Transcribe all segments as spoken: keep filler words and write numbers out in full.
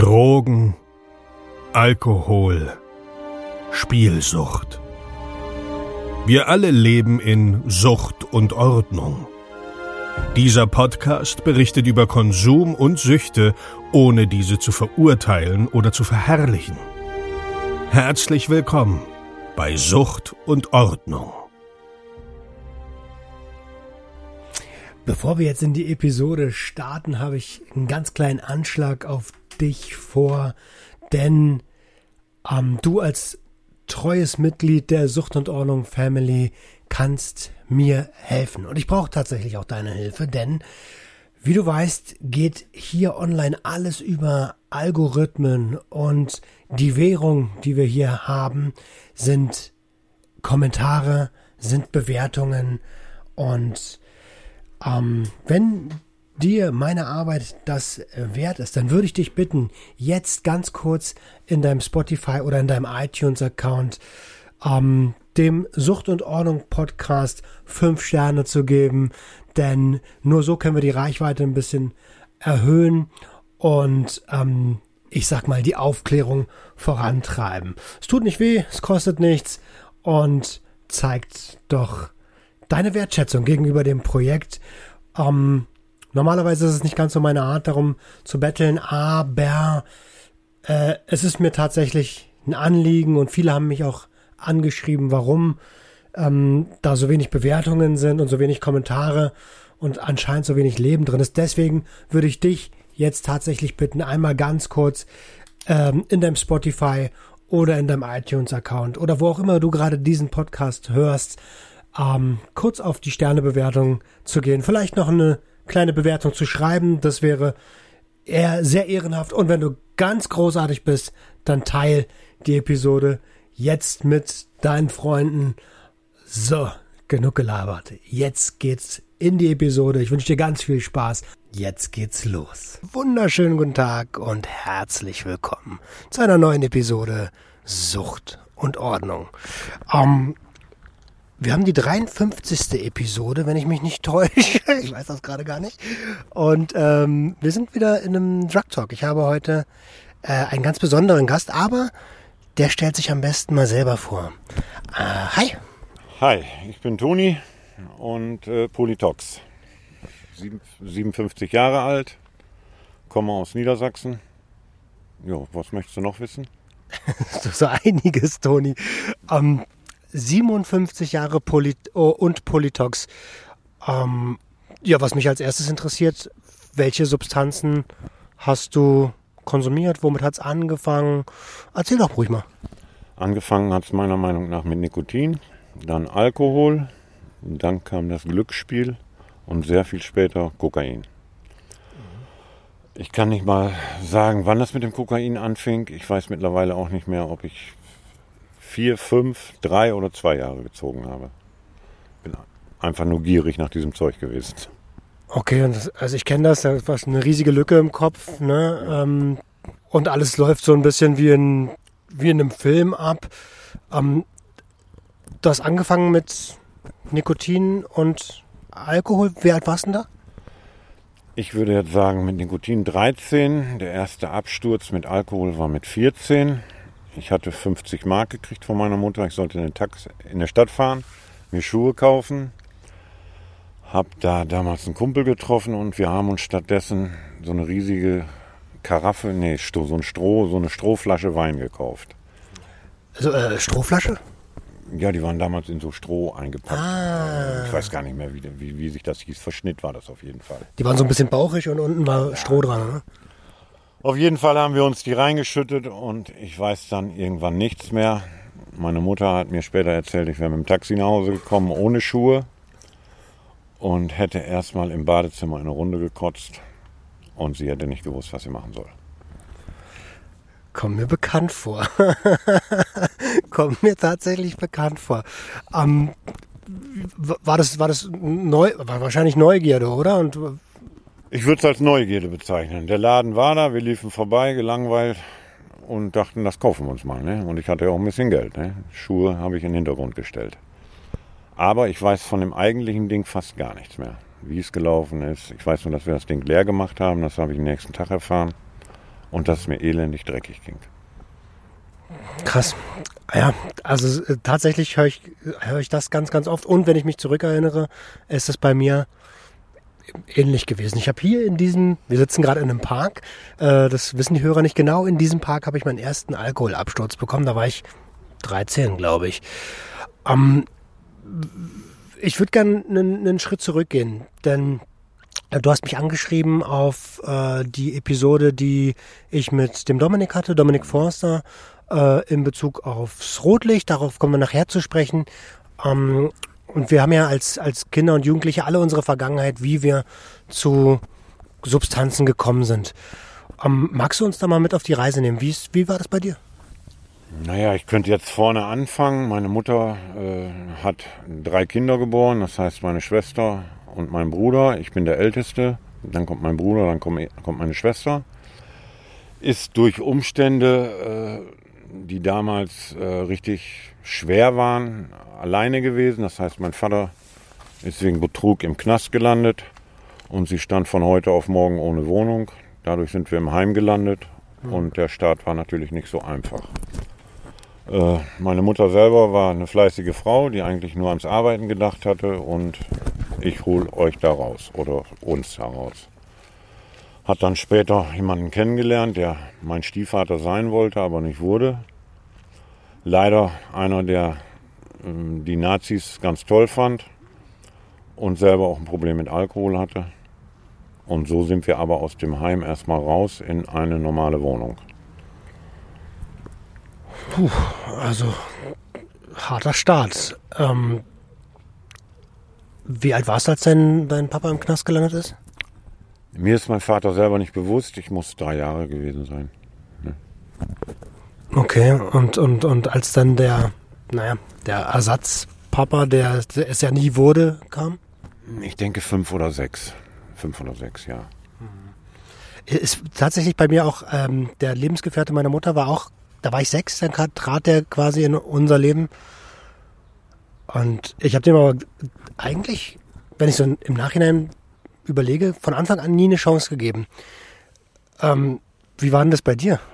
Drogen, Alkohol, Spielsucht. Wir alle leben in Sucht und Ordnung. Dieser Podcast berichtet über Konsum und Süchte, ohne diese zu verurteilen oder zu verherrlichen. Herzlich willkommen bei Sucht und Ordnung. Bevor wir jetzt in die Episode starten, habe ich einen ganz kleinen Anschlag auf dich vor, denn ähm, du als treues Mitglied der Sucht und Ordnung Family kannst mir helfen. Und ich brauche tatsächlich auch deine Hilfe, denn wie du weißt, geht hier online alles über Algorithmen und die Währung, die wir hier haben, sind Kommentare, sind Bewertungen und ähm, wenn dir meine Arbeit das wert ist, dann würde ich dich bitten, jetzt ganz kurz in deinem Spotify oder in deinem iTunes-Account ähm, dem Sucht und Ordnung Podcast fünf Sterne zu geben, denn nur so können wir die Reichweite ein bisschen erhöhen und ähm, ich sag mal die Aufklärung vorantreiben. Es tut nicht weh, es kostet nichts und zeigt doch deine Wertschätzung gegenüber dem Projekt. Ähm, Normalerweise ist es nicht ganz so meine Art, darum zu betteln, aber äh, es ist mir tatsächlich ein Anliegen und viele haben mich auch angeschrieben, warum ähm, da so wenig Bewertungen sind und so wenig Kommentare und anscheinend so wenig Leben drin ist. Deswegen würde ich dich jetzt tatsächlich bitten, einmal ganz kurz ähm, in deinem Spotify oder in deinem iTunes-Account oder wo auch immer du gerade diesen Podcast hörst, ähm, kurz auf die Sternebewertung zu gehen. Vielleicht noch eine kleine Bewertung zu schreiben, das wäre eher sehr ehrenhaft. Und wenn du ganz großartig bist, dann teil die Episode jetzt mit deinen Freunden. So, genug gelabert. Jetzt geht's in die Episode. Ich wünsche dir ganz viel Spaß. Jetzt geht's los. Wunderschönen guten Tag und herzlich willkommen zu einer neuen Episode Sucht und Ordnung. Ähm, Wir haben die dreiundfünfzigste Episode, wenn ich mich nicht täusche. Ich weiß das gerade gar nicht. Und ähm, wir sind wieder in einem Drug Talk. Ich habe heute äh, einen ganz besonderen Gast, aber der stellt sich am besten mal selber vor. Äh, hi. Hi, ich bin Toni und äh, Polytox. Sieben, siebenundfünfzig Jahre alt, komme aus Niedersachsen. Jo, was möchtest du noch wissen? So einiges, Toni. Ähm, siebenundfünfzig Jahre Poly- und Polytox. Ähm, ja, was mich als erstes interessiert, welche Substanzen hast du konsumiert? Womit hat es angefangen? Erzähl doch ruhig mal. Angefangen hat es meiner Meinung nach mit Nikotin, dann Alkohol, dann kam das Glücksspiel und sehr viel später Kokain. Ich kann nicht mal sagen, wann das mit dem Kokain anfing. Ich weiß mittlerweile auch nicht mehr, ob ich vier, fünf, drei oder zwei Jahre gezogen habe. Bin einfach nur gierig nach diesem Zeug gewesen. Okay, und das, also ich kenne das, da war eine riesige Lücke im Kopf, ne? Ähm, und alles läuft so ein bisschen wie in, wie in einem Film ab. Ähm, du hast angefangen mit Nikotin und Alkohol. Wie alt warst du denn da? Ich würde jetzt sagen mit Nikotin dreizehn. Der erste Absturz mit Alkohol war mit vierzehn. Ich hatte fünfzig Mark gekriegt von meiner Mutter. Ich sollte in den Taxi in der Stadt fahren, mir Schuhe kaufen. Hab da damals einen Kumpel getroffen und wir haben uns stattdessen so eine riesige Karaffe, nee, so ein Stroh, so eine Strohflasche Wein gekauft. Also äh, Strohflasche? Ja, die waren damals in so Stroh eingepackt. Ah. Ich weiß gar nicht mehr, wie, wie, wie sich das hieß. Verschnitt war das auf jeden Fall. Die waren so ein bisschen bauchig und unten war ja Stroh dran, ne? Auf jeden Fall haben wir uns die reingeschüttet und ich weiß dann irgendwann nichts mehr. Meine Mutter hat mir später erzählt, ich wäre mit dem Taxi nach Hause gekommen ohne Schuhe und hätte erstmal im Badezimmer eine Runde gekotzt und sie hätte nicht gewusst, was sie machen soll. Kommt mir bekannt vor. Kommt mir tatsächlich bekannt vor. Ähm, war das, war das neu, war wahrscheinlich Neugierde, oder? Und ich würde es als Neugierde bezeichnen. Der Laden war da, wir liefen vorbei, gelangweilt und dachten, das kaufen wir uns mal. Ne? Und ich hatte ja auch ein bisschen Geld. Ne? Schuhe habe ich in den Hintergrund gestellt. Aber ich weiß von dem eigentlichen Ding fast gar nichts mehr. Wie es gelaufen ist. Ich weiß nur, dass wir das Ding leer gemacht haben. Das habe ich am nächsten Tag erfahren. und dass es mir elendig dreckig ging. Krass. Ja, also äh, tatsächlich höre ich, hör ich das ganz, ganz oft. Und wenn ich mich zurückerinnere, ist es bei mir ähnlich gewesen. Ich habe hier in diesem, wir sitzen gerade in einem Park, äh, das wissen die Hörer nicht genau, in diesem Park habe ich meinen ersten Alkoholabsturz bekommen. Da war ich dreizehn, glaube ich. Ähm, ich würde gerne einen, einen Schritt zurückgehen, denn äh, du hast mich angeschrieben auf äh, die Episode, die ich mit dem Dominik hatte, Dominik Forster, äh, in Bezug aufs Rotlicht. Darauf kommen wir nachher zu sprechen. Ähm, und wir haben ja als, als Kinder und Jugendliche alle unsere Vergangenheit, wie wir zu Substanzen gekommen sind. Ähm, magst du uns da mal mit auf die Reise nehmen? Wie, ist, wie war das bei dir? Naja, ich könnte jetzt vorne anfangen. Meine Mutter äh, hat drei Kinder geboren, das heißt meine Schwester und mein Bruder. Ich bin der Älteste, dann kommt mein Bruder, dann kommt, kommt meine Schwester. Ist durch Umstände, äh, die damals äh, richtig schwer waren, alleine gewesen. Das heißt, mein Vater ist wegen Betrug im Knast gelandet und sie stand von heute auf morgen ohne Wohnung. Dadurch sind wir im Heim gelandet und der Start war natürlich nicht so einfach. Äh, meine Mutter selber war eine fleißige Frau, die eigentlich nur ans Arbeiten gedacht hatte und ich hole euch da raus oder uns da raus. Hat dann später jemanden kennengelernt, der mein Stiefvater sein wollte, aber nicht wurde. Leider einer, der äh, die Nazis ganz toll fand und selber auch ein Problem mit Alkohol hatte. Und so sind wir aber aus dem Heim erstmal raus in eine normale Wohnung. Puh, also harter Start. Ähm, wie alt warst du, als dein, dein Papa im Knast gelandet ist? Mir ist mein Vater selber nicht bewusst. Ich muss drei Jahre gewesen sein. Ne? Okay, und, und, und als dann der, naja, der Ersatzpapa, der, der es ja nie wurde, kam? Ich denke fünf oder sechs. Fünf oder sechs, ja. Ist tatsächlich bei mir auch, ähm, der Lebensgefährte meiner Mutter war auch, da war ich sechs, dann trat der quasi in unser Leben. Und ich habe dem aber eigentlich, wenn ich so im Nachhinein überlege, von Anfang an nie eine Chance gegeben. Ähm, wie war denn das bei dir?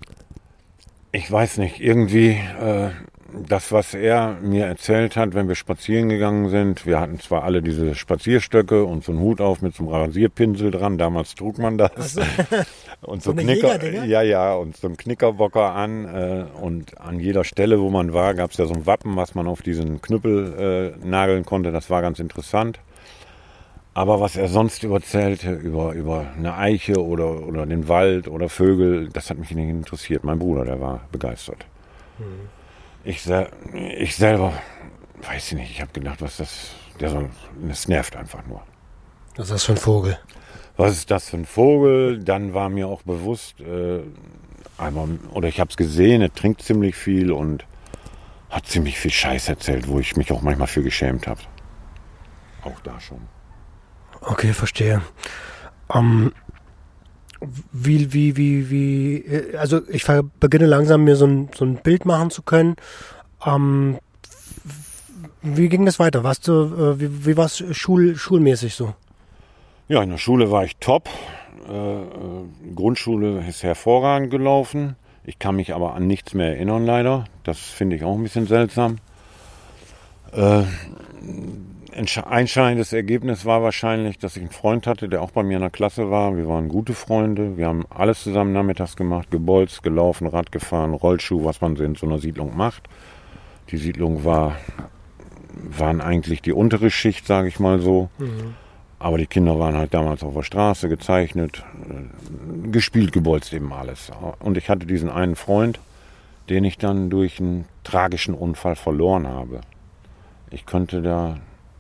Ich weiß nicht, irgendwie äh, das, was er mir erzählt hat, wenn wir spazieren gegangen sind, wir hatten zwar alle diese Spazierstöcke und so einen Hut auf mit so einem Rasierpinsel dran, damals trug man das. So. Und so, so Knicker, ja, ja, und so einen Knickerbocker an äh, und an jeder Stelle, wo man war, gab es ja so ein Wappen, was man auf diesen Knüppel äh, nageln konnte, das war ganz interessant. Aber was er sonst erzählte über, über eine Eiche oder, oder den Wald oder Vögel, das hat mich nicht interessiert. Mein Bruder, der war begeistert. Mhm. Ich, ich selber, weiß ich nicht, ich habe gedacht, was das, der so, das nervt einfach nur. Was ist das für ein Vogel? Was ist das für ein Vogel? Dann war mir auch bewusst, äh, einmal, oder ich habe es gesehen, er trinkt ziemlich viel und hat ziemlich viel Scheiß erzählt, wo ich mich auch manchmal für geschämt habe. Auch da schon. Okay, verstehe. Ähm, wie, wie, wie, wie, also ich beginne langsam mir so ein, so ein Bild machen zu können. Ähm, wie ging das weiter? Warst du, äh, wie, wie war es Schul, schulmäßig so? Ja, in der Schule war ich top. Äh, Grundschule ist hervorragend gelaufen. Ich kann mich aber an nichts mehr erinnern, leider. Das finde ich auch ein bisschen seltsam. Äh, Einschneidendes Ergebnis war wahrscheinlich, dass ich einen Freund hatte, der auch bei mir in der Klasse war. Wir waren gute Freunde. Wir haben alles zusammen nachmittags gemacht. Gebolzt, gelaufen, Rad gefahren, Rollschuh, was man so in so einer Siedlung macht. Die Siedlung war, waren eigentlich die untere Schicht, sage ich mal so. Mhm. Aber die Kinder waren halt damals auf der Straße gezeichnet, gespielt, gebolzt, eben alles. Und ich hatte diesen einen Freund, den ich dann durch einen tragischen Unfall verloren habe. Ich könnte da...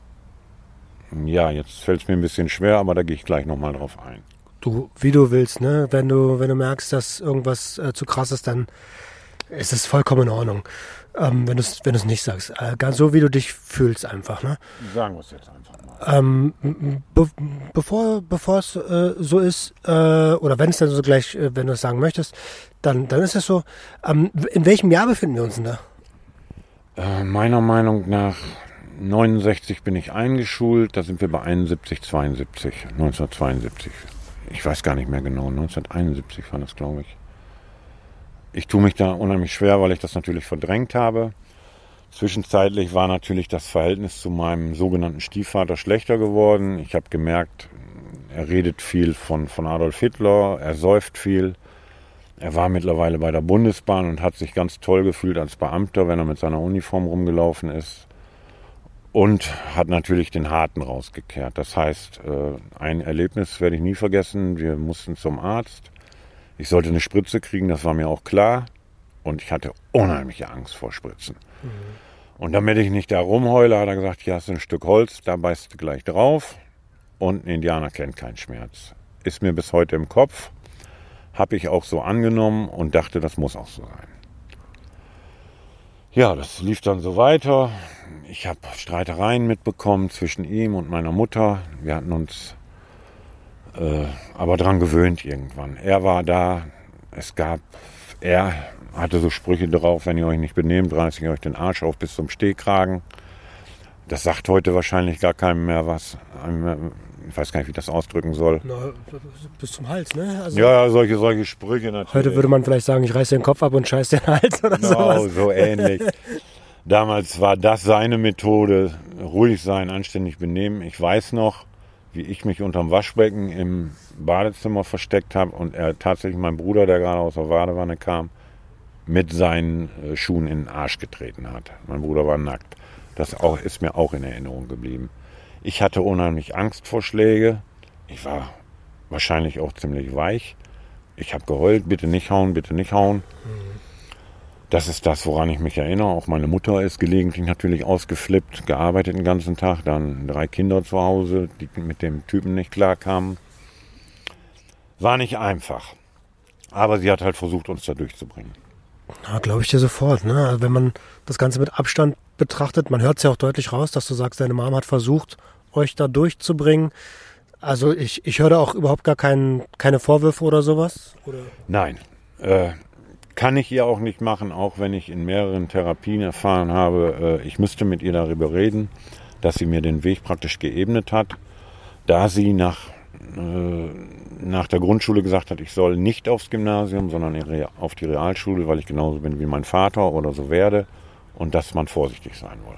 Ja, jetzt fällt es mir ein bisschen schwer, aber da gehe ich gleich nochmal drauf ein. Du, wie du willst, ne? Wenn du, wenn du merkst, dass irgendwas äh, zu krass ist, dann ist es vollkommen in Ordnung. Ähm, wenn du es wenn nicht sagst. Äh, ganz so, wie du dich fühlst einfach, ne? Sagen wir es jetzt einfach mal. Ähm, be bevor bevor es äh, so ist, äh, oder wenn es dann so gleich, äh, wenn du es sagen möchtest, dann, dann ist es so. Ähm, in welchem Jahr befinden wir uns denn da? Äh, meiner Meinung nach neunundsechzig bin ich eingeschult, da sind wir bei einundsiebzig, zweiundsiebzig, neunzehnhundertzweiundsiebzig. ich weiß gar nicht mehr genau, neunzehnhunderteinundsiebzig war das, glaube ich. Ich tue mich da unheimlich schwer, weil ich das natürlich verdrängt habe. Zwischenzeitlich war natürlich das Verhältnis zu meinem sogenannten Stiefvater schlechter geworden. Ich habe gemerkt, er redet viel von, von Adolf Hitler, er säuft viel. Er war mittlerweile bei der Bundesbahn und hat sich ganz toll gefühlt als Beamter, wenn er mit seiner Uniform rumgelaufen ist. Und hat natürlich den Harten rausgekehrt. Das heißt, ein Erlebnis werde ich nie vergessen. Wir mussten zum Arzt. Ich sollte eine Spritze kriegen, das war mir auch klar. Und ich hatte unheimliche Angst vor Spritzen. Mhm. Und damit ich nicht da rumheule, hat er gesagt, hier hast du ein Stück Holz, da beißt du gleich drauf. Und ein Indianer kennt keinen Schmerz. Ist mir bis heute im Kopf. Habe ich auch so angenommen und dachte, das muss auch so sein. Ja, das lief dann so weiter. Ich habe Streitereien mitbekommen zwischen ihm und meiner Mutter. Wir hatten uns äh, aber dran gewöhnt irgendwann. Er war da, es gab, er hatte so Sprüche drauf, wenn ihr euch nicht benehmt, reiße ich euch den Arsch auf bis zum Stehkragen. Das sagt heute wahrscheinlich gar keinem mehr was. Ich weiß gar nicht, wie ich das ausdrücken soll. Na, bis zum Hals, ne? Also ja, solche, solche Sprüche natürlich. Heute würde man vielleicht sagen, ich reiße den Kopf ab und scheiß den Hals oder genau, sowas. Genau, so ähnlich. Damals war das seine Methode, ruhig sein, anständig benehmen. Ich weiß noch, wie ich mich unterm Waschbecken im Badezimmer versteckt habe und er tatsächlich, mein Bruder, der gerade aus der Badewanne kam, mit seinen Schuhen in den Arsch getreten hat. Mein Bruder war nackt. Das auch, ist mir auch in Erinnerung geblieben. Ich hatte unheimlich Angst vor Schläge. Ich war wahrscheinlich auch ziemlich weich. Ich habe geheult, bitte nicht hauen, bitte nicht hauen. Mhm. Das ist das, woran ich mich erinnere. Auch meine Mutter ist gelegentlich natürlich ausgeflippt, gearbeitet den ganzen Tag. Dann drei Kinder zu Hause, die mit dem Typen nicht klarkamen. War nicht einfach. Aber sie hat halt versucht, uns da durchzubringen. Ja, glaube ich dir sofort. Ne? Also wenn man das Ganze mit Abstand betrachtet, man hört es ja auch deutlich raus, dass du sagst, deine Mom hat versucht, euch da durchzubringen. Also ich, ich höre da auch überhaupt gar kein, keine Vorwürfe oder sowas? Oder? Nein, äh, kann ich ihr auch nicht machen, auch wenn ich in mehreren Therapien erfahren habe, äh, ich müsste mit ihr darüber reden, dass sie mir den Weg praktisch geebnet hat, da sie nach, äh, nach der Grundschule gesagt hat, ich soll nicht aufs Gymnasium, sondern auf die Realschule, weil ich genauso bin wie mein Vater oder so werde und dass man vorsichtig sein soll.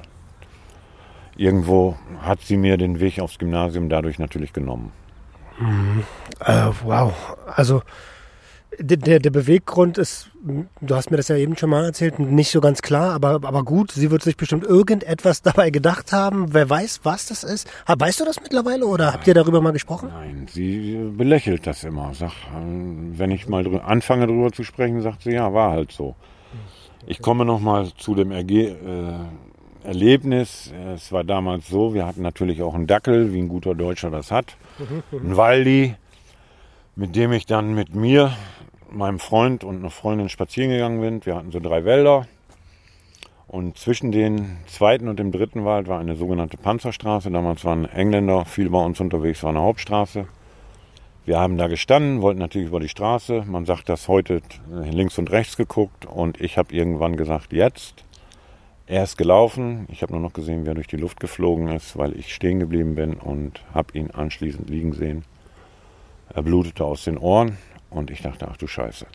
Irgendwo hat sie mir den Weg aufs Gymnasium dadurch natürlich genommen. Mhm. Äh, wow, also der, der Beweggrund ist, du hast mir das ja eben schon mal erzählt, nicht so ganz klar, aber, aber gut, sie wird sich bestimmt irgendetwas dabei gedacht haben. Wer weiß, was das ist? Weißt du das mittlerweile oder Nein. habt ihr darüber mal gesprochen? Nein, sie belächelt das immer. Sag, wenn ich mal drü- anfange darüber zu sprechen, sagt sie, ja, war halt so. Ich komme noch mal zu dem Erge- äh, Erlebnis. Es war damals so, wir hatten natürlich auch einen Dackel, wie ein guter Deutscher das hat. Ein Waldi, mit dem ich dann mit mir, meinem Freund und einer Freundin spazieren gegangen bin. Wir hatten so drei Wälder. Und zwischen dem zweiten und dem dritten Wald war eine sogenannte Panzerstraße. Damals waren Engländer viel bei uns unterwegs, war eine Hauptstraße. Wir haben da gestanden, wollten natürlich über die Straße. Man sagt das heute links und rechts geguckt. Und ich habe irgendwann gesagt, jetzt. Er ist gelaufen. Ich habe nur noch gesehen, wie er durch die Luft geflogen ist, weil ich stehen geblieben bin und habe ihn anschließend liegen sehen. Er blutete aus den Ohren und ich dachte, ach du Scheiße.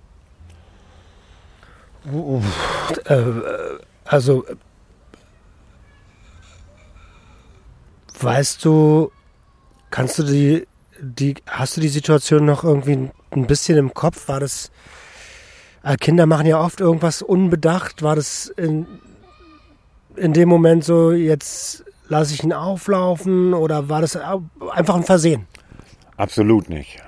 Uh, äh, also, weißt du, kannst du die, die, hast du die Situation noch irgendwie ein bisschen im Kopf? War das, äh, Kinder machen ja oft irgendwas unbedacht. War das in, in dem Moment so, jetzt lasse ich ihn auflaufen oder war das einfach ein Versehen? Absolut nicht.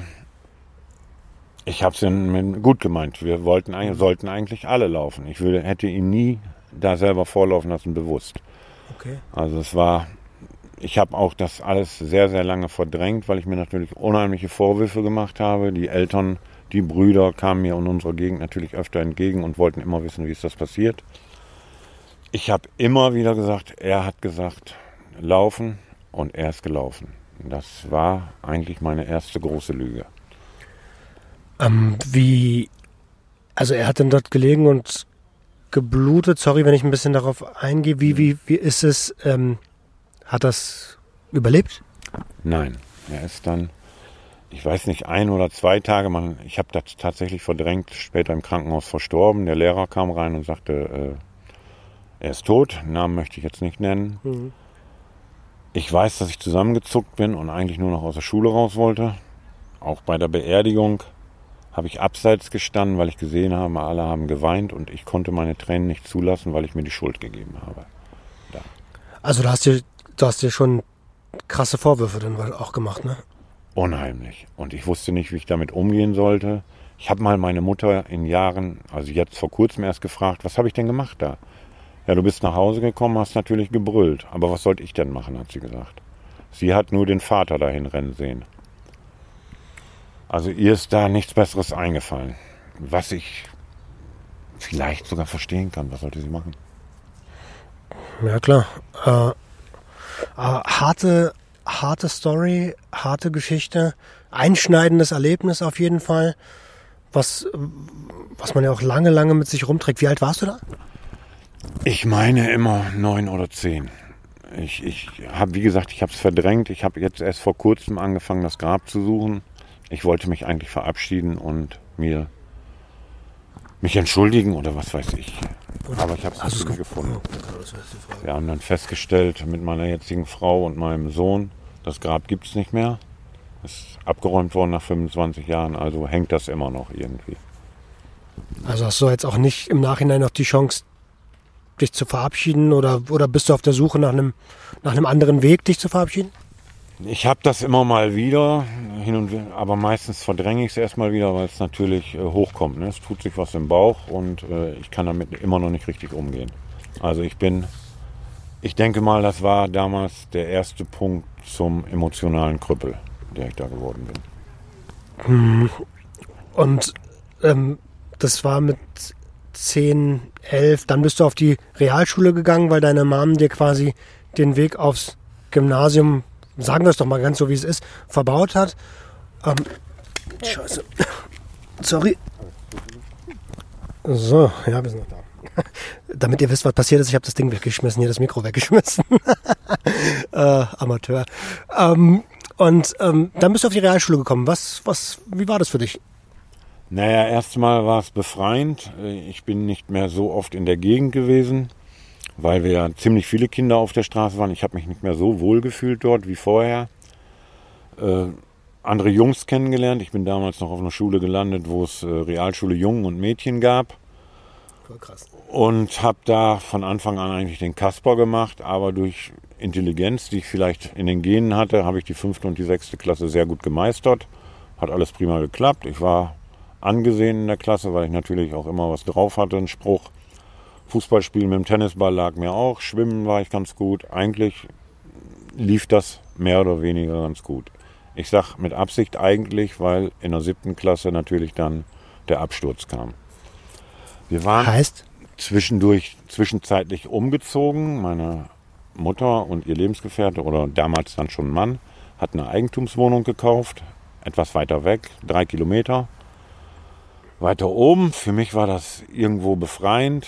Ich habe es gut gemeint. Wir wollten, sollten eigentlich alle laufen. Ich würde, hätte ihn nie da selber vorlaufen lassen, bewusst. Okay. Also es war, ich habe auch das alles sehr, sehr lange verdrängt, weil ich mir natürlich unheimliche Vorwürfe gemacht habe. Die Eltern, die Brüder kamen mir in unserer Gegend natürlich öfter entgegen und wollten immer wissen, wie ist das passiert. Ich habe immer wieder gesagt, er hat gesagt, laufen und er ist gelaufen. Das war eigentlich meine erste große Lüge. Ähm, wie, also er hat dann dort gelegen und geblutet. Sorry, wenn ich ein bisschen darauf eingehe. Wie, wie, wie ist es, ähm, hat das überlebt? Nein, er ist dann ich weiß nicht, ein oder zwei Tage, man, ich habe das tatsächlich verdrängt, später im Krankenhaus verstorben. Der Lehrer kam rein und sagte, äh, er ist tot, Namen möchte ich jetzt nicht nennen. Mhm. Ich weiß, dass ich zusammengezuckt bin und eigentlich nur noch aus der Schule raus wollte. Auch bei der Beerdigung habe ich abseits gestanden, weil ich gesehen habe, alle haben geweint und ich konnte meine Tränen nicht zulassen, weil ich mir die Schuld gegeben habe. Da. Also du hast dir, du hast dir schon krasse Vorwürfe dann auch gemacht, ne? Unheimlich. Und ich wusste nicht, wie ich damit umgehen sollte. Ich habe mal meine Mutter in Jahren, also jetzt vor kurzem erst gefragt, was habe ich denn gemacht da? Ja, du bist nach Hause gekommen, hast natürlich gebrüllt. Aber was sollte ich denn machen, hat sie gesagt. Sie hat nur den Vater dahin rennen sehen. Also ihr ist da nichts Besseres eingefallen. Was ich vielleicht sogar verstehen kann. Was sollte sie machen? Ja, klar. Äh, äh, harte, harte Story, harte Geschichte. Einschneidendes Erlebnis auf jeden Fall. Was, was man ja auch lange, lange mit sich rumträgt. Wie alt warst du da? Ich meine immer neun oder zehn. Ich, ich habe, wie gesagt, ich habe es verdrängt. Ich habe jetzt erst vor kurzem angefangen, das Grab zu suchen. Ich wollte mich eigentlich verabschieden und mir mich entschuldigen oder was weiß ich. Aber ich habe es nicht mehr gefunden. Wir haben dann festgestellt mit meiner jetzigen Frau und meinem Sohn, das Grab gibt es nicht mehr. Ist abgeräumt worden nach fünfundzwanzig Jahren, also hängt das immer noch irgendwie. Also hast du jetzt auch nicht im Nachhinein noch die Chance, dich zu verabschieden oder, oder bist du auf der Suche nach einem, nach einem anderen Weg, dich zu verabschieden? Ich habe das immer mal wieder, hin und wieder, aber meistens verdränge ich es erstmal wieder, weil es natürlich äh, hochkommt. Ne? Es tut sich was im Bauch und äh, ich kann damit immer noch nicht richtig umgehen. Also ich bin, ich denke mal, das war damals der erste Punkt zum emotionalen Krüppel, der ich da geworden bin. Und ähm, das war mit zehn, elf, dann bist du auf die Realschule gegangen, weil deine Mom dir quasi den Weg aufs Gymnasium, sagen wir es doch mal ganz so, wie es ist, verbaut hat. Ähm, Scheiße. Sorry. So, ja, wir sind noch da. Damit ihr wisst, was passiert ist, ich habe das Ding weggeschmissen, hier das Mikro weggeschmissen. äh, Amateur. Ähm, und ähm, dann bist du auf die Realschule gekommen. Was, was, wie war das für dich? Naja, erstmal war es befreiend. Ich bin nicht mehr so oft in der Gegend gewesen, weil wir ja ziemlich viele Kinder auf der Straße waren. Ich habe mich nicht mehr so wohl gefühlt dort wie vorher. Äh, andere Jungs kennengelernt. Ich bin damals noch auf einer Schule gelandet, wo es äh, Realschule Jungen und Mädchen gab. Voll krass. Und habe da von Anfang an eigentlich den Kasper gemacht, aber durch Intelligenz, die ich vielleicht in den Genen hatte, habe ich die fünfte und die sechste Klasse sehr gut gemeistert. Hat alles prima geklappt. Ich war angesehen in der Klasse, weil ich natürlich auch immer was drauf hatte, einen Spruch. Fußballspielen mit dem Tennisball lag mir auch, Schwimmen war ich ganz gut. Eigentlich lief das mehr oder weniger ganz gut. Ich sage mit Absicht eigentlich, weil in der siebten Klasse natürlich dann der Absturz kam. Wir waren heißt? zwischendurch, zwischenzeitlich umgezogen. Meine Mutter und ihr Lebensgefährte oder damals dann schon Mann hat eine Eigentumswohnung gekauft, etwas weiter weg, drei Kilometer. Weiter oben, für mich war das irgendwo befreiend.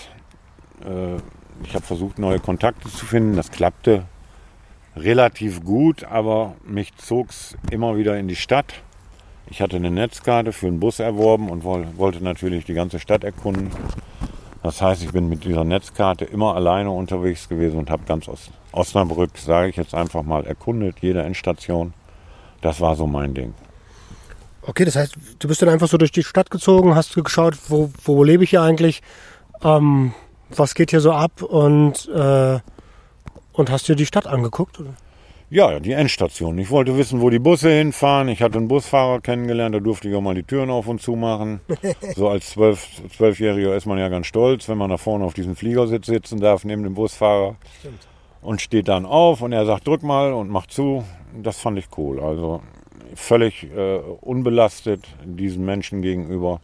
Ich habe versucht, neue Kontakte zu finden. Das klappte relativ gut, aber mich zog es immer wieder in die Stadt. Ich hatte eine Netzkarte für einen Bus erworben und wollte natürlich die ganze Stadt erkunden. Das heißt, ich bin mit dieser Netzkarte immer alleine unterwegs gewesen und habe ganz aus Osnabrück, sage ich jetzt einfach mal, erkundet, jede Endstation. Das war so mein Ding. Okay, das heißt, du bist dann einfach so durch die Stadt gezogen, hast geschaut, wo, wo lebe ich hier eigentlich, ähm, was geht hier so ab und, äh, und hast dir die Stadt angeguckt? Oder? Ja, die Endstation. Ich wollte wissen, wo die Busse hinfahren. Ich hatte einen Busfahrer kennengelernt, da durfte ich auch mal die Türen auf und zu machen. So als zwölf, Zwölfjähriger ist man ja ganz stolz, wenn man da vorne auf diesem Fliegersitz sitzen darf, neben dem Busfahrer. Stimmt. Und steht dann auf und er sagt, drück mal und mach zu. Das fand ich cool. Also völlig äh, unbelastet diesen Menschen gegenüber.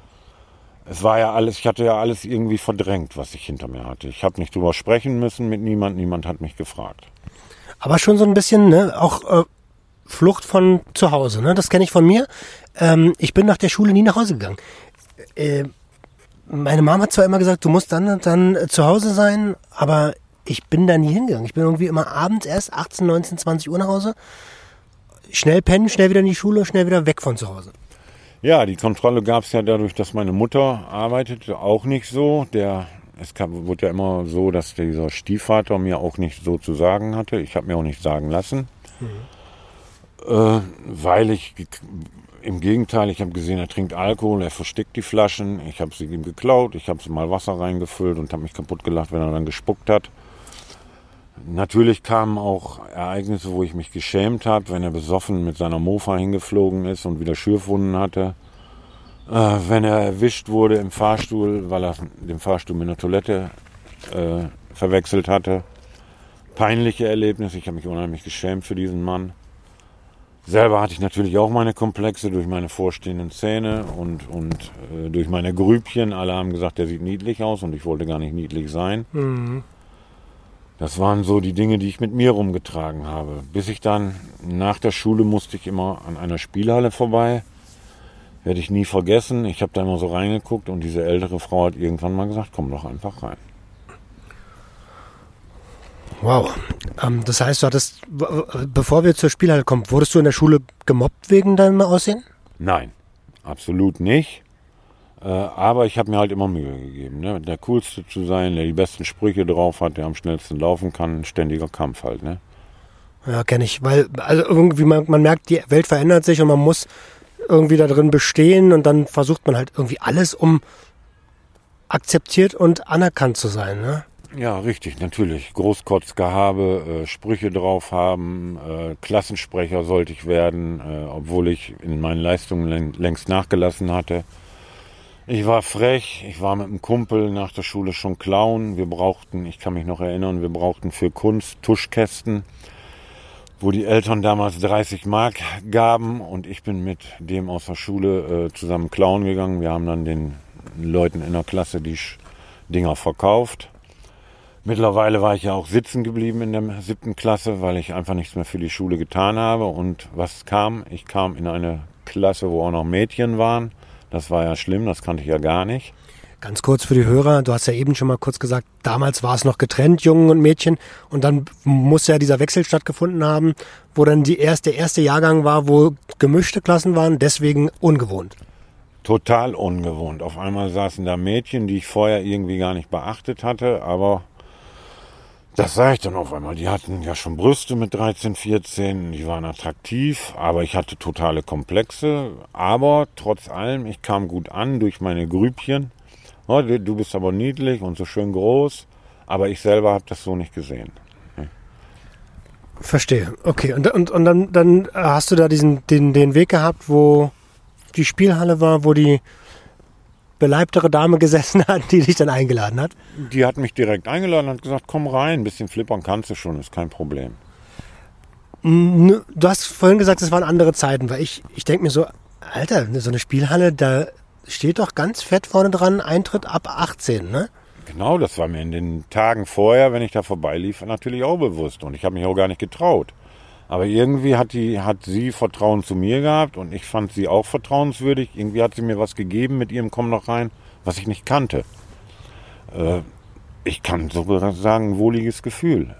Es war ja alles, ich hatte ja alles irgendwie verdrängt, was ich hinter mir hatte. Ich habe nicht drüber sprechen müssen mit niemand, niemand hat mich gefragt. Aber schon so ein bisschen, ne, auch äh, Flucht von zu Hause, ne? Das kenne ich von mir. Ähm, ich bin nach der Schule nie nach Hause gegangen. Äh, meine Mama hat zwar immer gesagt, du musst dann und dann äh, zu Hause sein, aber ich bin da nie hingegangen. Ich bin irgendwie immer abends erst achtzehn, neunzehn, zwanzig Uhr nach Hause. schnell pennen, schnell wieder in die Schule, schnell wieder weg von zu Hause. Ja, die Kontrolle gab es ja dadurch, dass meine Mutter arbeitete, auch nicht so. Der, es kam, wurde ja immer so, dass dieser Stiefvater mir auch nicht so zu sagen hatte. Ich habe mir auch nicht sagen lassen. Mhm. Äh, weil ich, im Gegenteil, ich habe gesehen, er trinkt Alkohol, er versteckt die Flaschen. Ich habe sie ihm geklaut, ich habe sie mal Wasser reingefüllt und habe mich kaputt gelacht, wenn er dann gespuckt hat. Natürlich kamen auch Ereignisse, wo ich mich geschämt habe, wenn er besoffen mit seiner Mofa hingeflogen ist und wieder Schürfwunden hatte. Äh, wenn er erwischt wurde im Fahrstuhl, weil er den Fahrstuhl mit einer Toilette äh, verwechselt hatte. Peinliche Erlebnisse, ich habe mich unheimlich geschämt für diesen Mann. Selber hatte ich natürlich auch meine Komplexe durch meine vorstehenden Zähne und, und äh, durch meine Grübchen. Alle haben gesagt, der sieht niedlich aus und ich wollte gar nicht niedlich sein. Mhm. Das waren so die Dinge, die ich mit mir rumgetragen habe. Bis ich dann, nach der Schule musste ich immer an einer Spielhalle vorbei. Werde ich nie vergessen. Ich habe da immer so reingeguckt und diese ältere Frau hat irgendwann mal gesagt, komm doch einfach rein. Wow. Ähm, das heißt, du hattest, bevor wir zur Spielhalle kommen, wurdest du in der Schule gemobbt wegen deinem Aussehen? Nein, absolut nicht. Äh, aber ich habe mir halt immer Mühe gegeben, ne? Der Coolste zu sein, der die besten Sprüche drauf hat, der am schnellsten laufen kann, ein ständiger Kampf halt, ne? Ja, kenne ich, weil also irgendwie man, man merkt, die Welt verändert sich und man muss irgendwie da drin bestehen und dann versucht man halt irgendwie alles, um akzeptiert und anerkannt zu sein, ne? Ja, richtig, natürlich. Großkotzgehabe, äh, Sprüche drauf haben, äh, Klassensprecher sollte ich werden, äh, obwohl ich in meinen Leistungen längst nachgelassen hatte. Ich war frech, ich war mit einem Kumpel nach der Schule schon klauen. Wir brauchten, ich kann mich noch erinnern, wir brauchten für Kunst Tuschkästen, wo die Eltern damals dreißig Mark gaben und ich bin mit dem aus der Schule äh, zusammen klauen gegangen. Wir haben dann den Leuten in der Klasse die Dinger verkauft. Mittlerweile war ich ja auch sitzen geblieben in der siebten Klasse, weil ich einfach nichts mehr für die Schule getan habe. Und was kam? Ich kam in eine Klasse, wo auch noch Mädchen waren. Das war ja schlimm, das kannte ich ja gar nicht. Ganz kurz für die Hörer, du hast ja eben schon mal kurz gesagt, damals war es noch getrennt, Jungen und Mädchen. Und dann muss ja dieser Wechsel stattgefunden haben, wo dann die erste, der erste Jahrgang war, wo gemischte Klassen waren, deswegen ungewohnt. Total ungewohnt. Auf einmal saßen da Mädchen, die ich vorher irgendwie gar nicht beachtet hatte, aber das sah ich dann auf einmal. Die hatten ja schon Brüste mit dreizehn, vierzehn, die waren attraktiv, aber ich hatte totale Komplexe. Aber trotz allem, ich kam gut an durch meine Grübchen. Oh, du bist aber niedlich und so schön groß, aber ich selber habe das so nicht gesehen. Nee. Verstehe, okay. Und, und, und dann, dann hast du da diesen, den, den Weg gehabt, wo die Spielhalle war, wo die beleibtere Dame gesessen hat, die dich dann eingeladen hat? Die hat mich direkt eingeladen und hat gesagt, komm rein, ein bisschen flippern kannst du schon, ist kein Problem. Du hast vorhin gesagt, es waren andere Zeiten, weil ich, ich denke mir so, Alter, so eine Spielhalle, da steht doch ganz fett vorne dran, Eintritt ab achtzehn, ne? Genau, das war mir in den Tagen vorher, wenn ich da vorbeilief, natürlich auch bewusst und ich habe mich auch gar nicht getraut. Aber irgendwie hat, die, hat sie Vertrauen zu mir gehabt und ich fand sie auch vertrauenswürdig. Irgendwie hat sie mir was gegeben mit ihrem Komm doch rein, was ich nicht kannte. Äh, ich kann sogar sagen, ein wohliges Gefühl.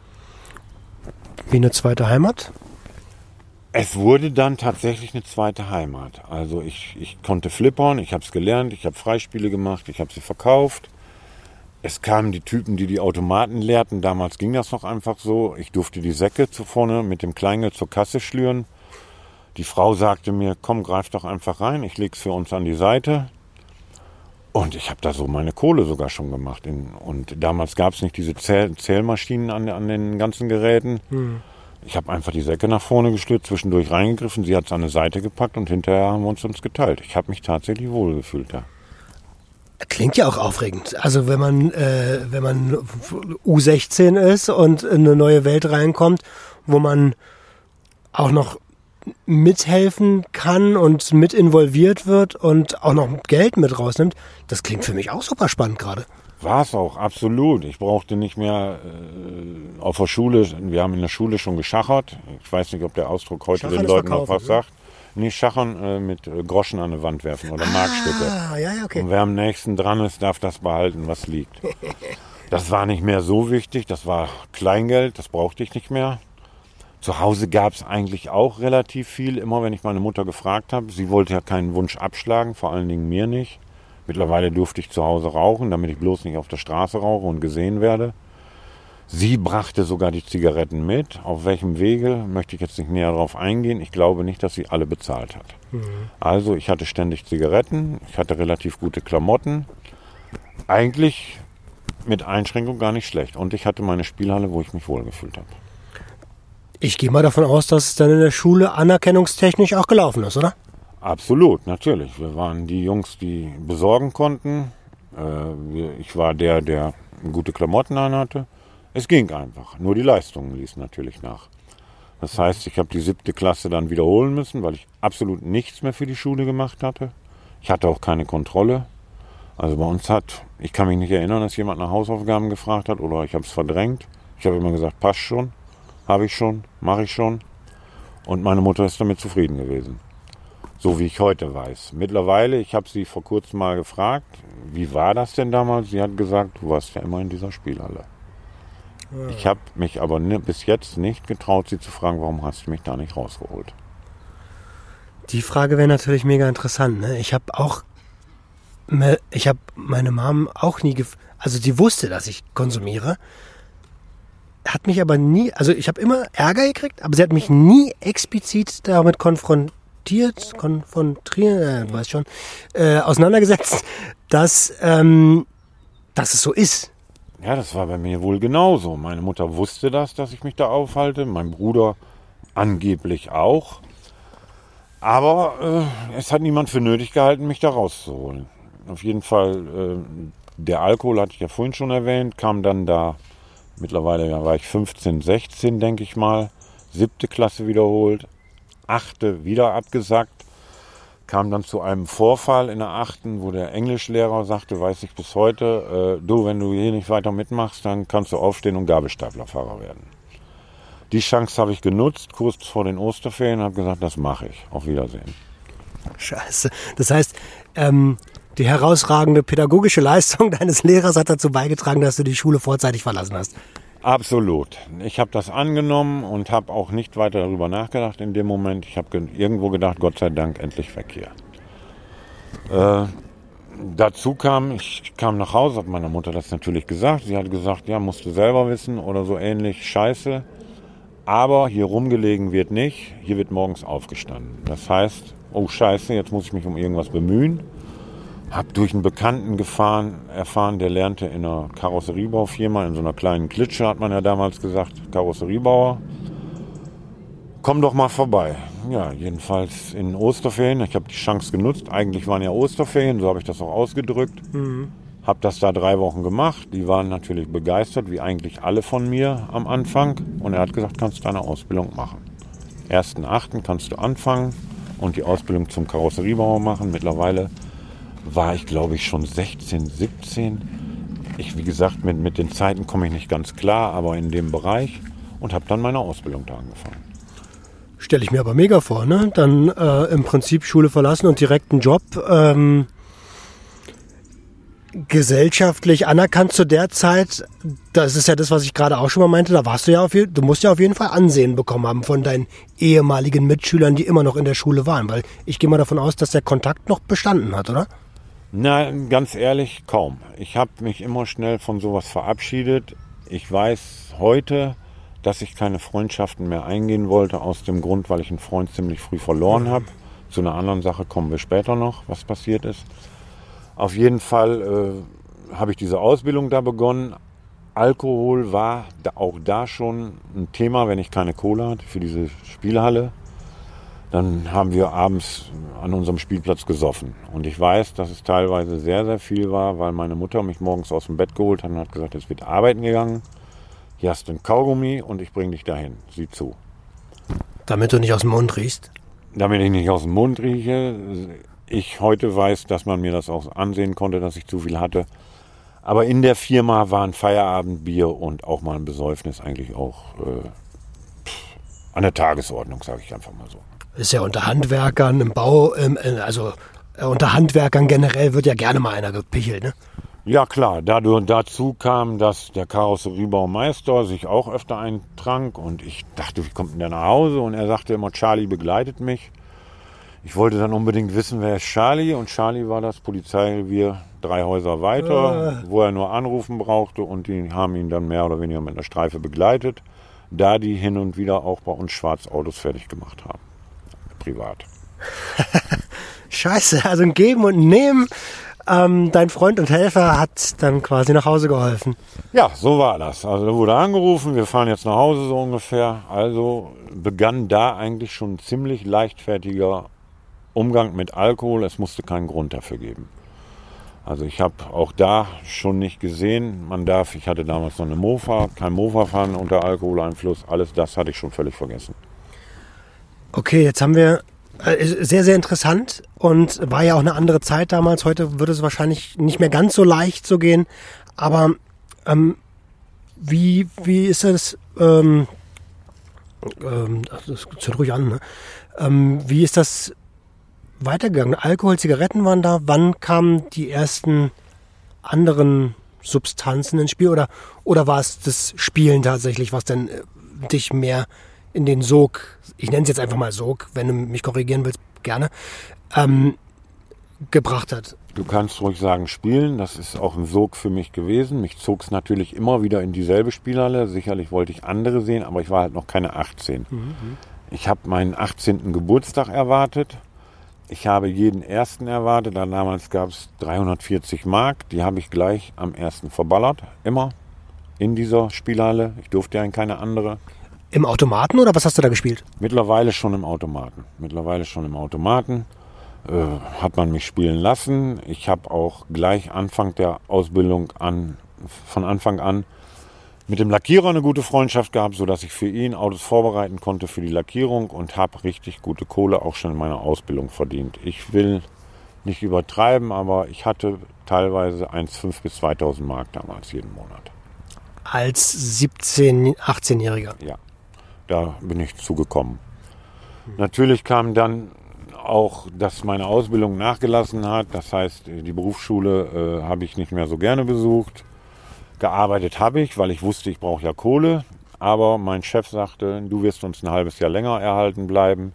Wie eine zweite Heimat? Es wurde dann tatsächlich eine zweite Heimat. Also ich, ich konnte flippern, ich habe es gelernt, ich habe Freispiele gemacht, ich habe sie verkauft. Es kamen die Typen, die die Automaten leerten. Damals ging das noch einfach so. Ich durfte die Säcke zu vorne mit dem Kleingeld zur Kasse schlüren. Die Frau sagte mir, komm, greif doch einfach rein. Ich leg's für uns an die Seite. Und ich habe da so meine Kohle sogar schon gemacht. Und damals gab es nicht diese Zähl- Zählmaschinen an, an den ganzen Geräten. Hm. Ich habe einfach die Säcke nach vorne geschlürt, zwischendurch reingegriffen. Sie hat es an eine Seite gepackt und hinterher haben wir uns uns geteilt. Ich habe mich tatsächlich wohlgefühlt da. Klingt ja auch aufregend. Also wenn man äh, wenn man U sechzehn ist und in eine neue Welt reinkommt, wo man auch noch mithelfen kann und mit involviert wird und auch noch Geld mit rausnimmt, das klingt für mich auch super spannend gerade. War es auch, absolut. Ich brauchte nicht mehr äh, auf der Schule, wir haben in der Schule schon geschachert. Ich weiß nicht, ob der Ausdruck heute Schachern den Leuten noch was sagt. Nee, Schachern äh, mit äh, Groschen an die Wand werfen oder ah, Markstücke. Ja, ja, okay. Und wer am nächsten dran ist, darf das behalten, was liegt. Das war nicht mehr so wichtig, das war Kleingeld, das brauchte ich nicht mehr. Zu Hause gab es eigentlich auch relativ viel, immer wenn ich meine Mutter gefragt habe. Sie wollte ja keinen Wunsch abschlagen, vor allen Dingen mir nicht. Mittlerweile durfte ich zu Hause rauchen, damit ich bloß nicht auf der Straße rauche und gesehen werde. Sie brachte sogar die Zigaretten mit. Auf welchem Wege, möchte ich jetzt nicht näher darauf eingehen. Ich glaube nicht, dass sie alle bezahlt hat. Mhm. Also ich hatte ständig Zigaretten, ich hatte relativ gute Klamotten. Eigentlich mit Einschränkung gar nicht schlecht. Und ich hatte meine Spielhalle, wo ich mich wohlgefühlt habe. Ich gehe mal davon aus, dass es dann in der Schule anerkennungstechnisch auch gelaufen ist, oder? Absolut, natürlich. Wir waren die Jungs, die besorgen konnten. Ich war der, der gute Klamotten anhatte. Es ging einfach. Nur die Leistungen ließen natürlich nach. Das heißt, ich habe die siebte Klasse dann wiederholen müssen, weil ich absolut nichts mehr für die Schule gemacht hatte. Ich hatte auch keine Kontrolle. Also bei uns hat, ich kann mich nicht erinnern, dass jemand nach Hausaufgaben gefragt hat oder ich habe es verdrängt. Ich habe immer gesagt, passt schon, habe ich schon, mache ich schon. Und meine Mutter ist damit zufrieden gewesen. So wie ich heute weiß. Mittlerweile, ich habe sie vor kurzem mal gefragt, wie war das denn damals? Sie hat gesagt, du warst ja immer in dieser Spielhalle. Ja. Ich habe mich aber bis jetzt nicht getraut, sie zu fragen, warum hast du mich da nicht rausgeholt? Die Frage wäre natürlich mega interessant. Ne? Ich habe auch, ich habe meine Mom auch nie, gef- also die wusste, dass ich konsumiere, hat mich aber nie, also ich habe immer Ärger gekriegt, aber sie hat mich nie explizit damit konfrontiert, konfrontiert, äh, weiß schon, äh, auseinandergesetzt, dass, ähm, dass es so ist. Ja, das war bei mir wohl genauso. Meine Mutter wusste das, dass ich mich da aufhalte. Mein Bruder angeblich auch. Aber äh, es hat niemand für nötig gehalten, mich da rauszuholen. Auf jeden Fall, äh, der Alkohol, hatte ich ja vorhin schon erwähnt, kam dann da, mittlerweile ja, war ich fünfzehn, sechzehn, denke ich mal. Siebte Klasse wiederholt, achte wieder abgesackt. Kam dann zu einem Vorfall in der achten, wo der Englischlehrer sagte, weiß ich bis heute, äh, du, wenn du hier nicht weiter mitmachst, dann kannst du aufstehen und Gabelstaplerfahrer werden. Die Chance habe ich genutzt, kurz vor den Osterferien, habe gesagt, das mache ich. Auf Wiedersehen. Scheiße. Das heißt, ähm, die herausragende pädagogische Leistung deines Lehrers hat dazu beigetragen, dass du die Schule vorzeitig verlassen hast. Absolut. Ich habe das angenommen und habe auch nicht weiter darüber nachgedacht in dem Moment. Ich habe ge- irgendwo gedacht, Gott sei Dank, endlich weg hier. Äh, dazu kam, ich kam nach Hause, habe meiner Mutter das natürlich gesagt. Sie hat gesagt, ja, musst du selber wissen oder so ähnlich, scheiße. Aber hier rumgelegen wird nicht, hier wird morgens aufgestanden. Das heißt, oh scheiße, jetzt muss ich mich um irgendwas bemühen. Hab durch einen Bekannten gefahren, erfahren, der lernte in einer Karosseriebau-Firma, in so einer kleinen Klitsche, hat man ja damals gesagt, Karosseriebauer. Komm doch mal vorbei. Ja, jedenfalls in Osterferien. Ich habe die Chance genutzt. Eigentlich waren ja Osterferien, so habe ich das auch ausgedrückt. Mhm. Habe das da drei Wochen gemacht. Die waren natürlich begeistert, wie eigentlich alle von mir am Anfang. Und er hat gesagt, kannst du deine Ausbildung machen. ersten achten kannst du anfangen und die Ausbildung zum Karosseriebauer machen. Mittlerweile war ich, glaube ich, schon sechzehn, siebzehn. Ich, wie gesagt, mit, mit den Zeiten komme ich nicht ganz klar, aber in dem Bereich und habe dann meine Ausbildung da angefangen. Stelle ich mir aber mega vor, ne? Dann äh, im Prinzip Schule verlassen und direkt einen Job. Ähm, gesellschaftlich anerkannt zu der Zeit, das ist ja das, was ich gerade auch schon mal meinte, da warst du ja auf jeden, du musst ja auf jeden Fall Ansehen bekommen haben von deinen ehemaligen Mitschülern, die immer noch in der Schule waren, weil ich gehe mal davon aus, dass der Kontakt noch bestanden hat, oder? Na, ganz ehrlich, kaum. Ich habe mich immer schnell von sowas verabschiedet. Ich weiß heute, dass ich keine Freundschaften mehr eingehen wollte, aus dem Grund, weil ich einen Freund ziemlich früh verloren habe. Zu einer anderen Sache kommen wir später noch, was passiert ist. Auf jeden Fall äh, habe ich diese Ausbildung da begonnen. Alkohol war da, auch da schon ein Thema, wenn ich keine Kohle hatte für diese Spielhalle. Dann haben wir abends an unserem Spielplatz gesoffen. Und ich weiß, dass es teilweise sehr, sehr viel war, weil meine Mutter mich morgens aus dem Bett geholt hat und hat gesagt, es wird arbeiten gegangen. Hier hast du ein Kaugummi und ich bringe dich dahin. Sieh zu. Damit du nicht aus dem Mund riechst? Damit ich nicht aus dem Mund rieche. Ich heute weiß, dass man mir das auch ansehen konnte, dass ich zu viel hatte. Aber in der Firma war ein Feierabendbier und auch mal ein Besäufnis eigentlich auch äh, an der Tagesordnung, sage ich einfach mal so. Ist ja unter Handwerkern im Bau, ähm, also äh, unter Handwerkern generell wird ja gerne mal einer gepichelt, ne? Ja klar, dadurch, dazu kam, dass der Karosseriebau-Meister sich auch öfter eintrank und ich dachte, wie kommt denn der nach Hause? Und er sagte immer, Charlie begleitet mich. Ich wollte dann unbedingt wissen, wer ist Charlie? Und Charlie war das Polizeirevier drei Häuser weiter, äh. wo er nur anrufen brauchte und die haben ihn dann mehr oder weniger mit einer Streife begleitet, da die hin und wieder auch bei uns Schwarzautos fertig gemacht haben, privat. Scheiße, also ein Geben und ein Nehmen. Ähm, dein Freund und Helfer hat dann quasi nach Hause geholfen. Ja, so war das. Also da wurde angerufen, wir fahren jetzt nach Hause so ungefähr. Also begann da eigentlich schon ein ziemlich leichtfertiger Umgang mit Alkohol. Es musste keinen Grund dafür geben. Also ich habe auch da schon nicht gesehen, man darf, ich hatte damals noch eine Mofa, kein Mofa fahren unter Alkoholeinfluss. Alles das hatte ich schon völlig vergessen. Okay, jetzt haben wir... Sehr, sehr interessant und war ja auch eine andere Zeit damals. Heute würde es wahrscheinlich nicht mehr ganz so leicht so gehen. Aber ähm, wie, wie ist das? Ähm, ähm, das zählt ruhig an. Ne? Ähm, wie ist das weitergegangen? Alkohol, Zigaretten waren da. Wann kamen die ersten anderen Substanzen ins Spiel? Oder, oder war es das Spielen tatsächlich, was denn äh, dich mehr in den Sog, ich nenne es jetzt einfach mal Sog, wenn du mich korrigieren willst, gerne, ähm, gebracht hat? Du kannst ruhig sagen Spielen, das ist auch ein Sog für mich gewesen. Mich zog es natürlich immer wieder in dieselbe Spielhalle. Sicherlich wollte ich andere sehen, aber ich war halt noch keine achtzehn. Mhm. Ich habe meinen achtzehnten Geburtstag erwartet. Ich habe jeden ersten erwartet. Dann damals gab es dreihundertvierzig Mark. Die habe ich gleich am ersten verballert. Immer in dieser Spielhalle. Ich durfte ja in keine andere. Im Automaten oder was hast du da gespielt? Mittlerweile schon im Automaten. Mittlerweile schon im Automaten. Äh, hat man mich spielen lassen. Ich habe auch gleich Anfang der Ausbildung an, von Anfang an mit dem Lackierer eine gute Freundschaft gehabt, sodass ich für ihn Autos vorbereiten konnte für die Lackierung und habe richtig gute Kohle auch schon in meiner Ausbildung verdient. Ich will nicht übertreiben, aber ich hatte teilweise eins Komma fünf bis zweitausend Mark damals jeden Monat. Als siebzehn-, achtzehnjähriger? Ja. Da bin ich zugekommen. Natürlich kam dann auch, dass meine Ausbildung nachgelassen hat. Das heißt, die Berufsschule äh, habe ich nicht mehr so gerne besucht. Gearbeitet habe ich, weil ich wusste, ich brauche ja Kohle. Aber mein Chef sagte, du wirst uns ein halbes Jahr länger erhalten bleiben.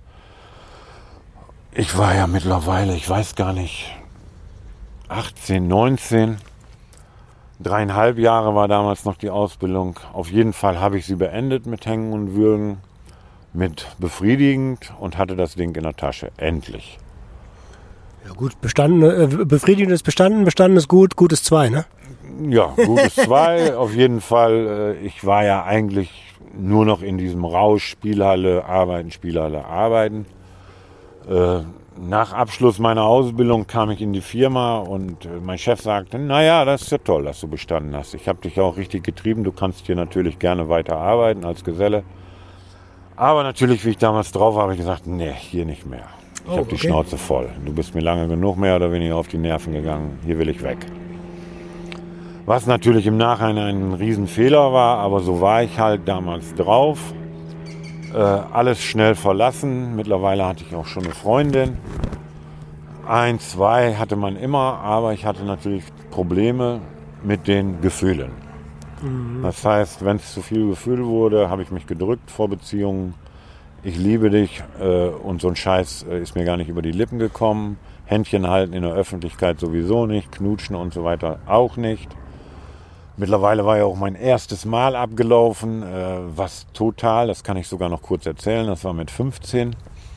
Ich war ja mittlerweile, ich weiß gar nicht, achtzehn, neunzehn. Dreieinhalb Jahre war damals noch die Ausbildung. Auf jeden Fall habe ich sie beendet mit Hängen und Würgen, mit befriedigend und hatte das Ding in der Tasche. Endlich. Ja gut, bestanden, äh, befriedigend ist bestanden, bestanden ist gut, gut ist zwei, ne? Ja, gut ist zwei. Auf jeden Fall, äh, ich war ja eigentlich nur noch in diesem Rausch, Spielhalle, arbeiten, Spielhalle, arbeiten. Äh, Nach Abschluss meiner Ausbildung kam ich in die Firma und mein Chef sagte, naja, das ist ja toll, dass du bestanden hast. Ich habe dich auch richtig getrieben, du kannst hier natürlich gerne weiter arbeiten als Geselle. Aber natürlich, wie ich damals drauf war, habe ich gesagt, nee, hier nicht mehr. Ich oh, habe die okay. Schnauze voll. Du bist mir lange genug mehr oder weniger auf die Nerven gegangen. Hier will ich weg. Was natürlich im Nachhinein ein Riesenfehler war, aber so war ich halt damals drauf. Äh, alles schnell verlassen. Mittlerweile hatte ich auch schon eine Freundin. Ein, zwei hatte man immer, aber ich hatte natürlich Probleme mit den Gefühlen. Mhm. Das heißt, wenn es zu viel Gefühl wurde, habe ich mich gedrückt vor Beziehungen. Ich liebe dich äh, und so ein Scheiß äh, ist mir gar nicht über die Lippen gekommen. Händchen halten in der Öffentlichkeit sowieso nicht, knutschen und so weiter auch nicht. Mittlerweile war ja auch mein erstes Mal abgelaufen, äh, was total, das kann ich sogar noch kurz erzählen, das war mit fünfzehn.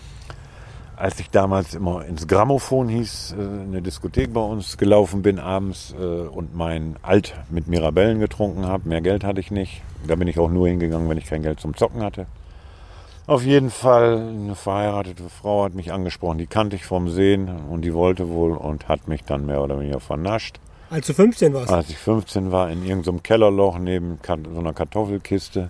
Als ich damals immer ins Grammophon hieß, äh, eine Diskothek bei uns gelaufen bin abends äh, und mein Alt mit Mirabellen getrunken habe, mehr Geld hatte ich nicht. Da bin ich auch nur hingegangen, wenn ich kein Geld zum Zocken hatte. Auf jeden Fall, eine verheiratete Frau hat mich angesprochen, die kannte ich vom Sehen und die wollte wohl und hat mich dann mehr oder weniger vernascht. Als du fünfzehn warst? Als ich fünfzehn war, in irgendeinem Kellerloch neben so einer Kartoffelkiste.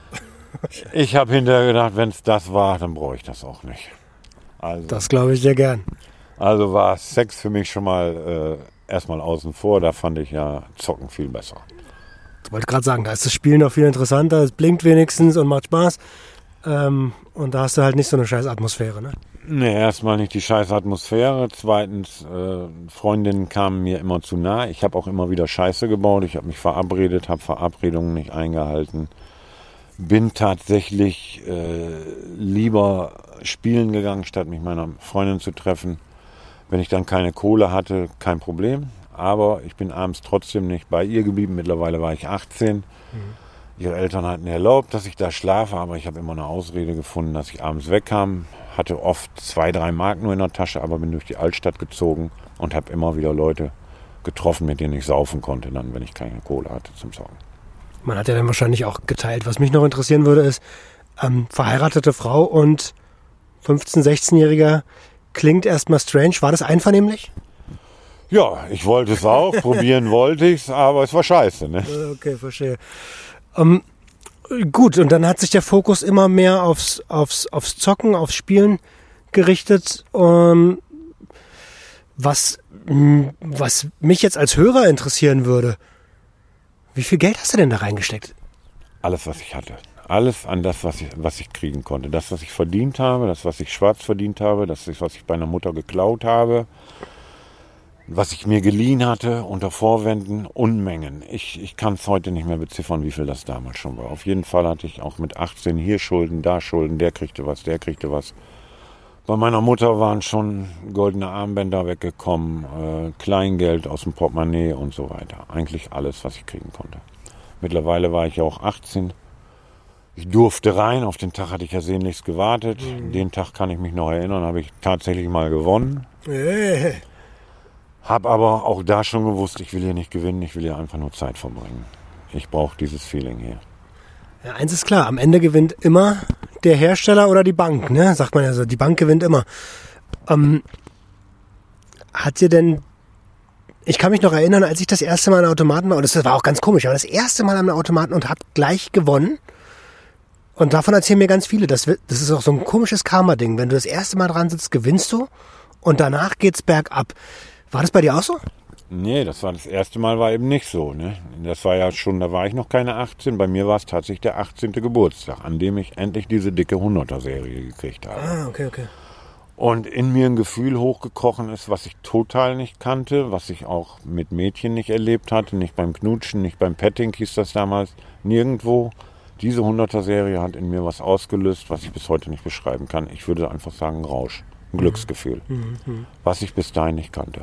Ich habe hinterher gedacht, wenn es das war, dann brauche ich das auch nicht. Also, das glaube ich sehr gern. Also war Sex für mich schon mal äh, erstmal außen vor. Da fand ich ja Zocken viel besser. Ich wollte gerade sagen, da ist das Spielen noch viel interessanter. Es blinkt wenigstens und macht Spaß. Ähm, und da hast du halt nicht so eine scheiß Atmosphäre, ne? Nee, erstmal nicht die scheiß Atmosphäre. Zweitens, äh, Freundinnen kamen mir immer zu nah. Ich habe auch immer wieder Scheiße gebaut. Ich habe mich verabredet, habe Verabredungen nicht eingehalten. Bin tatsächlich äh, lieber spielen gegangen, statt mich meiner Freundin zu treffen. Wenn ich dann keine Kohle hatte, kein Problem. Aber ich bin abends trotzdem nicht bei ihr geblieben. Mittlerweile war ich achtzehn. Mhm. Ihre Eltern hatten erlaubt, dass ich da schlafe, aber ich habe immer eine Ausrede gefunden, dass ich abends wegkam. Hatte oft zwei, drei Mark nur in der Tasche, aber bin durch die Altstadt gezogen und habe immer wieder Leute getroffen, mit denen ich saufen konnte, dann, wenn ich keine Kohle hatte zum Saufen. Man hat ja dann wahrscheinlich auch geteilt. Was mich noch interessieren würde, ist, ähm, verheiratete Frau und fünfzehn-, sechzehnjähriger klingt erstmal strange. War das einvernehmlich? Ja, ich wollte es auch, probieren wollte ich es, aber es war scheiße. Ne? Okay, verstehe. Ähm, gut, und dann hat sich der Fokus immer mehr aufs, aufs, aufs Zocken, aufs Spielen gerichtet. Ähm, was, was mich jetzt als Hörer interessieren würde, wie viel Geld hast du denn da reingesteckt? Alles, was ich hatte. Alles an das, was ich, was ich kriegen konnte. Das, was ich verdient habe, das, was ich schwarz verdient habe, das, was ich bei einer Mutter geklaut habe, was ich mir geliehen hatte unter Vorwänden, Unmengen. Ich, ich kann es heute nicht mehr beziffern, wie viel das damals schon war. Auf jeden Fall hatte ich auch mit achtzehn hier Schulden, da Schulden, der kriegte was, der kriegte was. Bei meiner Mutter waren schon goldene Armbänder weggekommen, äh, Kleingeld aus dem Portemonnaie und so weiter. Eigentlich alles, was ich kriegen konnte. Mittlerweile war ich ja auch achtzehn. Ich durfte rein, auf den Tag hatte ich ja sehnlichst gewartet. Mhm. Den Tag kann ich mich noch erinnern, habe ich tatsächlich mal gewonnen. Hey. Habe aber auch da schon gewusst, ich will hier nicht gewinnen, ich will hier einfach nur Zeit verbringen. Ich brauche dieses Feeling hier. Ja, eins ist klar, am Ende gewinnt immer der Hersteller oder die Bank, ne? Sagt man ja so, die Bank gewinnt immer. Ähm, hat dir denn, ich kann mich noch erinnern, als ich das erste Mal an Automaten war, und das war auch ganz komisch, ich war das erste Mal am Automaten und hab gleich gewonnen. Und davon erzählen mir ganz viele, das, das ist auch so ein komisches Karma-Ding. Wenn du das erste Mal dran sitzt, gewinnst du und danach geht's bergab. War das bei dir auch so? Nee, das war das erste Mal war eben nicht so. Ne? Das war ja schon, da war ich noch keine achtzehn. Bei mir war es tatsächlich der achtzehnte Geburtstag, an dem ich endlich diese dicke hunderter-Serie gekriegt habe. Ah, okay, okay. Und in mir ein Gefühl hochgekrochen ist, was ich total nicht kannte, was ich auch mit Mädchen nicht erlebt hatte, nicht beim Knutschen, nicht beim Petting hieß das damals, nirgendwo. Diese hunderter-Serie hat in mir was ausgelöst, was ich bis heute nicht beschreiben kann. Ich würde einfach sagen, ein Rausch, ein Glücksgefühl, mhm. was ich bis dahin nicht kannte.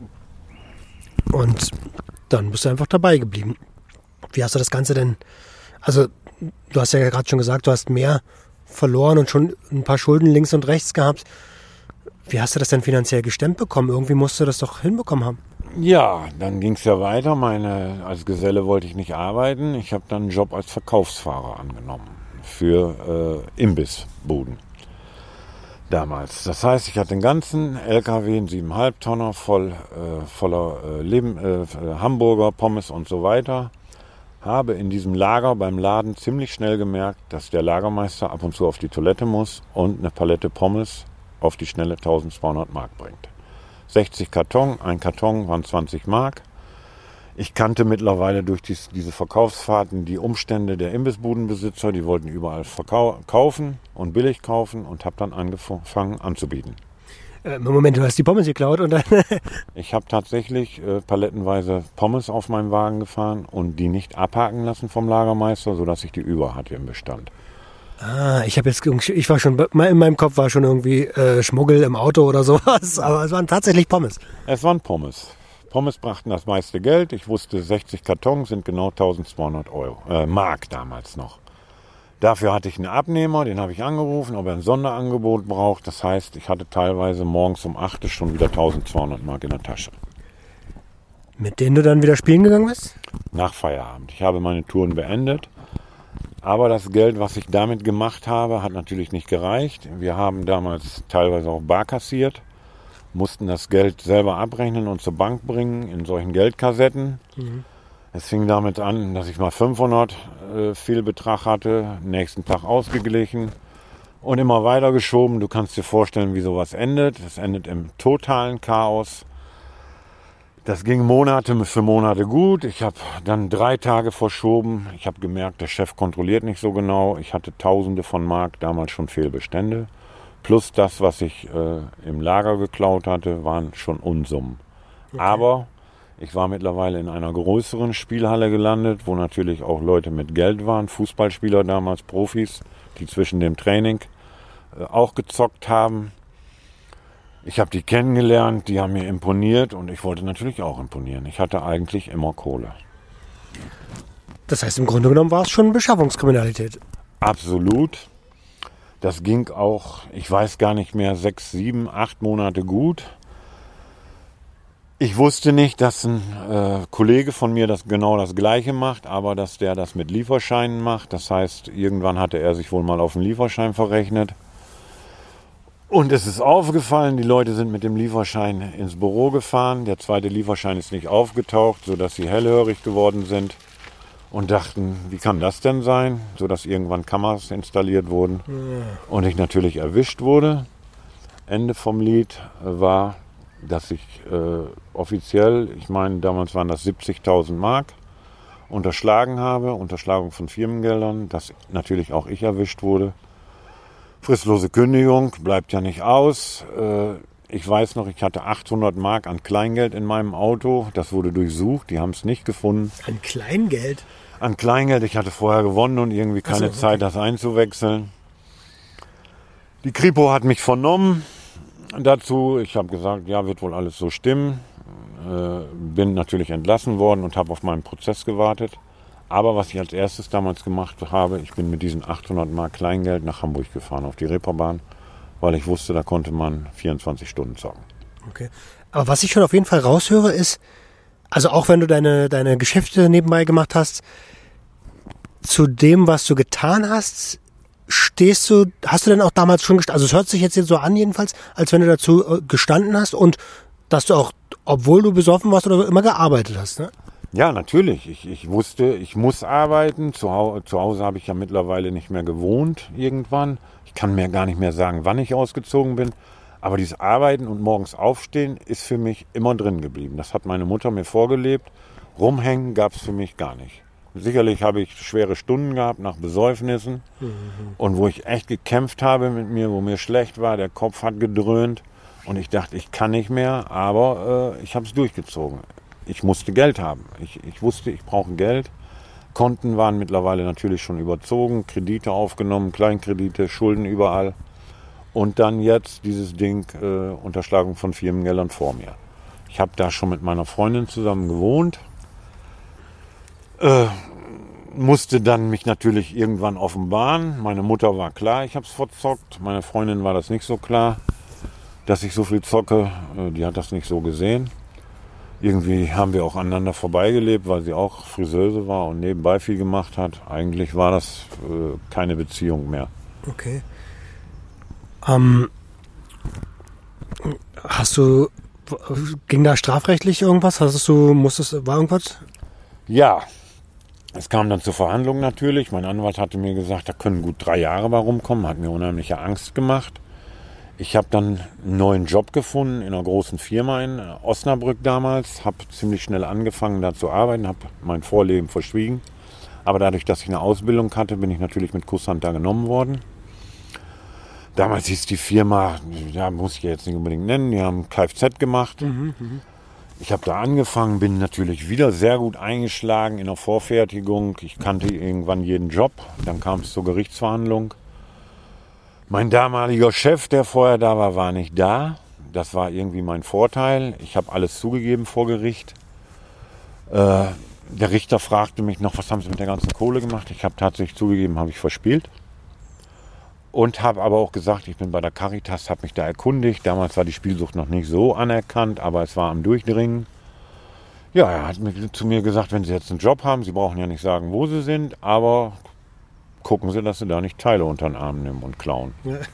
Und dann bist du einfach dabei geblieben. Wie hast du das Ganze denn, also du hast ja gerade schon gesagt, du hast mehr verloren und schon ein paar Schulden links und rechts gehabt. Wie hast du das denn finanziell gestemmt bekommen? Irgendwie musst du das doch hinbekommen haben. Ja, dann ging es ja weiter. Meine, als Geselle wollte ich nicht arbeiten. Ich habe dann einen Job als Verkaufsfahrer angenommen für äh, Imbissbuden. Damals. Das heißt, ich hatte den ganzen L K W, einen siebeneinhalb Tonner voll, äh, voller äh, Leben, äh, Hamburger, Pommes und so weiter. Habe in diesem Lager beim Laden ziemlich schnell gemerkt, dass der Lagermeister ab und zu auf die Toilette muss und eine Palette Pommes auf die schnelle eintausendzweihundert Mark bringt. sechzig Karton, ein Karton waren zwanzig Mark. Ich kannte mittlerweile durch dies, diese Verkaufsfahrten die Umstände der Imbissbudenbesitzer, die wollten überall verkau- kaufen und billig kaufen und habe dann angefangen anzubieten. Äh, Moment, du hast die Pommes geklaut und dann... Ich habe tatsächlich äh, palettenweise Pommes auf meinen Wagen gefahren und die nicht abhaken lassen vom Lagermeister, sodass ich die über hatte im Bestand. Ah, ich habe jetzt, ich war schon, in meinem Kopf war schon irgendwie äh, Schmuggel im Auto oder sowas, aber es waren tatsächlich Pommes. Es waren Pommes. Pommes brachten das meiste Geld. Ich wusste, sechzig Kartons sind genau eintausendzweihundert Euro, äh, Mark damals noch. Dafür hatte ich einen Abnehmer, den habe ich angerufen, ob er ein Sonderangebot braucht. Das heißt, ich hatte teilweise morgens um acht schon wieder eintausendzweihundert Mark in der Tasche. Mit denen du dann wieder spielen gegangen bist? Nach Feierabend. Ich habe meine Touren beendet. Aber das Geld, was ich damit gemacht habe, hat natürlich nicht gereicht. Wir haben damals teilweise auch bar kassiert, mussten das Geld selber abrechnen und zur Bank bringen in solchen Geldkassetten. Mhm. Es fing damit an, dass ich mal fünfhundert äh, Fehlbetrag hatte, nächsten Tag ausgeglichen und immer weiter geschoben. Du kannst dir vorstellen, wie sowas endet. Es endet im totalen Chaos. Das ging Monate für Monate gut. Ich habe dann drei Tage verschoben. Ich habe gemerkt, der Chef kontrolliert nicht so genau. Ich hatte Tausende von Mark, damals schon Fehlbestände. Plus das, was ich äh, im Lager geklaut hatte, waren schon Unsummen. Okay. Aber ich war mittlerweile in einer größeren Spielhalle gelandet, wo natürlich auch Leute mit Geld waren, Fußballspieler damals, Profis, die zwischen dem Training äh, auch gezockt haben. Ich habe die kennengelernt, die haben mir imponiert und ich wollte natürlich auch imponieren. Ich hatte eigentlich immer Kohle. Das heißt, im Grunde genommen war es schon Beschaffungskriminalität. Absolut. Das ging auch, ich weiß gar nicht mehr, sechs, sieben, acht Monate gut. Ich wusste nicht, dass ein äh, Kollege von mir das genau das Gleiche macht, aber dass der das mit Lieferscheinen macht. Das heißt, irgendwann hatte er sich wohl mal auf einen Lieferschein verrechnet. Und es ist aufgefallen, die Leute sind mit dem Lieferschein ins Büro gefahren. Der zweite Lieferschein ist nicht aufgetaucht, sodass sie hellhörig geworden sind und dachten, wie kann das denn sein? Sodass irgendwann Kameras installiert wurden und ich natürlich erwischt wurde. Ende vom Lied war, dass ich äh, offiziell, ich meine, damals waren das siebzigtausend Mark, unterschlagen habe, Unterschlagung von Firmengeldern, dass natürlich auch ich erwischt wurde. Fristlose Kündigung, bleibt ja nicht aus. Ich weiß noch, ich hatte achthundert Mark an Kleingeld in meinem Auto. Das wurde durchsucht, die haben es nicht gefunden. An Kleingeld? An Kleingeld, ich hatte vorher gewonnen und irgendwie keine so, okay. Zeit, das einzuwechseln. Die Kripo hat mich vernommen dazu. Ich habe gesagt, ja, wird wohl alles so stimmen. Bin natürlich entlassen worden und habe auf meinen Prozess gewartet. Aber was ich als erstes damals gemacht habe, ich bin mit diesen achthundert Mark Kleingeld nach Hamburg gefahren, auf die Reeperbahn, weil ich wusste, da konnte man vierundzwanzig Stunden zocken. Okay. Aber was ich schon auf jeden Fall raushöre ist, also auch wenn du deine, deine Geschäfte nebenbei gemacht hast, zu dem, was du getan hast, stehst du, hast du denn auch damals schon gestanden, also es hört sich jetzt so an jedenfalls, als wenn du dazu gestanden hast und dass du auch, obwohl du besoffen warst oder so, immer gearbeitet hast, ne? Ja, natürlich. Ich, ich wusste, ich muss arbeiten. Zu, Hau- zu Hause habe ich ja mittlerweile nicht mehr gewohnt irgendwann. Ich kann mir gar nicht mehr sagen, wann ich ausgezogen bin. Aber dieses Arbeiten und morgens aufstehen ist für mich immer drin geblieben. Das hat meine Mutter mir vorgelebt. Rumhängen gab es für mich gar nicht. Sicherlich habe ich schwere Stunden gehabt nach Besäufnissen. Mhm. Und wo ich echt gekämpft habe mit mir, wo mir schlecht war, der Kopf hat gedröhnt. Und ich dachte, ich kann nicht mehr, aber äh, ich habe es durchgezogen. Ich musste Geld haben. Ich, ich wusste, ich brauche Geld. Konten waren mittlerweile natürlich schon überzogen, Kredite aufgenommen, Kleinkredite, Schulden überall. Und dann jetzt dieses Ding, äh, Unterschlagung von Firmengeldern vor mir. Ich habe da schon mit meiner Freundin zusammen gewohnt. Äh, musste dann mich natürlich irgendwann offenbaren. Meine Mutter war klar, ich habe es verzockt. Meine Freundin war das nicht so klar, dass ich so viel zocke. Äh, die hat das nicht so gesehen. Irgendwie haben wir auch aneinander vorbeigelebt, weil sie auch Friseuse war und nebenbei viel gemacht hat. Eigentlich war das äh, keine Beziehung mehr. Okay. Ähm, hast du, ging da strafrechtlich irgendwas? Hast du, musstest, war irgendwas? Ja, es kam dann zur Verhandlung natürlich. Mein Anwalt hatte mir gesagt, da können gut drei Jahre bei rumkommen. Hat mir unheimliche Angst gemacht. Ich habe dann einen neuen Job gefunden in einer großen Firma in Osnabrück damals. Habe ziemlich schnell angefangen, da zu arbeiten, habe mein Vorleben verschwiegen. Aber dadurch, dass ich eine Ausbildung hatte, bin ich natürlich mit Kusshand da genommen worden. Damals hieß die Firma, ja, muss ich jetzt nicht unbedingt nennen, die haben Kfz gemacht. Mhm, mh. Ich habe da angefangen, bin natürlich wieder sehr gut eingeschlagen in der Vorfertigung. Ich kannte irgendwann jeden Job. Dann kam es zur Gerichtsverhandlung. Mein damaliger Chef, der vorher da war, war nicht da. Das war irgendwie mein Vorteil. Ich habe alles zugegeben vor Gericht. Äh, der Richter fragte mich noch, was haben Sie mit der ganzen Kohle gemacht? Ich habe tatsächlich zugegeben, habe ich verspielt. Und habe aber auch gesagt, ich bin bei der Caritas, habe mich da erkundigt. Damals war die Spielsucht noch nicht so anerkannt, aber es war am Durchdringen. Ja, er hat mir, zu mir gesagt, wenn Sie jetzt einen Job haben, Sie brauchen ja nicht sagen, wo Sie sind, aber gucken Sie, dass Sie da nicht Teile unter den Arm nehmen und klauen.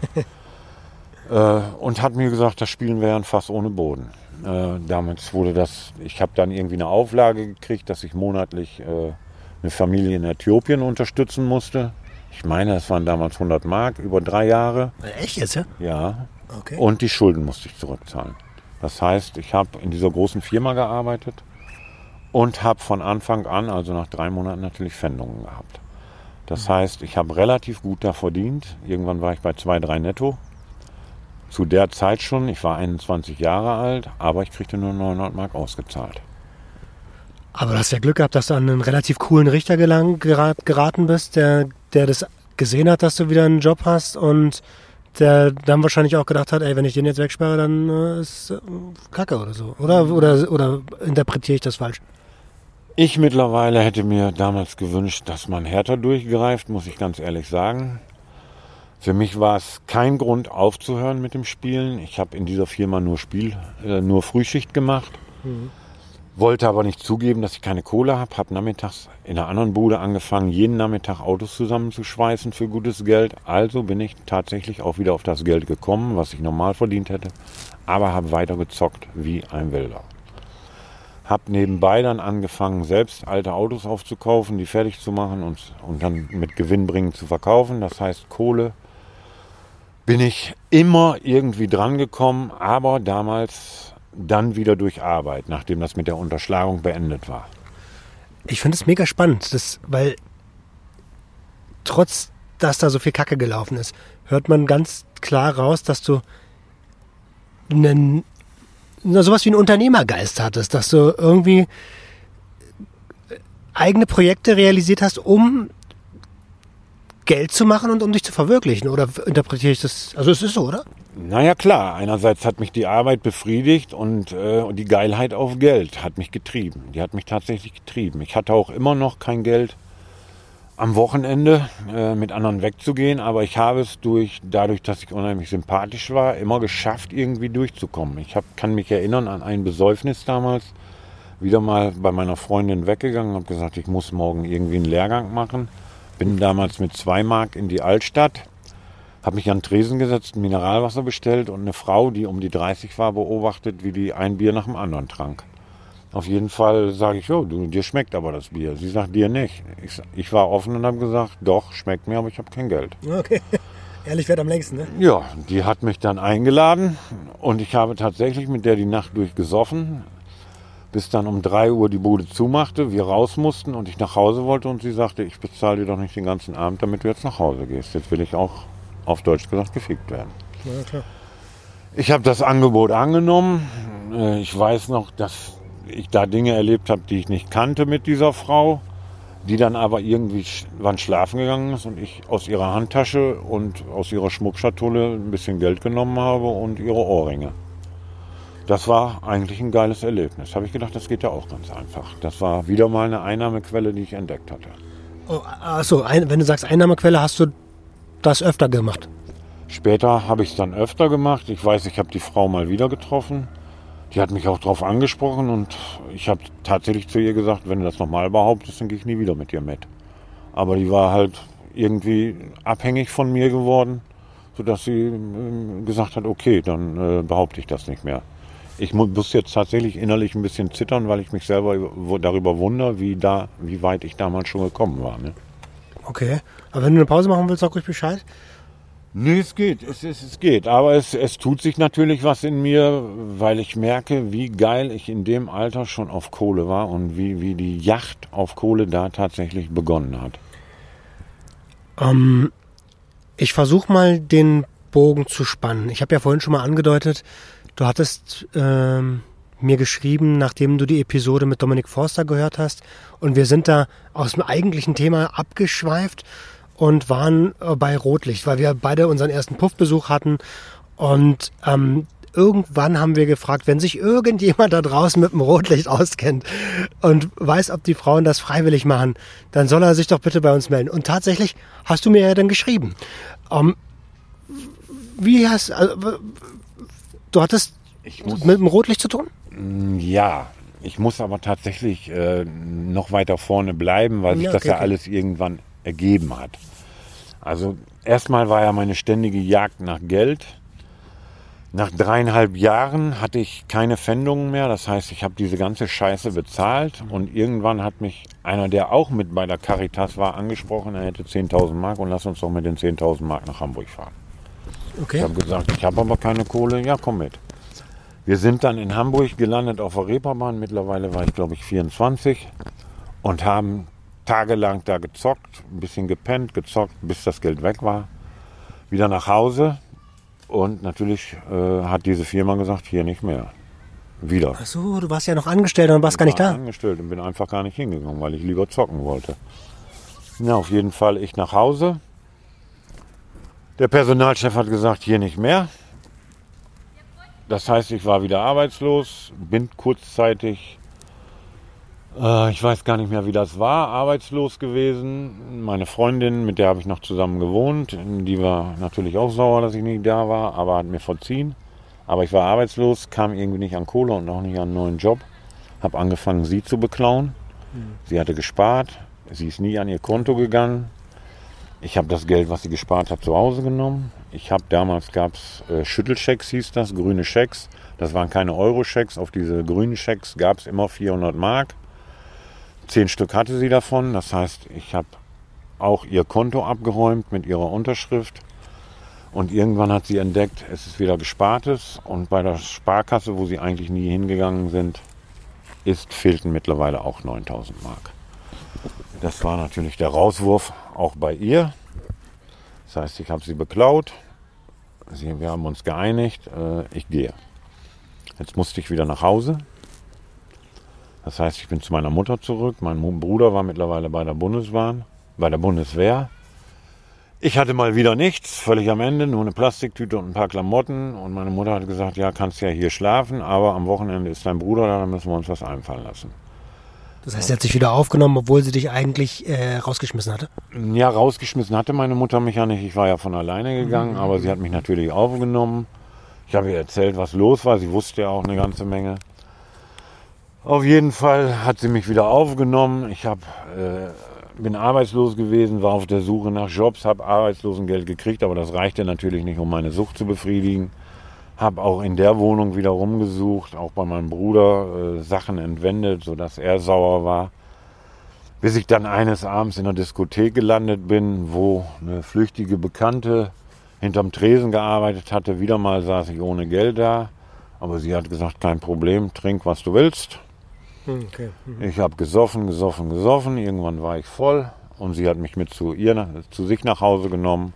äh, und hat mir gesagt, das Spielen wäre ein Fass ohne Boden. Äh, damals wurde das, ich habe dann irgendwie eine Auflage gekriegt, dass ich monatlich äh, eine Familie in Äthiopien unterstützen musste. Ich meine, das waren damals hundert Mark über drei Jahre. Echt jetzt, ja? Ja. Okay. Und die Schulden musste ich zurückzahlen. Das heißt, ich habe in dieser großen Firma gearbeitet und habe von Anfang an, also nach drei Monaten, natürlich Pfändungen gehabt. Das heißt, ich habe relativ gut da verdient. Irgendwann war ich bei zwei, drei netto. Zu der Zeit schon, ich war einundzwanzig Jahre alt, aber ich kriegte nur neunhundert Mark ausgezahlt. Aber du hast ja Glück gehabt, dass du an einen relativ coolen Richter gelang, geraten bist, der, der das gesehen hat, dass du wieder einen Job hast und der dann wahrscheinlich auch gedacht hat, ey, wenn ich den jetzt wegsperre, dann äh, ist äh, Kacke oder so. Oder, oder, oder interpretiere ich das falsch? Ich mittlerweile hätte mir damals gewünscht, dass man härter durchgreift, muss ich ganz ehrlich sagen. Für mich war es kein Grund aufzuhören mit dem Spielen. Ich habe in dieser Firma nur Spiel, äh, nur Frühschicht gemacht. Mhm. Wollte aber nicht zugeben, dass ich keine Kohle habe. Habe nachmittags in einer anderen Bude angefangen, jeden Nachmittag Autos zusammenzuschweißen für gutes Geld. Also bin ich tatsächlich auch wieder auf das Geld gekommen, was ich normal verdient hätte. Aber habe weiter gezockt wie ein Wilder. Habe nebenbei dann angefangen, selbst alte Autos aufzukaufen, die fertig zu machen und, und dann mit gewinnbringend zu verkaufen. Das heißt, Kohle bin ich immer irgendwie dran gekommen, aber damals dann wieder durch Arbeit, nachdem das mit der Unterschlagung beendet war. Ich finde es mega spannend, das, weil trotz, dass da so viel Kacke gelaufen ist, hört man ganz klar raus, dass du einen, sowas wie einen Unternehmergeist hattest, dass du irgendwie eigene Projekte realisiert hast, um Geld zu machen und um dich zu verwirklichen. Oder interpretiere ich das? Also es ist so, oder? Naja, klar. Einerseits hat mich die Arbeit befriedigt und, äh, und die Geilheit auf Geld hat mich getrieben. Die hat mich tatsächlich getrieben. Ich hatte auch immer noch kein Geld, am Wochenende äh, mit anderen wegzugehen, aber ich habe es durch, dadurch, dass ich unheimlich sympathisch war, immer geschafft, irgendwie durchzukommen. Ich hab, kann mich erinnern an ein Besäufnis damals, wieder mal bei meiner Freundin weggegangen, habe gesagt, ich muss morgen irgendwie einen Lehrgang machen. Bin damals mit zwei Mark in die Altstadt, habe mich an den Tresen gesetzt, ein Mineralwasser bestellt und eine Frau, die um die dreißig war, beobachtet, wie die ein Bier nach dem anderen trank. Auf jeden Fall sage ich, oh, du, dir schmeckt aber das Bier. Sie sagt, dir nicht. Ich, ich war offen und habe gesagt, doch, schmeckt mir, aber ich habe kein Geld. Okay, ehrlich wird am längsten, ne? Ja, die hat mich dann eingeladen und ich habe tatsächlich mit der die Nacht durch gesoffen, bis dann um drei Uhr die Bude zumachte, wir raus mussten und ich nach Hause wollte und sie sagte, ich bezahle dir doch nicht den ganzen Abend, damit du jetzt nach Hause gehst. Jetzt will ich auch, auf Deutsch gesagt, gefickt werden. Ja, klar. Ich habe das Angebot angenommen. Ich weiß noch, dass ich da Dinge erlebt habe, die ich nicht kannte mit dieser Frau, die dann aber irgendwie wann schlafen gegangen ist und ich aus ihrer Handtasche und aus ihrer Schmuckschatulle ein bisschen Geld genommen habe und ihre Ohrringe. Das war eigentlich ein geiles Erlebnis. Habe ich gedacht, das geht ja auch ganz einfach. Das war wieder mal eine Einnahmequelle, die ich entdeckt hatte. Oh, achso, ein, wenn du sagst Einnahmequelle, hast du das öfter gemacht? Später habe ich es dann öfter gemacht. Ich weiß, ich habe die Frau mal wieder getroffen. Die hat mich auch darauf angesprochen und ich habe tatsächlich zu ihr gesagt, wenn du das nochmal behauptest, dann gehe ich nie wieder mit dir mit. Aber die war halt irgendwie abhängig von mir geworden, sodass sie gesagt hat, okay, dann äh, behaupte ich das nicht mehr. Ich muss jetzt tatsächlich innerlich ein bisschen zittern, weil ich mich selber darüber wundere, wie, da, wie weit ich damals schon gekommen war. Ne? Okay, aber wenn du eine Pause machen willst, sag ruhig Bescheid. Nee, es geht, es, es, es geht. Aber es, es tut sich natürlich was in mir, weil ich merke, wie geil ich in dem Alter schon auf Kohle war und wie, wie die Yacht auf Kohle da tatsächlich begonnen hat. Ähm, ich versuche mal den Bogen zu spannen. Ich habe ja vorhin schon mal angedeutet, du hattest ähm, mir geschrieben, nachdem du die Episode mit Dominik Forster gehört hast. Und wir sind da aus dem eigentlichen Thema abgeschweift und waren bei Rotlicht, weil wir beide unseren ersten Puffbesuch hatten. Und ähm, irgendwann haben wir gefragt, wenn sich irgendjemand da draußen mit dem Rotlicht auskennt und weiß, ob die Frauen das freiwillig machen, dann soll er sich doch bitte bei uns melden. Und tatsächlich hast du mir ja dann geschrieben. Ähm, wie hast also, du hattest ich muss, mit dem Rotlicht zu tun? Ja, ich muss aber tatsächlich äh, noch weiter vorne bleiben, weil sich ja, okay, das ja okay. alles irgendwann ergeben hat. Also erstmal war ja meine ständige Jagd nach Geld. Nach dreieinhalb Jahren hatte ich keine Pfändungen mehr. Das heißt, ich habe diese ganze Scheiße bezahlt und irgendwann hat mich einer, der auch mit bei der Caritas war, angesprochen, er hätte zehntausend Mark und lass uns doch mit den zehntausend Mark nach Hamburg fahren. Okay. Ich habe gesagt, ich habe aber keine Kohle. Ja, komm mit. Wir sind dann in Hamburg gelandet auf der Reeperbahn. Mittlerweile war ich, glaube ich, vierundzwanzig und haben tagelang da gezockt, ein bisschen gepennt, gezockt, bis das Geld weg war. Wieder nach Hause und natürlich äh, hat diese Firma gesagt, hier nicht mehr. Wieder. Ach so, du warst ja noch angestellt und warst ich gar nicht war da. angestellt und bin einfach gar nicht hingegangen, weil ich lieber zocken wollte. Ja, auf jeden Fall ich nach Hause. Der Personalchef hat gesagt, hier nicht mehr. Das heißt, ich war wieder arbeitslos, bin kurzzeitig, äh, ich weiß gar nicht mehr, wie das war, arbeitslos gewesen. Meine Freundin, mit der habe ich noch zusammen gewohnt, die war natürlich auch sauer, dass ich nicht da war, aber hat mir verziehen. Aber ich war arbeitslos, kam irgendwie nicht an Kohle und auch nicht an einen neuen Job. Habe angefangen, sie zu beklauen. Mhm. Sie hatte gespart, sie ist nie an ihr Konto gegangen. Ich habe das Geld, was sie gespart hat, zu Hause genommen. Ich habe damals, gab es äh, Schüttelschecks, hieß das, grüne Schecks. Das waren keine Euro-Schecks. Auf diese grünen Schecks gab es immer vierhundert Mark. Zehn Stück hatte sie davon. Das heißt, ich habe auch ihr Konto abgeräumt mit ihrer Unterschrift. Und irgendwann hat sie entdeckt, es ist wieder Gespartes. Und bei der Sparkasse, wo sie eigentlich nie hingegangen sind, ist, fehlten mittlerweile auch neuntausend Mark. Das war natürlich der Rauswurf auch bei ihr. Das heißt, ich habe sie beklaut. Sie, wir haben uns geeinigt, äh, ich gehe. Jetzt musste ich wieder nach Hause. Das heißt, ich bin zu meiner Mutter zurück. Mein Bruder war mittlerweile bei der Bundesbahn, bei der Bundeswehr. Ich hatte mal wieder nichts, völlig am Ende, nur eine Plastiktüte und ein paar Klamotten. Und meine Mutter hat gesagt, ja, kannst ja hier schlafen, aber am Wochenende ist dein Bruder da, dann müssen wir uns was einfallen lassen. Das heißt, sie hat sich wieder aufgenommen, obwohl sie dich eigentlich äh, rausgeschmissen hatte? Ja, rausgeschmissen hatte meine Mutter mich ja nicht. Ich war ja von alleine gegangen, mhm. aber sie hat mich natürlich aufgenommen. Ich habe ihr erzählt, was los war. Sie wusste ja auch eine ganze Menge. Auf jeden Fall hat sie mich wieder aufgenommen. Ich hab, äh, bin arbeitslos gewesen, war auf der Suche nach Jobs, habe Arbeitslosengeld gekriegt, aber das reichte natürlich nicht, um meine Sucht zu befriedigen. Habe auch in der Wohnung wieder rumgesucht, auch bei meinem Bruder äh, Sachen entwendet, sodass er sauer war. Bis ich dann eines Abends in einer Diskothek gelandet bin, wo eine flüchtige Bekannte hinterm Tresen gearbeitet hatte. Wieder mal saß ich ohne Geld da, aber sie hat gesagt, kein Problem, trink, was du willst. Okay. Mhm. Ich habe gesoffen, gesoffen, gesoffen. Irgendwann war ich voll und sie hat mich mit zu ihr, zu sich nach Hause genommen.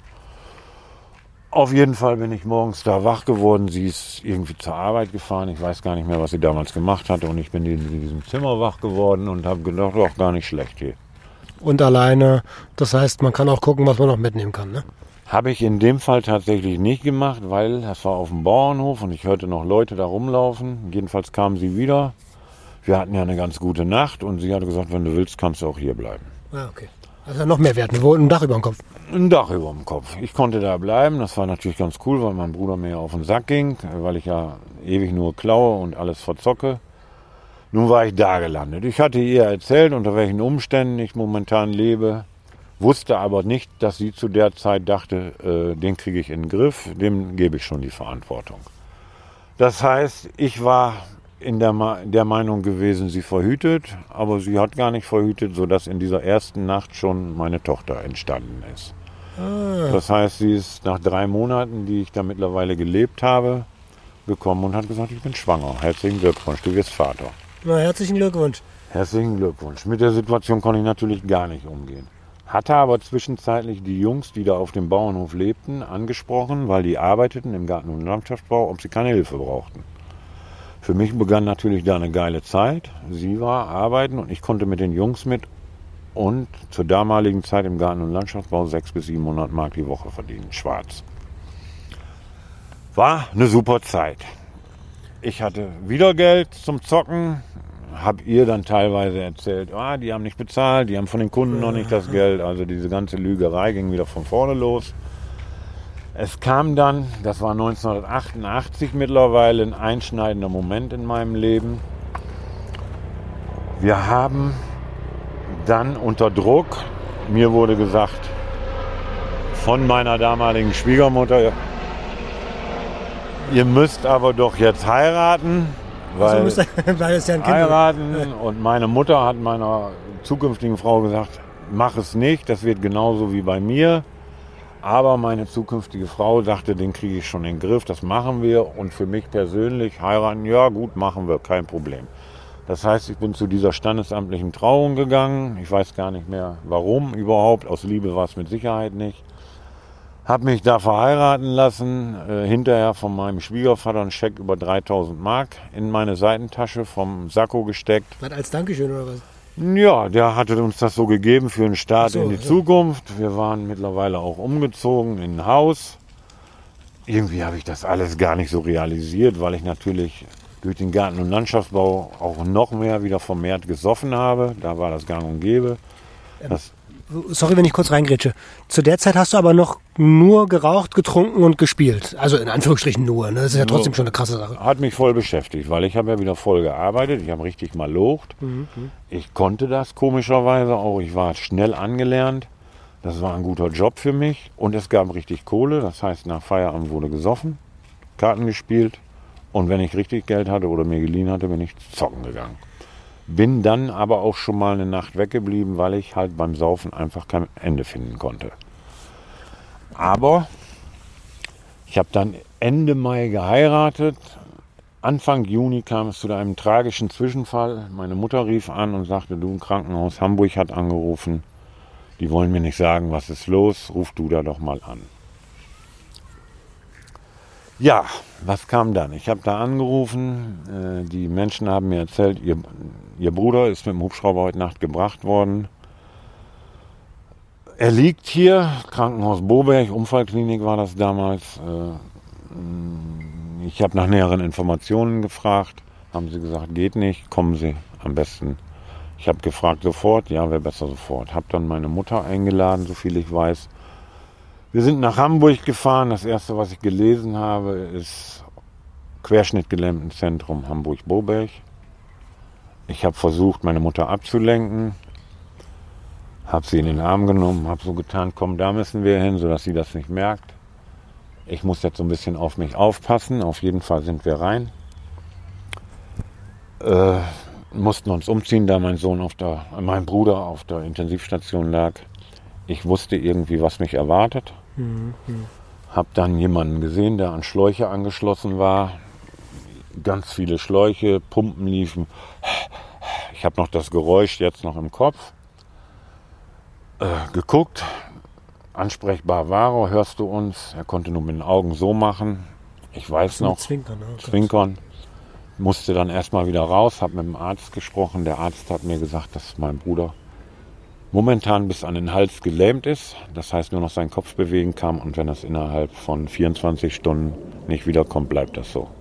Auf jeden Fall bin ich morgens da wach geworden. Sie ist irgendwie zur Arbeit gefahren. Ich weiß gar nicht mehr, was sie damals gemacht hatte. Und ich bin in diesem Zimmer wach geworden und habe gedacht, doch, gar nicht schlecht hier. Und alleine, das heißt, man kann auch gucken, was man noch mitnehmen kann, ne? Habe ich in dem Fall tatsächlich nicht gemacht, weil das war auf dem Bauernhof und ich hörte noch Leute da rumlaufen. Jedenfalls kam sie wieder. Wir hatten ja eine ganz gute Nacht und sie hatte gesagt, wenn du willst, kannst du auch hier bleiben. Ah, okay. Also noch mehr Wert, ein Dach über dem Kopf. Ein Dach über dem Kopf. Ich konnte da bleiben, das war natürlich ganz cool, weil mein Bruder mir auf den Sack ging, weil ich ja ewig nur klaue und alles verzocke. Nun war ich da gelandet. Ich hatte ihr erzählt, unter welchen Umständen ich momentan lebe, wusste aber nicht, dass sie zu der Zeit dachte, äh, den kriege ich in den Griff, dem gebe ich schon die Verantwortung. Das heißt, ich war in der, der Meinung gewesen, sie verhütet, aber sie hat gar nicht verhütet, sodass in dieser ersten Nacht schon meine Tochter entstanden ist. Ah. Das heißt, sie ist nach drei Monaten, die ich da mittlerweile gelebt habe, gekommen und hat gesagt, ich bin schwanger. Herzlichen Glückwunsch, du wirst Vater. Na, herzlichen Glückwunsch. Herzlichen Glückwunsch. Mit der Situation konnte ich natürlich gar nicht umgehen. Hatte aber zwischenzeitlich die Jungs, die da auf dem Bauernhof lebten, angesprochen, weil die arbeiteten im Garten- und Landschaftsbau, ob sie keine Hilfe brauchten. Für mich begann natürlich da eine geile Zeit. Sie war arbeiten und ich konnte mit den Jungs mit und zur damaligen Zeit im Garten- und Landschaftsbau sechshundert bis siebenhundert Mark die Woche verdienen, schwarz. War eine super Zeit. Ich hatte wieder Geld zum Zocken, habe ihr dann teilweise erzählt, ah, die haben nicht bezahlt, die haben von den Kunden noch nicht das Geld. Also diese ganze Lügerei ging wieder von vorne los. Es kam dann, das war neunzehnhundertachtundachtzig mittlerweile, ein einschneidender Moment in meinem Leben. Wir haben dann unter Druck, mir wurde gesagt von meiner damaligen Schwiegermutter, ihr müsst aber doch jetzt heiraten, weil, also weil es ja ein Kind heiraten ist. Und meine Mutter hat meiner zukünftigen Frau gesagt, mach es nicht, das wird genauso wie bei mir. Aber meine zukünftige Frau sagte, den kriege ich schon in den Griff, das machen wir. Und für mich persönlich heiraten, ja gut, machen wir, kein Problem. Das heißt, ich bin zu dieser standesamtlichen Trauung gegangen. Ich weiß gar nicht mehr, warum überhaupt. Aus Liebe war es mit Sicherheit nicht. Habe mich da verheiraten lassen. Äh, hinterher von meinem Schwiegervater einen Scheck über dreitausend Mark in meine Seitentasche vom Sakko gesteckt. Was, als Dankeschön oder was? Ja, der hatte uns das so gegeben für einen Start so, in die ja. Zukunft. Wir waren mittlerweile auch umgezogen in ein Haus. Irgendwie habe ich das alles gar nicht so realisiert, weil ich natürlich durch den Garten- und Landschaftsbau auch noch mehr wieder vermehrt gesoffen habe. Da war das gang und gäbe. Das Sorry, wenn ich kurz reingrätsche. Zu der Zeit hast du aber noch nur geraucht, getrunken und gespielt. Also in Anführungsstrichen nur. Ne? Das ist ja trotzdem nur, schon eine krasse Sache. Hat mich voll beschäftigt, weil ich habe ja wieder voll gearbeitet. Ich habe richtig mal locht. Mhm. Ich konnte das komischerweise auch. Ich war schnell angelernt. Das war ein guter Job für mich. Und es gab richtig Kohle. Das heißt, nach Feierabend wurde gesoffen, Karten gespielt. Und wenn ich richtig Geld hatte oder mir geliehen hatte, bin ich zocken gegangen. Bin dann aber auch schon mal eine Nacht weggeblieben, weil ich halt beim Saufen einfach kein Ende finden konnte. Aber ich habe dann Ende Mai geheiratet. Anfang Juni kam es zu einem tragischen Zwischenfall. Meine Mutter rief an und sagte, du, ein Krankenhaus Hamburg hat angerufen. Die wollen mir nicht sagen, was ist los. Ruf du da doch mal an. Ja, was kam dann? Ich habe da angerufen, äh, die Menschen haben mir erzählt, ihr, ihr Bruder ist mit dem Hubschrauber heute Nacht gebracht worden. Er liegt hier, Krankenhaus Boberg, Unfallklinik war das damals. Äh, ich habe nach näheren Informationen gefragt, haben sie gesagt, geht nicht, kommen Sie am besten. Ich habe gefragt, sofort, ja, wäre besser sofort. Habe dann meine Mutter eingeladen, so viel ich weiß. Wir sind nach Hamburg gefahren. Das erste, was ich gelesen habe, ist Querschnittgelähmtenzentrum Hamburg-Boberg. Ich habe versucht, meine Mutter abzulenken, habe sie in den Arm genommen, habe so getan, komm, da müssen wir hin, sodass sie das nicht merkt. Ich muss jetzt so ein bisschen auf mich aufpassen. Auf jeden Fall sind wir rein. Äh, mussten uns umziehen, da mein Sohn auf der, mein Bruder auf der Intensivstation lag. Ich wusste irgendwie, was mich erwartet. Mhm. Habe dann jemanden gesehen, der an Schläuche angeschlossen war. Ganz viele Schläuche, Pumpen liefen. Ich habe noch das Geräusch jetzt noch im Kopf. Äh, geguckt, ansprechbar war er, hörst du uns? Er konnte nur mit den Augen so machen. Ich weiß noch, Zwinkern, oh Zwinkern. Musste dann erstmal wieder raus, habe mit dem Arzt gesprochen. Der Arzt hat mir gesagt, dass mein Bruder momentan bis an den Hals gelähmt ist. Das heißt, nur noch seinen Kopf bewegen kann. Und wenn das innerhalb von vierundzwanzig Stunden nicht wiederkommt, bleibt das so.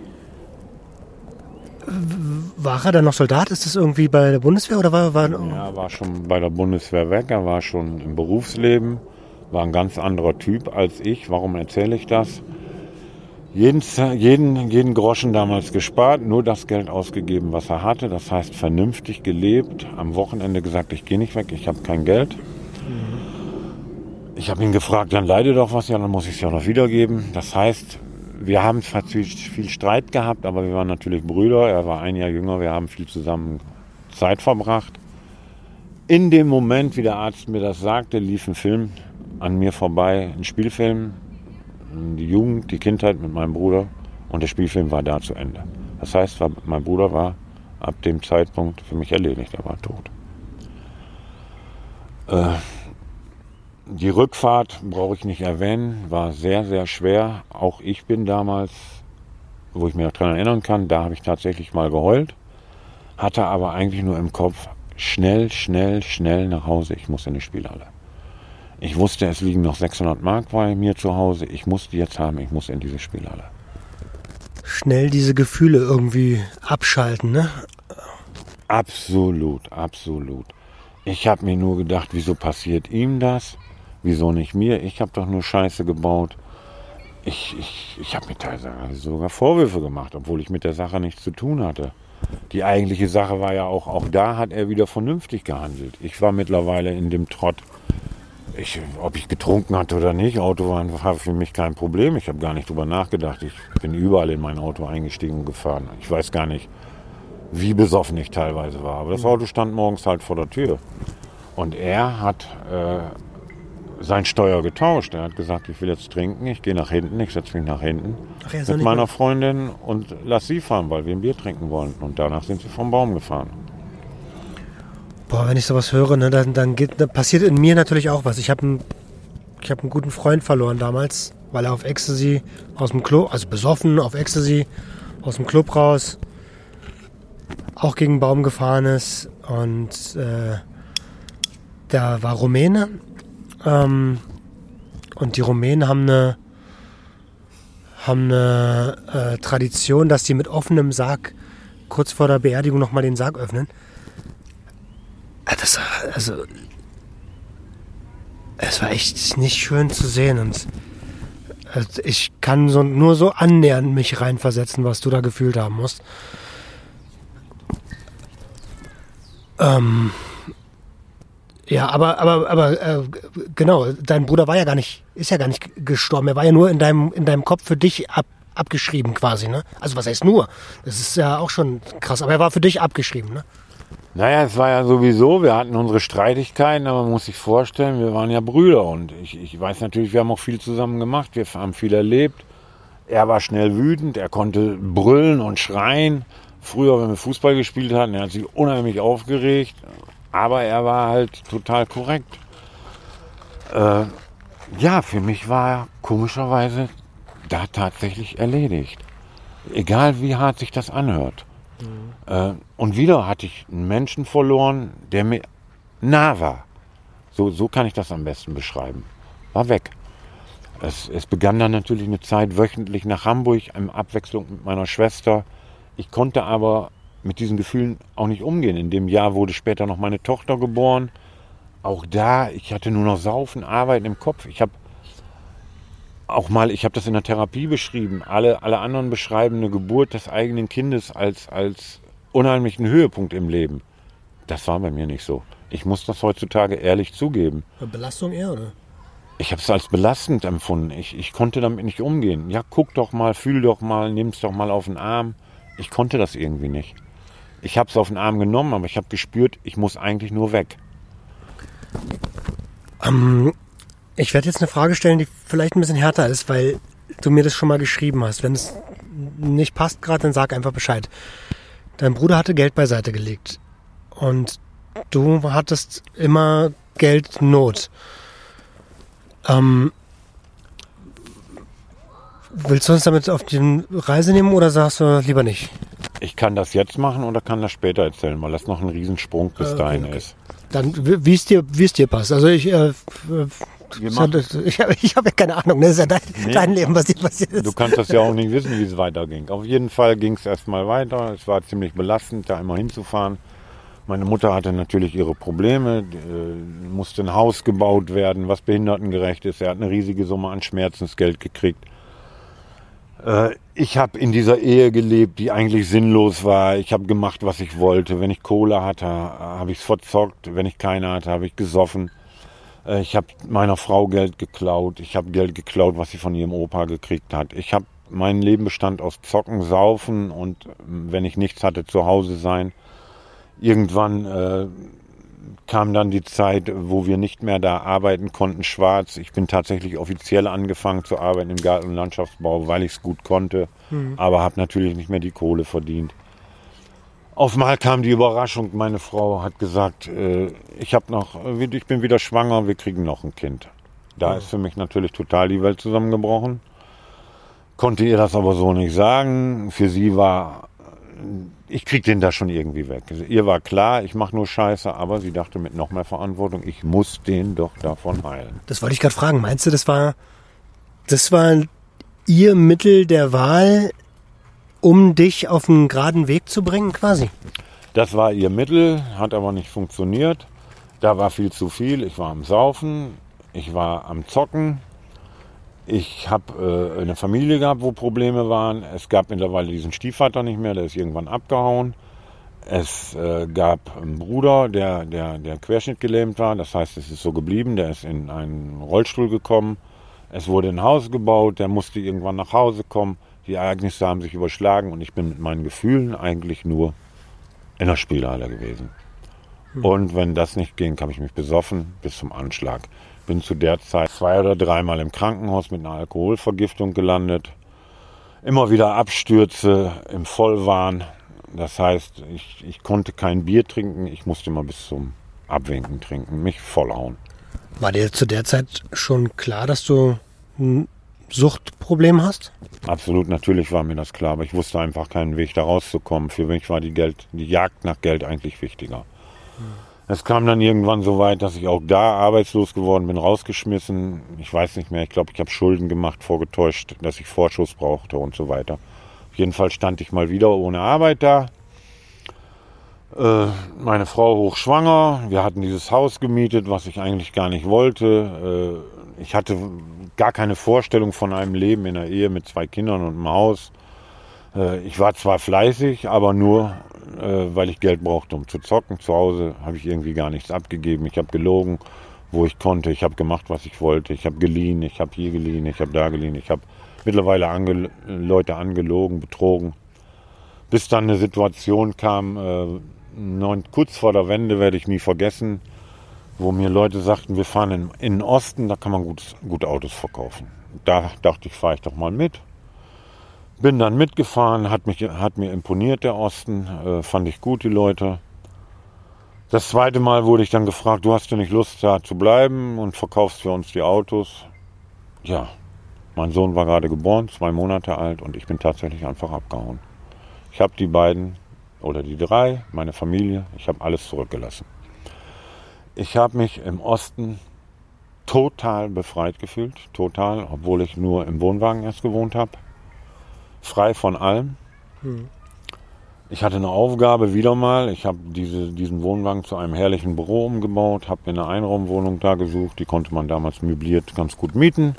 War er dann noch Soldat? Ist das irgendwie bei der Bundeswehr? Oder war, war Ja, er war schon bei der Bundeswehr weg. Er war schon im Berufsleben. War ein ganz anderer Typ als ich. Warum erzähle ich das? Jeden, jeden, jeden Groschen damals gespart, nur das Geld ausgegeben, was er hatte. Das heißt, vernünftig gelebt. Am Wochenende gesagt, ich gehe nicht weg, ich habe kein Geld. Ich habe ihn gefragt, dann leide doch was, ja, dann muss ich es ja noch wiedergeben. Das heißt, wir haben zwar viel, viel Streit gehabt, aber wir waren natürlich Brüder. Er war ein Jahr jünger, wir haben viel zusammen Zeit verbracht. In dem Moment, wie der Arzt mir das sagte, lief ein Film an mir vorbei, ein Spielfilm. Die Jugend, die Kindheit mit meinem Bruder und der Spielfilm war da zu Ende. Das heißt, mein Bruder war ab dem Zeitpunkt für mich erledigt, er war tot. Äh, die Rückfahrt, brauche ich nicht erwähnen, war sehr, sehr schwer. Auch ich bin damals, wo ich mich noch daran erinnern kann, da habe ich tatsächlich mal geheult, hatte aber eigentlich nur im Kopf, schnell, schnell, schnell nach Hause, ich muss in die Spielhalle. Ich wusste, es liegen noch sechshundert Mark bei mir zu Hause. Ich muss die jetzt haben, ich muss in diese Spielhalle. Schnell diese Gefühle irgendwie abschalten, ne? Absolut, absolut. Ich habe mir nur gedacht, wieso passiert ihm das? Wieso nicht mir? Ich habe doch nur Scheiße gebaut. Ich, ich, ich habe mir teilweise sogar Vorwürfe gemacht, obwohl ich mit der Sache nichts zu tun hatte. Die eigentliche Sache war ja auch, auch da hat er wieder vernünftig gehandelt. Ich war mittlerweile in dem Trott. Ich, ob ich getrunken hatte oder nicht, Autofahren war für mich kein Problem. Ich habe gar nicht drüber nachgedacht. Ich bin überall in mein Auto eingestiegen und gefahren. Ich weiß gar nicht, wie besoffen ich teilweise war. Aber das Auto stand morgens halt vor der Tür. Und er hat äh, sein Steuer getauscht. Er hat gesagt, ich will jetzt trinken, ich gehe nach hinten, ich setze mich nach hinten Ach, ja, mit nicht meiner mehr. Freundin und lass sie fahren, weil wir ein Bier trinken wollten. Und danach sind sie vom Baum gefahren. Boah, wenn ich sowas höre, ne, dann, dann, geht, dann passiert in mir natürlich auch was. Ich habe einen, ich hab einen guten Freund verloren damals, weil er auf Ecstasy aus dem Club, also besoffen auf Ecstasy aus dem Club raus, auch gegen einen Baum gefahren ist. Und äh, der war Rumäne. Ähm, und die Rumänen haben eine, haben eine äh, Tradition, dass die mit offenem Sarg kurz vor der Beerdigung nochmal den Sarg öffnen. Das, also, es war echt nicht schön zu sehen und also ich kann so, nur so annähernd mich reinversetzen, was du da gefühlt haben musst. Ähm, ja, aber, aber, aber äh, genau, dein Bruder war ja gar nicht, ist ja gar nicht gestorben. Er war ja nur in deinem, in deinem Kopf für dich ab, abgeschrieben quasi, ne? Also was heißt nur? Das ist ja auch schon krass, aber er war für dich abgeschrieben, ne? Naja, es war ja sowieso, wir hatten unsere Streitigkeiten, aber man muss sich vorstellen, wir waren ja Brüder und ich, ich weiß natürlich, wir haben auch viel zusammen gemacht, wir haben viel erlebt. Er war schnell wütend, er konnte brüllen und schreien. Früher, wenn wir Fußball gespielt hatten, er hat sich unheimlich aufgeregt, aber er war halt total korrekt. Äh, ja, für mich war er komischerweise da tatsächlich erledigt. Egal wie hart sich das anhört. Mhm. Äh, und wieder hatte ich einen Menschen verloren, der mir nah war. So, so kann ich das am besten beschreiben. War weg. Es, es begann dann natürlich eine Zeit wöchentlich nach Hamburg, in Abwechslung mit meiner Schwester. Ich konnte aber mit diesen Gefühlen auch nicht umgehen. In dem Jahr wurde später noch meine Tochter geboren. Auch da, ich hatte nur noch Saufen, Arbeiten im Kopf. Ich habe auch mal, ich habe das in der Therapie beschrieben. Alle, alle anderen beschreiben eine Geburt des eigenen Kindes als, als unheimlichen Höhepunkt im Leben. Das war bei mir nicht so. Ich muss das heutzutage ehrlich zugeben. Belastung eher, oder? Ich habe es als belastend empfunden. Ich, ich konnte damit nicht umgehen. Ja, guck doch mal, fühl doch mal, nimm es doch mal auf den Arm. Ich konnte das irgendwie nicht. Ich habe es auf den Arm genommen, aber ich habe gespürt, ich muss eigentlich nur weg. Ähm, ich werde jetzt eine Frage stellen, die vielleicht ein bisschen härter ist, weil du mir das schon mal geschrieben hast. Wenn es nicht passt gerade, dann sag einfach Bescheid. Dein Bruder hatte Geld beiseite gelegt und du hattest immer Geldnot. Ähm, willst du uns damit auf die Reise nehmen oder sagst du lieber nicht? Ich kann das jetzt machen oder kann das später erzählen, weil das noch ein Riesensprung bis äh, okay, dahin okay. ist. Dann wie es dir, wie es dir passt. Also ich, äh, ich habe ich hab ja keine Ahnung, das ist ja dein, nee, dein Leben, was dir passiert ist. Du kannst das ja auch nicht wissen, wie es weiterging. Auf jeden Fall ging es erstmal weiter. Es war ziemlich belastend, da immer hinzufahren. Meine Mutter hatte natürlich ihre Probleme, äh, musste ein Haus gebaut werden, was behindertengerecht ist. Er hat eine riesige Summe an Schmerzensgeld gekriegt. Äh, ich habe in dieser Ehe gelebt, die eigentlich sinnlos war. Ich habe gemacht, was ich wollte. Wenn ich Kohle hatte, habe ich es verzockt. Wenn ich keine hatte, habe ich gesoffen. Äh, ich habe meiner Frau Geld geklaut. Ich habe Geld geklaut, was sie von ihrem Opa gekriegt hat. Ich habe mein Leben bestand aus Zocken, Saufen und wenn ich nichts hatte, zu Hause sein. Irgendwann äh, kam dann die Zeit, wo wir nicht mehr da arbeiten konnten, schwarz. Ich bin tatsächlich offiziell angefangen zu arbeiten im Garten- und Landschaftsbau, weil ich es gut konnte, mhm. aber habe natürlich nicht mehr die Kohle verdient. Auf einmal kam die Überraschung, meine Frau hat gesagt, äh, ich, hab noch, ich bin wieder schwanger, wir kriegen noch ein Kind. Da mhm. ist für mich natürlich total die Welt zusammengebrochen. Konnte ihr das aber so nicht sagen. Für sie war... Ich krieg den da schon irgendwie weg. Ihr war klar, ich mache nur Scheiße, aber sie dachte mit noch mehr Verantwortung, ich muss den doch davon heilen. Das wollte ich gerade fragen. Meinst du, das war, das war ihr Mittel der Wahl, um dich auf einen geraden Weg zu bringen, quasi? Das war ihr Mittel, hat aber nicht funktioniert. Da war viel zu viel. Ich war am Saufen, ich war am Zocken. Ich habe äh, eine Familie gehabt, wo Probleme waren. Es gab mittlerweile diesen Stiefvater nicht mehr, der ist irgendwann abgehauen. Es äh, gab einen Bruder, der, der, der querschnittgelähmt war. Das heißt, es ist so geblieben. Der ist in einen Rollstuhl gekommen. Es wurde ein Haus gebaut. Der musste irgendwann nach Hause kommen. Die Ereignisse haben sich überschlagen und ich bin mit meinen Gefühlen eigentlich nur in der Spielhalle gewesen. Hm. Und wenn das nicht ging, habe ich mich besoffen bis zum Anschlag. bin zu der Zeit zwei oder dreimal im Krankenhaus mit einer Alkoholvergiftung gelandet. Immer wieder Abstürze im Vollwahn. Das heißt, ich, ich konnte kein Bier trinken, ich musste immer bis zum Abwinken trinken, mich vollhauen. War dir zu der Zeit schon klar, dass du ein Suchtproblem hast? Absolut, natürlich war mir das klar, aber ich wusste einfach keinen Weg da rauszukommen. Für mich war die, Geld, die Jagd nach Geld eigentlich wichtiger. Hm. Es kam dann irgendwann so weit, dass ich auch da arbeitslos geworden bin, rausgeschmissen. Ich weiß nicht mehr, ich glaube, ich habe Schulden gemacht, vorgetäuscht, dass ich Vorschuss brauchte und so weiter. Auf jeden Fall stand ich mal wieder ohne Arbeit da. Äh, meine Frau hochschwanger, wir hatten dieses Haus gemietet, was ich eigentlich gar nicht wollte. Äh, ich hatte gar keine Vorstellung von einem Leben in einer Ehe mit zwei Kindern und einem Haus. Äh, ich war zwar fleißig, aber nur, äh, weil ich Geld brauchte, um zu zocken. Zu Hause habe ich irgendwie gar nichts abgegeben. Ich habe gelogen, wo ich konnte. Ich habe gemacht, was ich wollte. Ich habe geliehen, ich habe hier geliehen, ich habe da geliehen. Ich habe mittlerweile ange- Leute angelogen, betrogen. Bis dann eine Situation kam, äh, neun, kurz vor der Wende, werde ich nie vergessen, wo mir Leute sagten, wir fahren in, in den Osten, da kann man gut, gut Autos verkaufen. Da dachte ich, fahre ich doch mal mit. Bin dann mitgefahren, hat, mich, hat mir imponiert der Osten, äh, fand ich gut, die Leute. Das zweite Mal wurde ich dann gefragt, du hast ja nicht Lust da zu bleiben und verkaufst für uns die Autos. Ja, mein Sohn war gerade geboren, zwei Monate alt und ich bin tatsächlich einfach abgehauen. Ich habe die beiden oder die drei, meine Familie, ich habe alles zurückgelassen. Ich habe mich im Osten total befreit gefühlt, total, obwohl ich nur im Wohnwagen erst gewohnt habe. Frei von allem. Hm. Ich hatte eine Aufgabe wieder mal. Ich habe diese, diesen Wohnwagen zu einem herrlichen Büro umgebaut, habe mir eine Einraumwohnung da gesucht, die konnte man damals möbliert ganz gut mieten.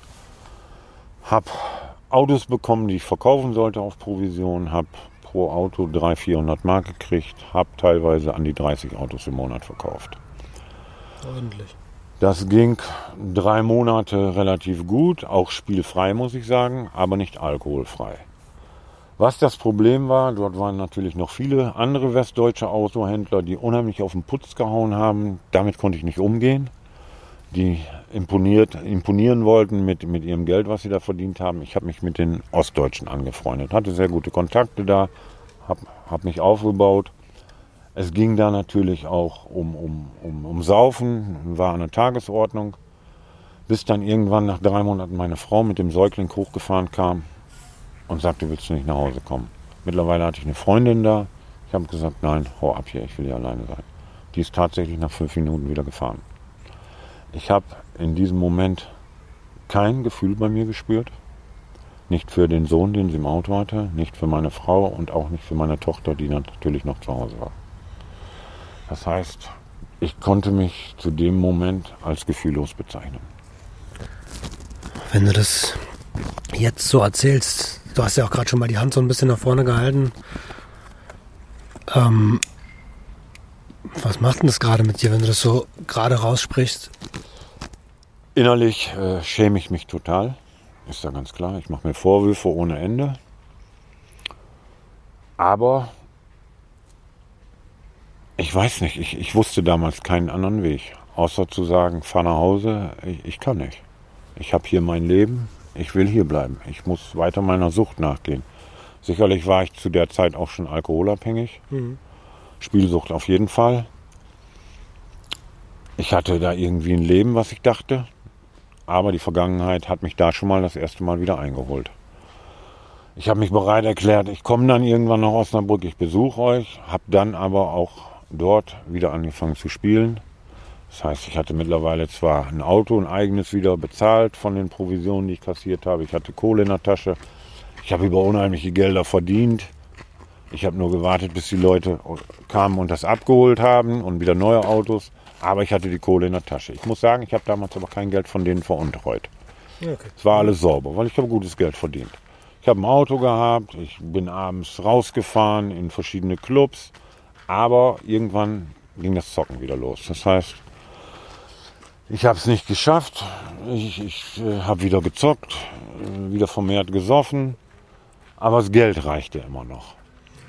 Habe Autos bekommen, die ich verkaufen sollte auf Provision, habe pro Auto dreihundert, vierhundert Mark gekriegt, habe teilweise an die dreißig Autos im Monat verkauft. Ordentlich. Das ging drei Monate relativ gut, auch spielfrei muss ich sagen, aber nicht alkoholfrei. Was das Problem war, dort waren natürlich noch viele andere westdeutsche Autohändler, die unheimlich auf den Putz gehauen haben. Damit konnte ich nicht umgehen. Die imponiert, imponieren wollten mit, mit ihrem Geld, was sie da verdient haben. Ich habe mich mit den Ostdeutschen angefreundet, hatte sehr gute Kontakte da, habe hab mich aufgebaut. Es ging da natürlich auch um, um, um, um Saufen, war an der Tagesordnung. Bis dann irgendwann nach drei Monaten meine Frau mit dem Säugling hochgefahren kam und sagte, willst du nicht nach Hause kommen? Mittlerweile hatte ich eine Freundin da. Ich habe gesagt, nein, hau ab hier, ich will hier alleine sein. Die ist tatsächlich nach fünf Minuten wieder gefahren. Ich habe in diesem Moment kein Gefühl bei mir gespürt. Nicht für den Sohn, den sie im Auto hatte, nicht für meine Frau und auch nicht für meine Tochter, die natürlich noch zu Hause war. Das heißt, ich konnte mich zu dem Moment als gefühllos bezeichnen. Wenn du das jetzt so erzählst, du hast ja auch gerade schon mal die Hand so ein bisschen nach vorne gehalten. Ähm, was macht denn das gerade mit dir, wenn du das so gerade raussprichst? Innerlich äh, schäme ich mich total, ist ja ganz klar. Ich mache mir Vorwürfe ohne Ende. Aber ich weiß nicht, ich, ich wusste damals keinen anderen Weg, außer zu sagen, fahr nach Hause, ich, ich kann nicht. Ich habe hier mein Leben, ich will hier bleiben. Ich muss weiter meiner Sucht nachgehen. Sicherlich war ich zu der Zeit auch schon alkoholabhängig. Mhm. Spielsucht auf jeden Fall. Ich hatte da irgendwie ein Leben, was ich dachte. Aber die Vergangenheit hat mich da schon mal das erste Mal wieder eingeholt. Ich habe mich bereit erklärt, ich komme dann irgendwann nach Osnabrück, ich besuche euch, habe dann aber auch dort wieder angefangen zu spielen. Das heißt, ich hatte mittlerweile zwar ein Auto, ein eigenes wieder bezahlt von den Provisionen, die ich kassiert habe. Ich hatte Kohle in der Tasche. Ich habe über unheimliche Gelder verdient. Ich habe nur gewartet, bis die Leute kamen und das abgeholt haben und wieder neue Autos. Aber ich hatte die Kohle in der Tasche. Ich muss sagen, ich habe damals aber kein Geld von denen veruntreut. Okay. Es war alles sauber, weil ich habe gutes Geld verdient. Ich habe ein Auto gehabt, ich bin abends rausgefahren in verschiedene Clubs. Aber irgendwann ging das Zocken wieder los. Das heißt, ich habe es nicht geschafft. Ich, ich äh, habe wieder gezockt, äh, wieder vermehrt gesoffen. Aber das Geld reichte immer noch.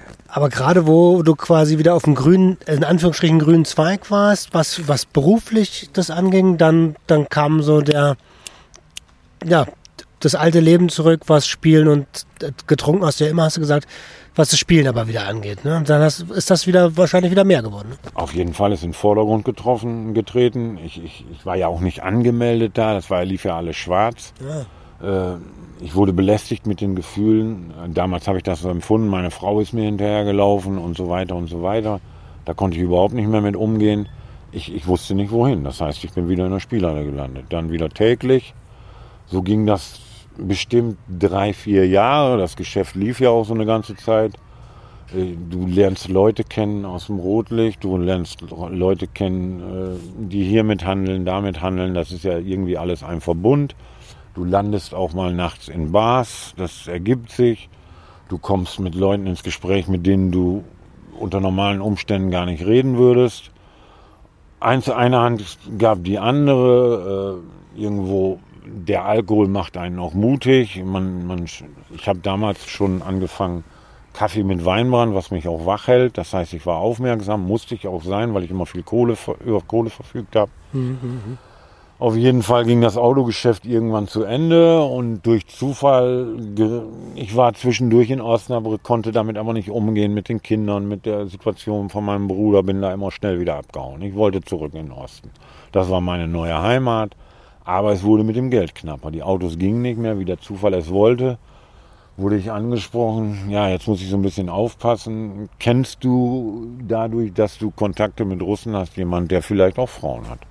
Aber gerade wo du quasi wieder auf dem grünen, in Anführungsstrichen grünen Zweig warst, was, was beruflich das anging, dann, dann kam so der, ja, das alte Leben zurück, was Spielen und getrunken hast du ja immer, hast du gesagt, was das Spielen aber wieder angeht. Ne? Und dann hast, ist das wieder wahrscheinlich wieder mehr geworden. Ne? Auf jeden Fall ist in den Vordergrund getroffen, getreten. Ich, ich, ich war ja auch nicht angemeldet da, das war, lief ja alles schwarz. Ja. Äh, ich wurde belästigt mit den Gefühlen. Damals habe ich das so empfunden, meine Frau ist mir hinterhergelaufen und so weiter und so weiter. Da konnte ich überhaupt nicht mehr mit umgehen. Ich, ich wusste nicht wohin. Das heißt, ich bin wieder in der Spielhalle gelandet. Dann wieder täglich. So ging das bestimmt drei, vier Jahre. Das Geschäft lief ja auch so eine ganze Zeit. Du lernst Leute kennen aus dem Rotlicht, du lernst Leute kennen, die hier mithandeln, damit handeln. Das ist ja irgendwie alles ein Verbund. Du landest auch mal nachts in Bars, das ergibt sich. Du kommst mit Leuten ins Gespräch, mit denen du unter normalen Umständen gar nicht reden würdest. Eins, eine Hand gab die andere. Äh, irgendwo, der Alkohol macht einen auch mutig. Man, man, ich habe damals schon angefangen, Kaffee mit Weinbrand, was mich auch wach hält. Das heißt, ich war aufmerksam, musste ich auch sein, weil ich immer viel Kohle, über Kohle verfügt habe. Mhm. Auf jeden Fall ging das Autogeschäft irgendwann zu Ende und durch Zufall, ich war zwischendurch in Osnabrück, konnte damit aber nicht umgehen mit den Kindern, mit der Situation von meinem Bruder, bin da immer schnell wieder abgehauen. Ich wollte zurück in den Osten. Das war meine neue Heimat, aber es wurde mit dem Geld knapper. Die Autos gingen nicht mehr, wie der Zufall es wollte. Wurde ich angesprochen, ja, jetzt muss ich so ein bisschen aufpassen. Kennst du dadurch, dass du Kontakte mit Russen hast, jemand, der vielleicht auch Frauen hat?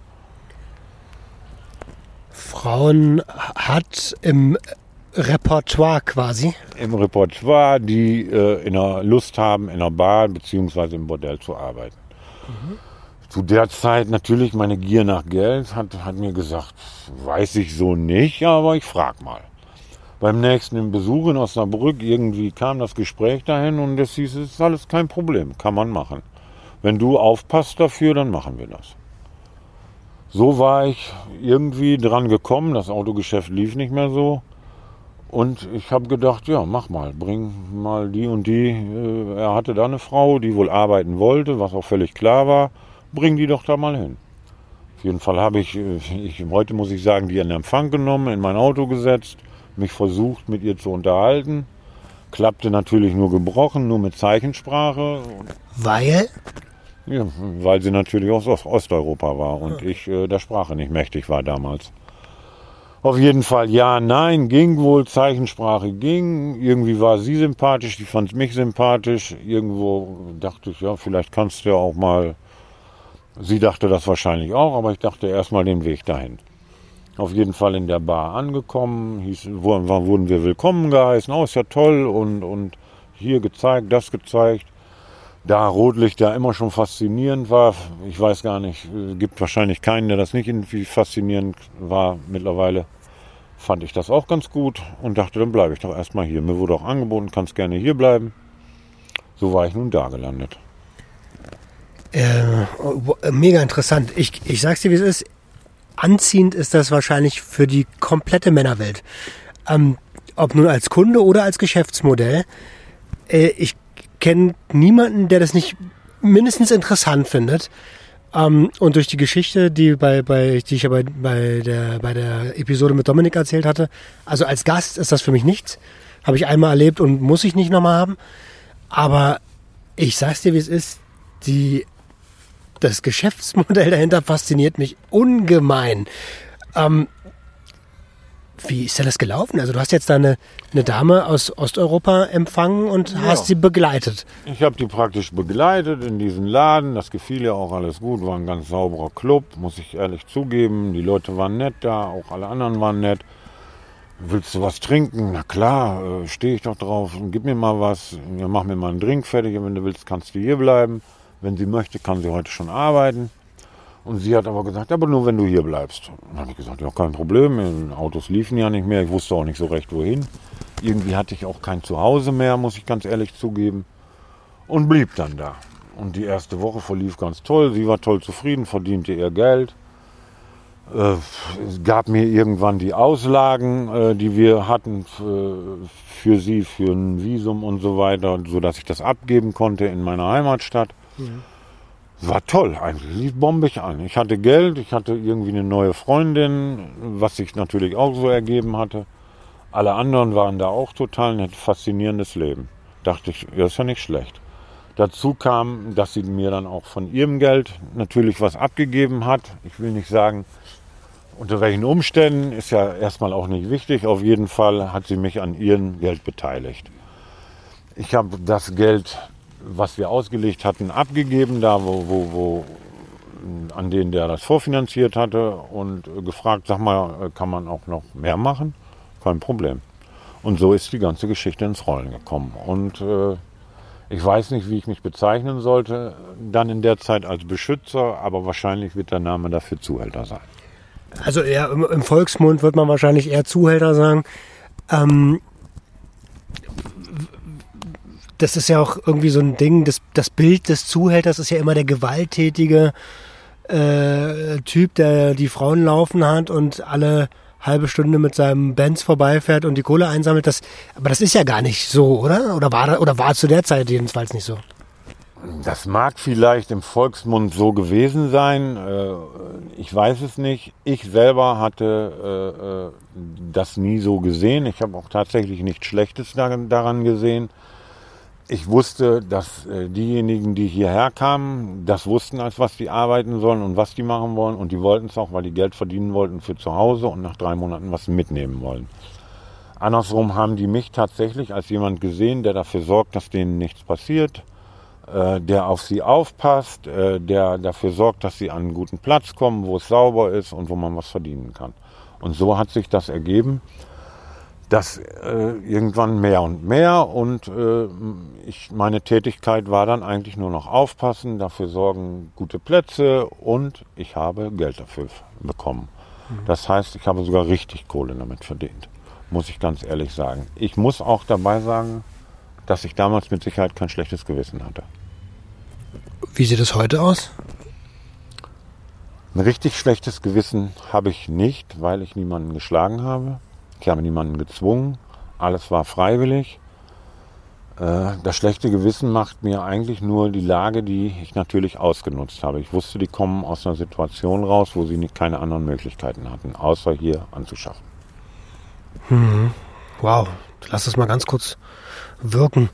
Frauen hat im Repertoire quasi? Im Repertoire, die äh, in der Lust haben, in einer Bar bzw. im Bordell zu arbeiten. Mhm. Zu der Zeit natürlich meine Gier nach Geld hat, hat mir gesagt, weiß ich so nicht, aber ich frag mal. Beim nächsten Besuch in Osnabrück irgendwie kam das Gespräch dahin und es hieß, es ist alles kein Problem, kann man machen. Wenn du aufpasst dafür, dann machen wir das. So war ich irgendwie dran gekommen, das Autogeschäft lief nicht mehr so und ich habe gedacht, ja, mach mal, bring mal die und die, äh, er hatte da eine Frau, die wohl arbeiten wollte, was auch völlig klar war, bring die doch da mal hin. Auf jeden Fall habe ich, ich, heute muss ich sagen, die in Empfang genommen, in mein Auto gesetzt, mich versucht mit ihr zu unterhalten, klappte natürlich nur gebrochen, nur mit Zeichensprache. Weil? Ja, weil sie natürlich aus Osteuropa war und ja. ich äh, der Sprache nicht mächtig war damals. Auf jeden Fall ja, nein, ging wohl, Zeichensprache ging. Irgendwie war sie sympathisch, die fand mich sympathisch. Irgendwo dachte ich, ja, vielleicht kannst du ja auch mal. Sie dachte das wahrscheinlich auch, aber ich dachte erst mal den Weg dahin. Auf jeden Fall in der Bar angekommen, hieß, wurden wir willkommen geheißen, oh, ist ja toll und, und hier gezeigt, das gezeigt. Da Rotlicht ja immer schon faszinierend war, ich weiß gar nicht, gibt wahrscheinlich keinen, der das nicht irgendwie faszinierend war mittlerweile, fand ich das auch ganz gut und dachte, dann bleibe ich doch erstmal hier. Mir wurde auch angeboten, kannst gerne hier bleiben. So war ich nun da gelandet. Äh, mega interessant. Ich, ich sag's dir, wie es ist. Anziehend ist das wahrscheinlich für die komplette Männerwelt. Ähm, ob nun als Kunde oder als Geschäftsmodell. Äh, ich kenne niemanden, der das nicht mindestens interessant findet. Ähm, und durch die Geschichte, die bei, bei die ich ja bei, bei der bei der Episode mit Dominik erzählt hatte, also als Gast ist das für mich nichts. Habe ich einmal erlebt und muss ich nicht nochmal haben. Aber ich sag's dir, wie es ist, die das Geschäftsmodell dahinter fasziniert mich ungemein. Ähm, wie ist denn das gelaufen? Also du hast jetzt da eine, eine Dame aus Osteuropa empfangen und ja. hast sie begleitet. Ich habe die praktisch begleitet in diesen Laden. Das gefiel ihr auch alles gut. War ein ganz sauberer Club, muss ich ehrlich zugeben. Die Leute waren nett da, auch alle anderen waren nett. Willst du was trinken? Na klar, äh, stehe ich doch drauf. Gib mir mal was. Ja, mach mir mal einen Drink fertig. Und wenn du willst, kannst du hier bleiben. Wenn sie möchte, kann sie heute schon arbeiten. Und sie hat aber gesagt, aber nur wenn du hier bleibst. Dann habe ich gesagt, ja, kein Problem. Autos liefen ja nicht mehr. Ich wusste auch nicht so recht, wohin. Irgendwie hatte ich auch kein Zuhause mehr, muss ich ganz ehrlich zugeben. Und blieb dann da. Und die erste Woche verlief ganz toll. Sie war toll zufrieden, verdiente ihr Geld. Äh, es gab mir irgendwann die Auslagen, äh, die wir hatten für, für sie, für ein Visum und so weiter, sodass ich das abgeben konnte in meiner Heimatstadt. Mhm. War toll, eigentlich lief bombig an. Ich hatte Geld, ich hatte irgendwie eine neue Freundin, was sich natürlich auch so ergeben hatte. Alle anderen waren da auch total nett, faszinierendes Leben. Dachte ich, ja, ist ja nicht schlecht. Dazu kam, dass sie mir dann auch von ihrem Geld natürlich was abgegeben hat. Ich will nicht sagen, unter welchen Umständen, ist ja erstmal auch nicht wichtig. Auf jeden Fall hat sie mich an ihrem Geld beteiligt. Ich habe das Geld, was wir ausgelegt hatten, abgegeben, da wo, wo, wo an den, der das vorfinanziert hatte, und gefragt, sag mal, kann man auch noch mehr machen? Kein Problem. Und so ist die ganze Geschichte ins Rollen gekommen. Und äh, ich weiß nicht, wie ich mich bezeichnen sollte, dann in der Zeit als Beschützer, aber wahrscheinlich wird der Name dafür Zuhälter sein. Also eher im, im Volksmund wird man wahrscheinlich eher Zuhälter sagen. Ähm, das ist ja auch irgendwie so ein Ding, das, das Bild des Zuhälters ist ja immer der gewalttätige äh, Typ, der die Frauen laufen hat und alle halbe Stunde mit seinem Benz vorbeifährt und die Kohle einsammelt. Das, aber das ist ja gar nicht so, oder? Oder war, oder war zu der Zeit jedenfalls nicht so? Das mag vielleicht im Volksmund so gewesen sein. Ich weiß es nicht. Ich selber hatte das nie so gesehen. Ich habe auch tatsächlich nichts Schlechtes daran gesehen. Ich wusste, dass diejenigen, die hierher kamen, das wussten, als was die arbeiten sollen und was die machen wollen. Und die wollten es auch, weil die Geld verdienen wollten für zu Hause und nach drei Monaten was mitnehmen wollen. Andersrum haben die mich tatsächlich als jemand gesehen, der dafür sorgt, dass denen nichts passiert, der auf sie aufpasst, der dafür sorgt, dass sie an einen guten Platz kommen, wo es sauber ist und wo man was verdienen kann. Und so hat sich das ergeben, dass äh, irgendwann mehr und mehr und äh, ich, meine Tätigkeit war dann eigentlich nur noch aufpassen, dafür sorgen, gute Plätze, und ich habe Geld dafür bekommen. Mhm. Das heißt, ich habe sogar richtig Kohle damit verdient, muss ich ganz ehrlich sagen. Ich muss auch dabei sagen, dass ich damals mit Sicherheit kein schlechtes Gewissen hatte. Wie sieht es heute aus? Ein richtig schlechtes Gewissen habe ich nicht, weil ich niemanden geschlagen habe. Ich habe niemanden gezwungen. Alles war freiwillig. Das schlechte Gewissen macht mir eigentlich nur die Lage, die ich natürlich ausgenutzt habe. Ich wusste, die kommen aus einer Situation raus, wo sie nicht, keine anderen Möglichkeiten hatten, außer hier anzuschaffen. Hm. Wow, lass das mal ganz kurz wirken.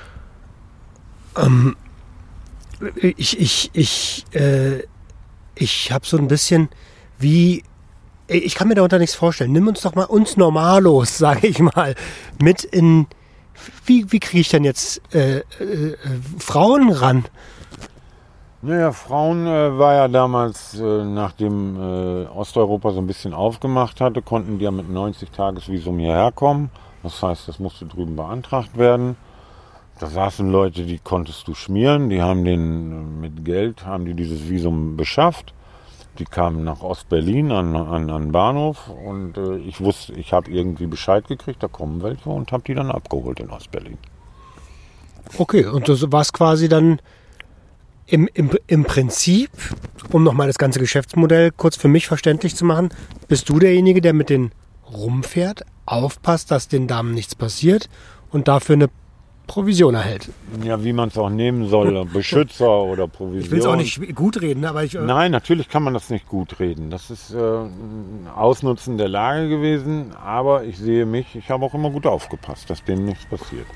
Ähm, ich ich, ich, äh, ich habe so ein bisschen wie... Ich kann mir darunter nichts vorstellen. Nimm uns doch mal uns Normalos, sage ich mal, mit in... Wie, wie kriege ich denn jetzt äh, äh, Frauen ran? Naja, Frauen äh, war ja damals, äh, nachdem äh, Osteuropa so ein bisschen aufgemacht hatte, konnten die ja mit neunzig-Tages-Visum hierher kommen. Das heißt, das musste drüben beantragt werden. Da saßen Leute, die konntest du schmieren. Die haben den mit Geld, haben die dieses Visum beschafft. Die kamen nach Ostberlin an an, an Bahnhof und äh, ich wusste, ich habe irgendwie Bescheid gekriegt, da kommen welche, und habe die dann abgeholt in Ostberlin. Okay, und du warst quasi dann im, im, im Prinzip, um nochmal das ganze Geschäftsmodell kurz für mich verständlich zu machen, bist du derjenige, der mit denen rumfährt, aufpasst, dass den Damen nichts passiert und dafür eine Provision erhält. Ja, wie man es auch nehmen soll, Beschützer oder Provision. Ich will es auch nicht gut reden, aber ich... Äh Nein, natürlich kann man das nicht gut reden. Das ist äh, ein Ausnutzen der Lage gewesen, aber ich sehe mich, ich habe auch immer gut aufgepasst, dass denen nichts passiert.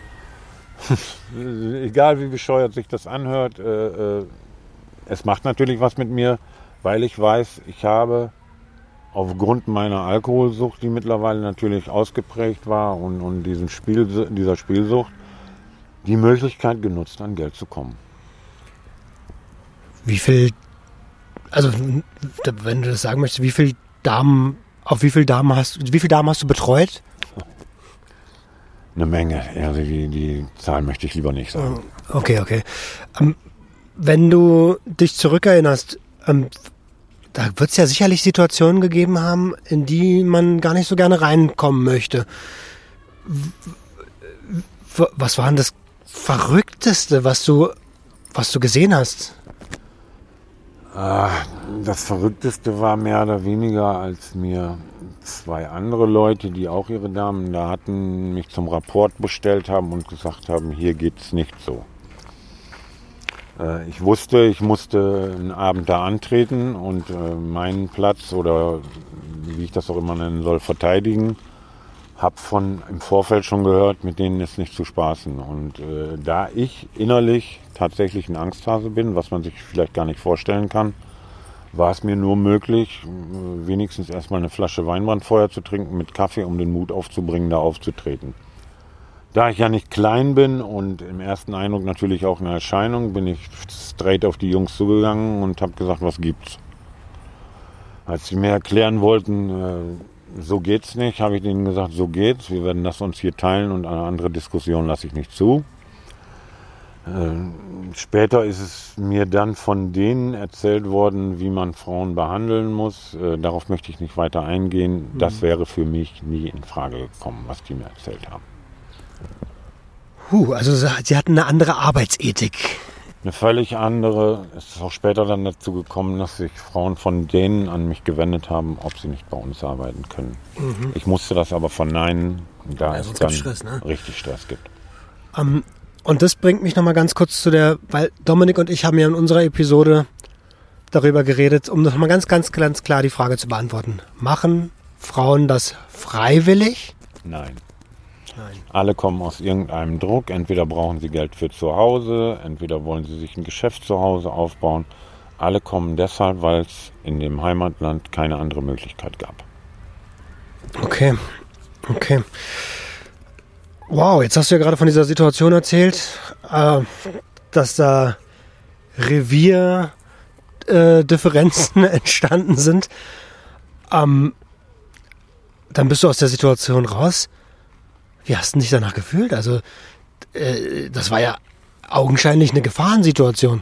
Egal wie bescheuert sich das anhört, äh, äh, es macht natürlich was mit mir, weil ich weiß, ich habe aufgrund meiner Alkoholsucht, die mittlerweile natürlich ausgeprägt war, und, und diesen Spiel, dieser Spielsucht, die Möglichkeit genutzt, an Geld zu kommen. Wie viel, also wenn du das sagen möchtest, wie viel Damen, auf wie viele Damen hast, wie viele Damen hast du betreut? Eine Menge, also die, die Zahl möchte ich lieber nicht sagen. Okay, okay. Ähm, wenn du dich zurückerinnerst, ähm, da wird es ja sicherlich Situationen gegeben haben, in die man gar nicht so gerne reinkommen möchte. W- was war denn das Verrückteste, was du, was du gesehen hast? Das Verrückteste war mehr oder weniger, als mir zwei andere Leute, die auch ihre Damen da hatten, mich zum Rapport bestellt haben und gesagt haben, hier geht's nicht so. Ich wusste, ich musste einen Abend da antreten und meinen Platz oder wie ich das auch immer nennen soll, verteidigen. Hab von im Vorfeld schon gehört, mit denen ist nicht zu spaßen. Und äh, da ich innerlich tatsächlich ein Angsthase bin, was man sich vielleicht gar nicht vorstellen kann, war es mir nur möglich, wenigstens erstmal eine Flasche Weinbrandfeuer zu trinken mit Kaffee, um den Mut aufzubringen, da aufzutreten. Da ich ja nicht klein bin und im ersten Eindruck natürlich auch eine Erscheinung, bin ich straight auf die Jungs zugegangen und habe gesagt, was gibt's? Als sie mir erklären wollten, äh, so geht's nicht, habe ich denen gesagt, so geht's. Wir werden das uns hier teilen und eine andere Diskussion lasse ich nicht zu. Äh, später ist es mir dann von denen erzählt worden, wie man Frauen behandeln muss. Äh, darauf möchte ich nicht weiter eingehen. Mhm. Das wäre für mich nie in Frage gekommen, was die mir erzählt haben. Huh, also sie hatten eine andere Arbeitsethik. Eine völlig andere. Es ist auch später dann dazu gekommen, dass sich Frauen von denen an mich gewendet haben, ob sie nicht bei uns arbeiten können. Mhm. Ich musste das aber verneinen, da ja, es dann Stress, ne? richtig Stress gibt. Um, und das bringt mich nochmal ganz kurz zu der, weil Dominik und ich haben ja in unserer Episode darüber geredet, um nochmal ganz, ganz, ganz klar die Frage zu beantworten. Machen Frauen das freiwillig? Nein. Nein. Alle kommen aus irgendeinem Druck. Entweder brauchen sie Geld für zu Hause, entweder wollen sie sich ein Geschäft zu Hause aufbauen. Alle kommen deshalb, weil es in dem Heimatland keine andere Möglichkeit gab. Okay, okay. Wow, jetzt hast du ja gerade von dieser Situation erzählt, äh, dass da Revierdifferenzen äh, entstanden sind. Ähm, dann bist du aus der Situation raus. Wie hast du dich danach gefühlt? Also, äh, das war ja augenscheinlich eine Gefahrensituation.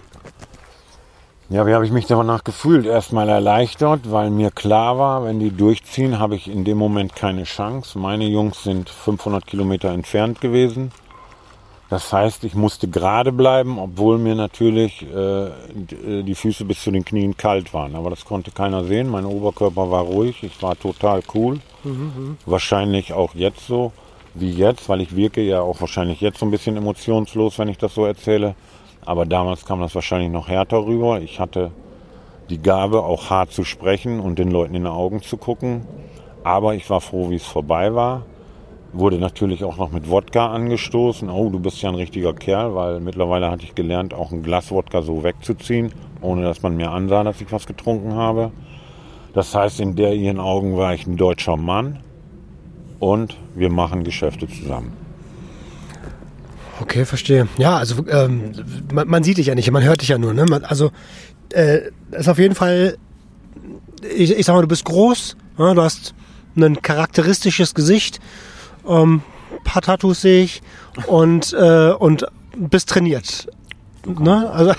Ja, wie habe ich mich danach gefühlt? Erstmal erleichtert, weil mir klar war, wenn die durchziehen, habe ich in dem Moment keine Chance. Meine Jungs sind fünfhundert Kilometer entfernt gewesen. Das heißt, ich musste gerade bleiben, obwohl mir natürlich äh, die Füße bis zu den Knien kalt waren. Aber das konnte keiner sehen. Mein Oberkörper war ruhig. Ich war total cool. Mhm. Wahrscheinlich auch jetzt so. Wie jetzt, weil ich wirke ja auch wahrscheinlich jetzt so ein bisschen emotionslos, wenn ich das so erzähle. Aber damals kam das wahrscheinlich noch härter rüber. Ich hatte die Gabe, auch hart zu sprechen und den Leuten in die Augen zu gucken. Aber ich war froh, wie es vorbei war. Wurde natürlich auch noch mit Wodka angestoßen. Oh, du bist ja ein richtiger Kerl, weil mittlerweile hatte ich gelernt, auch ein Glas Wodka so wegzuziehen, ohne dass man mir ansah, dass ich was getrunken habe. Das heißt, in der ihren Augen war ich ein deutscher Mann. Und wir machen Geschäfte zusammen. Okay, verstehe. Ja, also ähm, man, man sieht dich ja nicht, man hört dich ja nur. Ne? Man, also äh, ist auf jeden Fall, ich, ich sag mal, du bist groß, ja, du hast ein charakteristisches Gesicht, ähm, paar Tattoos sehe ich und, äh, und bist trainiert. Okay. Ne? Also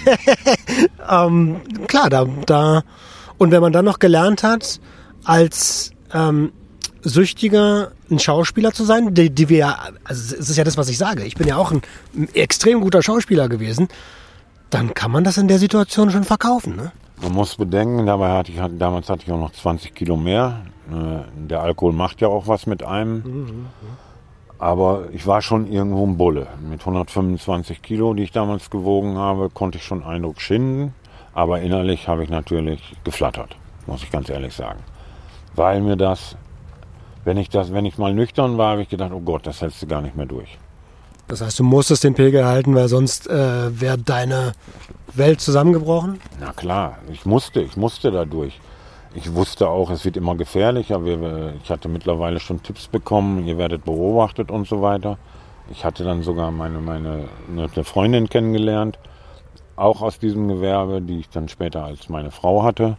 ähm, klar, da, da und wenn man dann noch gelernt hat, als ähm, Süchtiger ein Schauspieler zu sein, die, die wir ja, also es ist ja das, was ich sage, ich bin ja auch ein, ein extrem guter Schauspieler gewesen, dann kann man das in der Situation schon verkaufen, ne? Man muss bedenken, dabei hatte ich, damals hatte ich auch noch zwanzig Kilo mehr, der Alkohol macht ja auch was mit einem, mhm. aber ich war schon irgendwo ein Bulle, mit hundertfünfundzwanzig Kilo, die ich damals gewogen habe, konnte ich schon Eindruck schinden, aber innerlich habe ich natürlich geflattert, muss ich ganz ehrlich sagen, weil mir das Wenn ich, das, wenn ich mal nüchtern war, habe ich gedacht, oh Gott, das hältst du gar nicht mehr durch. Das heißt, du musstest den Pegel halten, weil sonst äh, wäre deine Welt zusammengebrochen? Na klar, ich musste, ich musste da durch. Ich wusste auch, es wird immer gefährlicher. Ich hatte mittlerweile schon Tipps bekommen, ihr werdet beobachtet und so weiter. Ich hatte dann sogar meine, meine eine Freundin kennengelernt, auch aus diesem Gewerbe, die ich dann später als meine Frau hatte.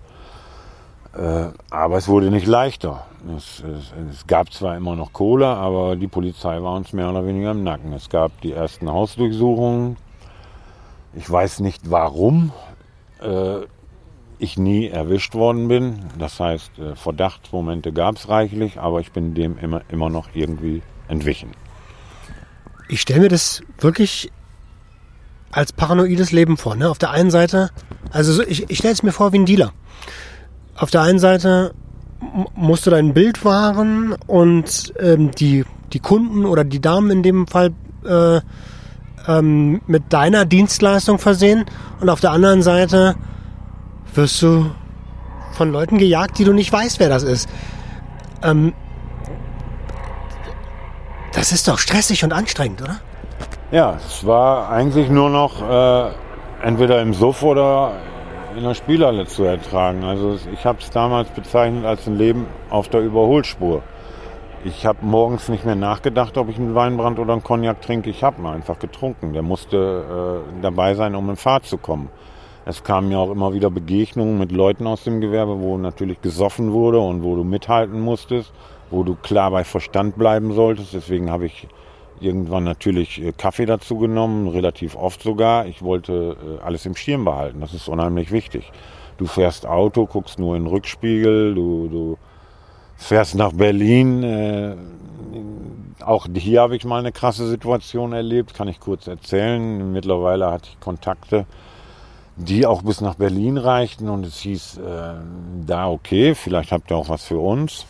Aber es wurde nicht leichter. Es, es, es gab zwar immer noch Kohle, aber die Polizei war uns mehr oder weniger im Nacken. Es gab die ersten Hausdurchsuchungen. Ich weiß nicht warum äh, ich nie erwischt worden bin. Das heißt, äh, Verdachtsmomente gab es reichlich, aber ich bin dem immer, immer noch irgendwie entwichen. Ich stelle mir das wirklich als paranoides Leben vor. Ne? Auf der einen Seite Also so, ich, ich stelle es mir vor wie ein Dealer. Auf der einen Seite m- musst du dein Bild wahren und ähm, die, die Kunden oder die Damen in dem Fall äh, ähm, mit deiner Dienstleistung versehen. Und auf der anderen Seite wirst du von Leuten gejagt, die du nicht weißt, wer das ist. Ähm, das ist doch stressig und anstrengend, oder? Ja, es war eigentlich nur noch äh, entweder im Suff oder in der Spielhalle zu ertragen. Also ich habe es damals bezeichnet als ein Leben auf der Überholspur. Ich habe morgens nicht mehr nachgedacht, ob ich einen Weinbrand oder einen Cognac trinke. Ich habe mal einfach getrunken. Der musste äh, dabei sein, um in Fahrt zu kommen. Es kamen ja auch immer wieder Begegnungen mit Leuten aus dem Gewerbe, wo natürlich gesoffen wurde und wo du mithalten musstest, wo du klar bei Verstand bleiben solltest. Deswegen habe ich irgendwann natürlich Kaffee dazu genommen, relativ oft sogar. Ich wollte alles im Schirm behalten, das ist unheimlich wichtig. Du fährst Auto, guckst nur in den Rückspiegel, du, du fährst nach Berlin. Äh, auch hier habe ich mal eine krasse Situation erlebt, kann ich kurz erzählen. Mittlerweile hatte ich Kontakte, die auch bis nach Berlin reichten und es hieß, äh, da okay, vielleicht habt ihr auch was für uns.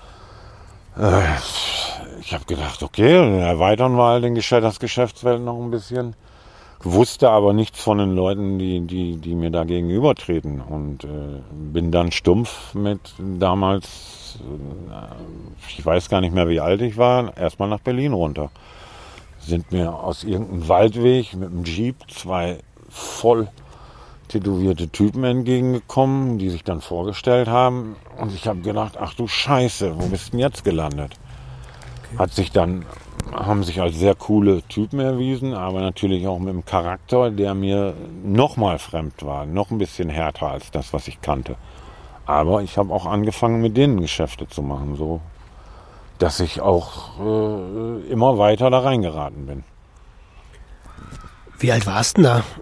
Äh, ich habe gedacht, okay, dann erweitern wir halt den Geschäft, das Geschäftsfeld noch ein bisschen. Wusste aber nichts von den Leuten, die, die, die mir da gegenübertreten und äh, bin dann stumpf mit damals, äh, ich weiß gar nicht mehr, wie alt ich war, erstmal nach Berlin runter. Sind mir aus irgendeinem Waldweg mit einem Jeep zwei voll tätowierte Typen entgegengekommen, die sich dann vorgestellt haben. Und ich habe gedacht, ach du Scheiße, wo bist du denn jetzt gelandet? Okay. Hat sich dann, haben sich als sehr coole Typen erwiesen, aber natürlich auch mit einem Charakter, der mir noch mal fremd war, noch ein bisschen härter als das, was ich kannte. Aber ich habe auch angefangen, mit denen Geschäfte zu machen, so dass ich auch äh, immer weiter da reingeraten bin. Wie alt warst du denn da?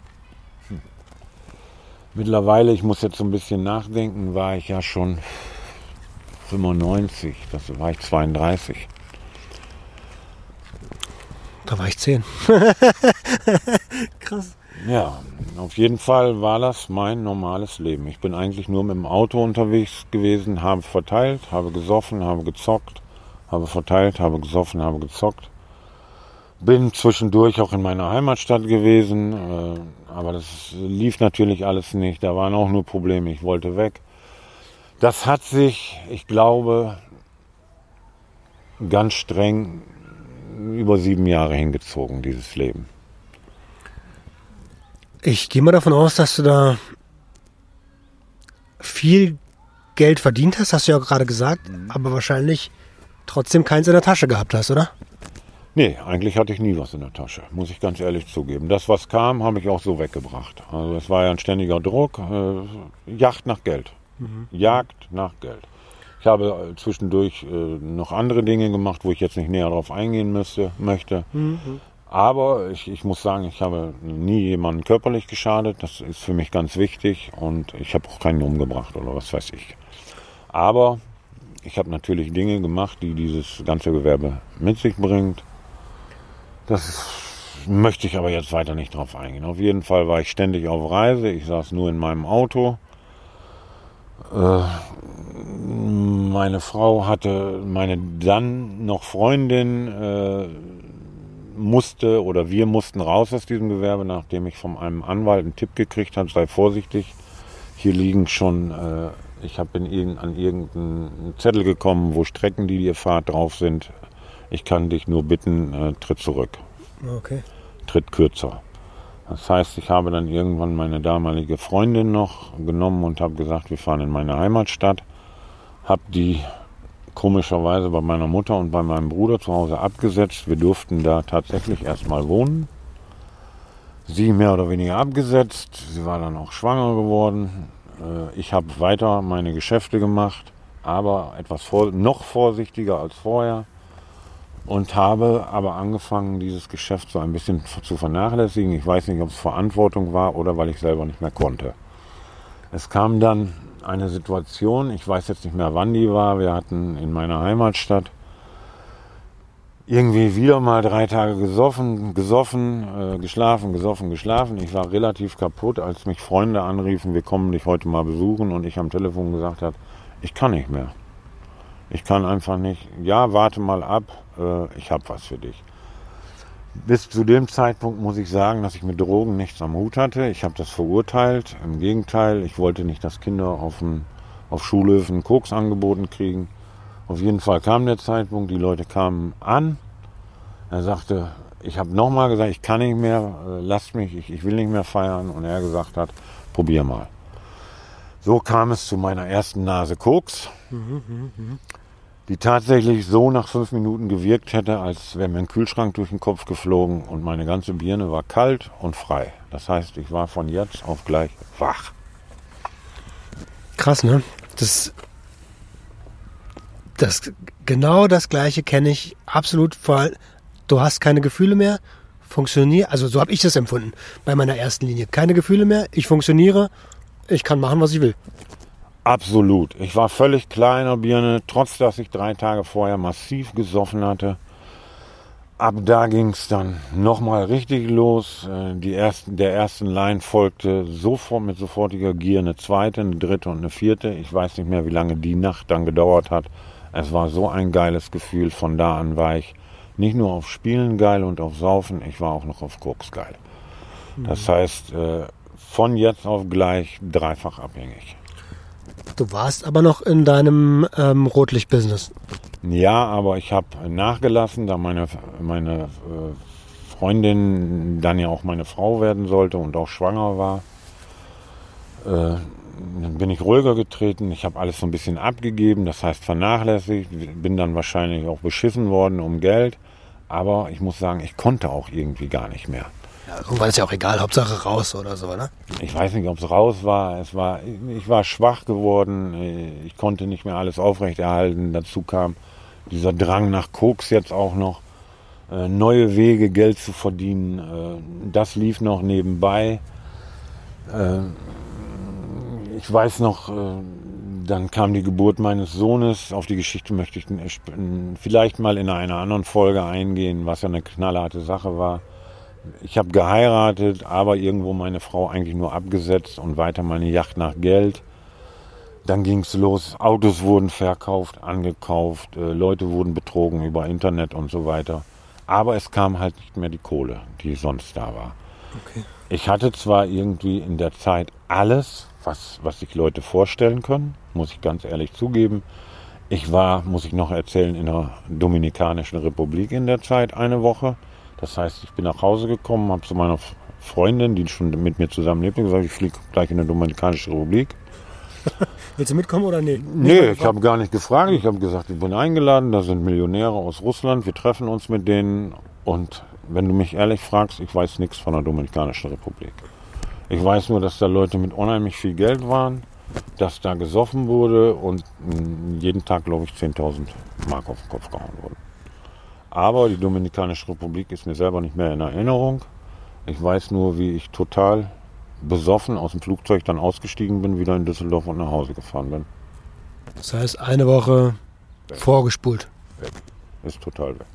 Mittlerweile, ich muss jetzt so ein bisschen nachdenken, war ich ja schon fünfundneunzig, das war ich zweiunddreißig. Da war ich zehn. Krass. Ja, auf jeden Fall war das mein normales Leben. Ich bin eigentlich nur mit dem Auto unterwegs gewesen, habe verteilt, habe gesoffen, habe gezockt, habe verteilt, habe gesoffen, habe gezockt. Bin zwischendurch auch in meiner Heimatstadt gewesen, äh, aber das lief natürlich alles nicht. Da waren auch nur Probleme, ich wollte weg. Das hat sich, ich glaube, ganz streng über sieben Jahre hingezogen, dieses Leben. Ich gehe mal davon aus, dass du da viel Geld verdient hast, hast du ja auch gerade gesagt, mhm. aber wahrscheinlich trotzdem keins in der Tasche gehabt hast, oder? Nee, eigentlich hatte ich nie was in der Tasche, muss ich ganz ehrlich zugeben. Das, was kam, habe ich auch so weggebracht. Also es war ja ein ständiger Druck, äh, Jagd nach Geld, mhm. Jagd nach Geld. Ich habe zwischendurch äh, noch andere Dinge gemacht, wo ich jetzt nicht näher darauf eingehen müsste, möchte. Mhm. Aber ich, ich muss sagen, ich habe nie jemanden körperlich geschadet. Das ist für mich ganz wichtig und ich habe auch keinen umgebracht oder was weiß ich. Aber ich habe natürlich Dinge gemacht, die dieses ganze Gewerbe mit sich bringt. Das möchte ich aber jetzt weiter nicht drauf eingehen. Auf jeden Fall war ich ständig auf Reise. Ich saß nur in meinem Auto. Äh, meine Frau hatte, meine dann noch Freundin, äh, musste oder wir mussten raus aus diesem Gewerbe, nachdem ich von einem Anwalt einen Tipp gekriegt habe, sei vorsichtig. Hier liegen schon, äh, ich habe in, an irgendeinen Zettel gekommen, wo Strecken, die ihr fahrt, drauf sind. Ich kann dich nur bitten, äh, tritt zurück. Okay. Tritt kürzer. Das heißt, ich habe dann irgendwann meine damalige Freundin noch genommen und habe gesagt, wir fahren in meine Heimatstadt. Habe die komischerweise bei meiner Mutter und bei meinem Bruder zu Hause abgesetzt. Wir durften da tatsächlich erstmal wohnen. Sie mehr oder weniger abgesetzt. Sie war dann auch schwanger geworden. Ich habe weiter meine Geschäfte gemacht, aber etwas vor, noch vorsichtiger als vorher. Und habe aber angefangen, dieses Geschäft so ein bisschen zu vernachlässigen. Ich weiß nicht, ob es Verantwortung war oder weil ich selber nicht mehr konnte. Es kam dann eine Situation, ich weiß jetzt nicht mehr, wann die war. Wir hatten in meiner Heimatstadt irgendwie wieder mal drei Tage gesoffen, gesoffen, äh, geschlafen, gesoffen, geschlafen. Ich war relativ kaputt, als mich Freunde anriefen, wir kommen dich heute mal besuchen und ich am Telefon gesagt habe, ich kann nicht mehr. Ich kann einfach nicht. Ja, warte mal ab, äh, ich habe was für dich. Bis zu dem Zeitpunkt muss ich sagen, dass ich mit Drogen nichts am Hut hatte. Ich habe das verurteilt. Im Gegenteil, ich wollte nicht, dass Kinder auf, dem, auf Schulhöfen Koks angeboten kriegen. Auf jeden Fall kam der Zeitpunkt, die Leute kamen an. Er sagte, ich habe nochmal gesagt, ich kann nicht mehr, lasst mich, ich, ich will nicht mehr feiern. Und er gesagt hat, probier mal. So kam es zu meiner ersten Nase Koks, mhm, mh, die tatsächlich so nach fünf Minuten gewirkt hätte, als wäre mir ein Kühlschrank durch den Kopf geflogen und meine ganze Birne war kalt und frei. Das heißt, ich war von jetzt auf gleich wach. Krass, ne? Das... Das, genau das Gleiche kenne ich absolut. Vor, du hast keine Gefühle mehr, funktioniert, also so habe ich das empfunden bei meiner ersten Linie. Keine Gefühle mehr, ich funktioniere, ich kann machen, was ich will. Absolut. Ich war völlig klar in der Birne, trotz dass ich drei Tage vorher massiv gesoffen hatte. Ab da ging es dann nochmal richtig los. Die ersten, der ersten Line folgte sofort mit sofortiger Gier eine zweite, eine dritte und eine vierte. Ich weiß nicht mehr, wie lange die Nacht dann gedauert hat. Es war so ein geiles Gefühl. Von da an war ich nicht nur auf Spielen geil und auf Saufen, ich war auch noch auf Koks geil. Das heißt, von jetzt auf gleich dreifach abhängig. Du warst aber noch in deinem ähm, Rotlicht-Business. Ja, aber ich habe nachgelassen, da meine, meine äh, Freundin dann ja auch meine Frau werden sollte und auch schwanger war. Äh, dann bin ich ruhiger getreten, ich habe alles so ein bisschen abgegeben, das heißt vernachlässigt, bin dann wahrscheinlich auch beschissen worden um Geld, aber ich muss sagen, ich konnte auch irgendwie gar nicht mehr. Ja, irgendwann ist ja auch egal, Hauptsache raus oder so, ne? Ich weiß nicht, ob es raus war, es war, ich war schwach geworden, ich konnte nicht mehr alles aufrechterhalten, dazu kam dieser Drang nach Koks jetzt auch noch, äh, neue Wege, Geld zu verdienen, äh, das lief noch nebenbei. Äh, ich weiß noch, äh, dann kam die Geburt meines Sohnes, auf die Geschichte möchte ich vielleicht mal in einer anderen Folge eingehen, was ja eine knallharte Sache war. Ich habe geheiratet, aber irgendwo meine Frau eigentlich nur abgesetzt und weiter meine Yacht nach Geld. Dann ging es los, Autos wurden verkauft, angekauft, äh, Leute wurden betrogen über Internet und so weiter. Aber es kam halt nicht mehr die Kohle, die sonst da war. Okay. Ich hatte zwar irgendwie in der Zeit alles, was, was sich Leute vorstellen können, muss ich ganz ehrlich zugeben. Ich war, muss ich noch erzählen, in der Dominikanischen Republik in der Zeit eine Woche. Das heißt, ich bin nach Hause gekommen, habe zu meiner Freundin, die schon mit mir zusammenlebt, gesagt, ich fliege gleich in die Dominikanische Republik. Willst du mitkommen oder nee? Nee, ich habe gar nicht gefragt. Ich habe gesagt, ich bin eingeladen, da sind Millionäre aus Russland, wir treffen uns mit denen. Und wenn du mich ehrlich fragst, ich weiß nichts von der Dominikanischen Republik. Ich weiß nur, dass da Leute mit unheimlich viel Geld waren, dass da gesoffen wurde und jeden Tag, glaube ich, zehntausend Mark auf den Kopf gehauen wurden. Aber die Dominikanische Republik ist mir selber nicht mehr in Erinnerung. Ich weiß nur, wie ich total besoffen aus dem Flugzeug dann ausgestiegen bin, wieder in Düsseldorf und nach Hause gefahren bin. Das heißt, eine Woche weg. Vorgespult. Weg. Ist total weg.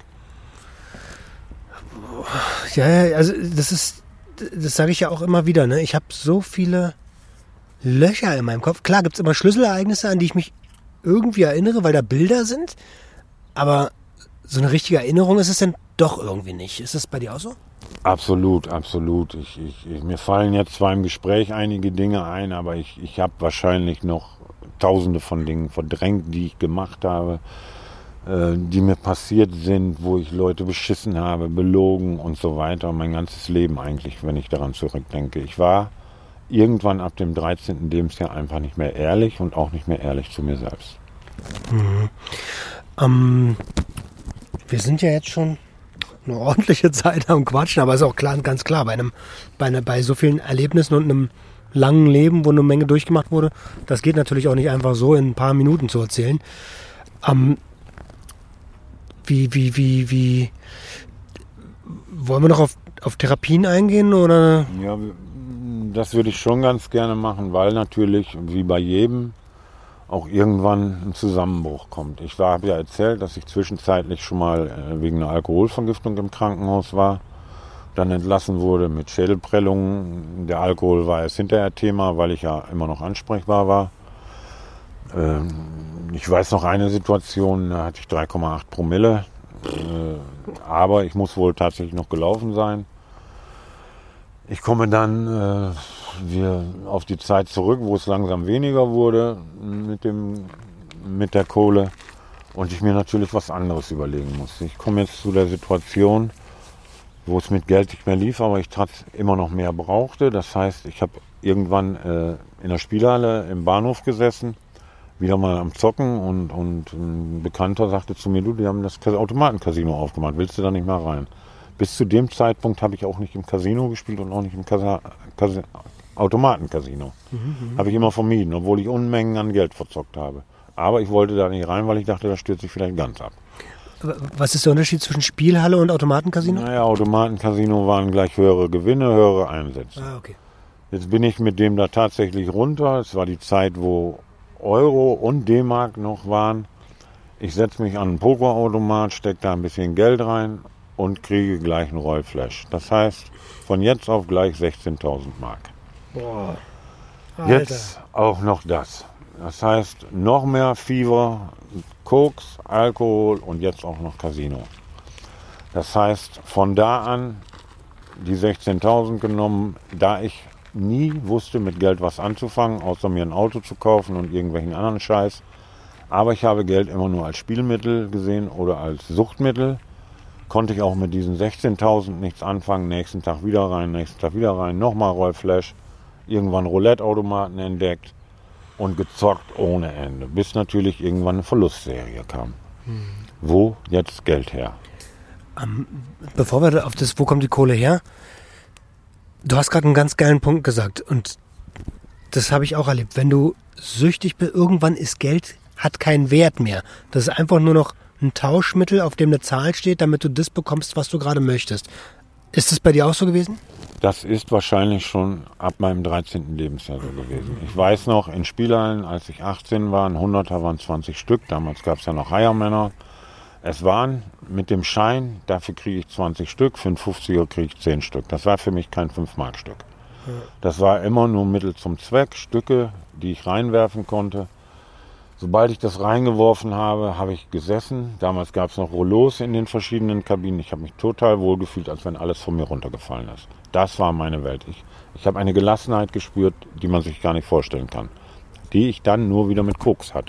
Ja, also das ist, das sage ich ja auch immer wieder, ne? Ich habe so viele Löcher in meinem Kopf. Klar gibt es immer Schlüsselereignisse, an die ich mich irgendwie erinnere, weil da Bilder sind, aber so eine richtige Erinnerung ist es denn doch irgendwie nicht. Ist das bei dir auch so? Absolut, absolut. Ich, ich, ich, mir fallen jetzt zwar im Gespräch einige Dinge ein, aber ich, ich habe wahrscheinlich noch tausende von Dingen verdrängt, die ich gemacht habe, äh, die mir passiert sind, wo ich Leute beschissen habe, belogen und so weiter. Mein ganzes Leben eigentlich, wenn ich daran zurückdenke. Ich war irgendwann ab dem dreizehnten Lebensjahr einfach nicht mehr ehrlich und auch nicht mehr ehrlich zu mir selbst. Mhm. Ähm, wir sind ja jetzt schon eine ordentliche Zeit am Quatschen, aber ist auch klar, ganz klar, bei einem, bei, einer, bei so vielen Erlebnissen und einem langen Leben, wo eine Menge durchgemacht wurde, das geht natürlich auch nicht einfach so in ein paar Minuten zu erzählen. Ähm, wie, wie, wie, wie, wollen wir noch auf, auf Therapien eingehen, oder? Ja, das würde ich schon ganz gerne machen, weil natürlich, wie bei jedem, auch irgendwann ein Zusammenbruch kommt. Ich habe ja erzählt, dass ich zwischenzeitlich schon mal äh, wegen einer Alkoholvergiftung im Krankenhaus war, dann entlassen wurde mit Schädelprellungen. Der Alkohol war erst hinterher Thema, weil ich ja immer noch ansprechbar war. Ähm, ich weiß noch eine Situation, da hatte ich drei Komma acht Promille, äh, aber ich muss wohl tatsächlich noch gelaufen sein. Ich komme dann äh, wir auf die Zeit zurück, wo es langsam weniger wurde mit, dem, mit der Kohle und ich mir natürlich was anderes überlegen musste. Ich komme jetzt zu der Situation, wo es mit Geld nicht mehr lief, aber ich trotz immer noch mehr brauchte. Das heißt, ich habe irgendwann äh, in der Spielhalle im Bahnhof gesessen, wieder mal am Zocken und, und ein Bekannter sagte zu mir, du, die haben das Automatencasino aufgemacht, willst du da nicht mal rein? Bis zu dem Zeitpunkt habe ich auch nicht im Casino gespielt und auch nicht im Casa, Casa, Automatencasino. Mhm, habe ich immer vermieden, obwohl ich Unmengen an Geld verzockt habe. Aber ich wollte da nicht rein, weil ich dachte, das stürzt sich vielleicht ganz ab. Was ist der Unterschied zwischen Spielhalle und Automatencasino? Naja, Automatencasino waren gleich höhere Gewinne, höhere Einsätze. Ah, okay. Jetzt bin ich mit dem da tatsächlich runter. Es war die Zeit, wo Euro und D-Mark noch waren. Ich setze mich an einen Pokerautomat, stecke da ein bisschen Geld rein und kriege gleich einen Rollflash. Das heißt, von jetzt auf gleich sechzehntausend Mark. Boah. Alter. Jetzt auch noch das. Das heißt, noch mehr Fieber, Koks, Alkohol und jetzt auch noch Casino. Das heißt, von da an die sechzehntausend genommen, da ich nie wusste, mit Geld was anzufangen, außer mir ein Auto zu kaufen und irgendwelchen anderen Scheiß. Aber ich habe Geld immer nur als Spielmittel gesehen oder als Suchtmittel. Konnte ich auch mit diesen sechzehntausend nichts anfangen. Nächsten Tag wieder rein, nächsten Tag wieder rein, nochmal Rollflash. Irgendwann Roulette-Automaten entdeckt und gezockt ohne Ende. Bis natürlich irgendwann eine Verlustserie kam. Hm. Wo jetzt Geld her? Um, bevor wir auf das, wo kommt die Kohle her? Du hast gerade einen ganz geilen Punkt gesagt und das habe ich auch erlebt. Wenn du süchtig bist, irgendwann ist Geld, hat keinen Wert mehr. Das ist einfach nur noch ein Tauschmittel, auf dem eine Zahl steht, damit du das bekommst, was du gerade möchtest. Ist das bei dir auch so gewesen? Das ist wahrscheinlich schon ab meinem dreizehnten Lebensjahr so gewesen. Ich weiß noch, in Spielhallen, als ich achtzehn war, ein Hunderter waren zwanzig Stück. Damals gab es ja noch Heiermänner. Es waren mit dem Schein, dafür kriege ich zwanzig Stück, für einen fünfziger kriege ich zehn Stück. Das war für mich kein fünf Mark Stück. Ja. Das war immer nur Mittel zum Zweck, Stücke, die ich reinwerfen konnte. Sobald ich das reingeworfen habe, habe ich gesessen. Damals gab es noch Rollos in den verschiedenen Kabinen. Ich habe mich total wohl gefühlt, als wenn alles von mir runtergefallen ist. Das war meine Welt. Ich, ich habe eine Gelassenheit gespürt, die man sich gar nicht vorstellen kann. Die ich dann nur wieder mit Koks hatte.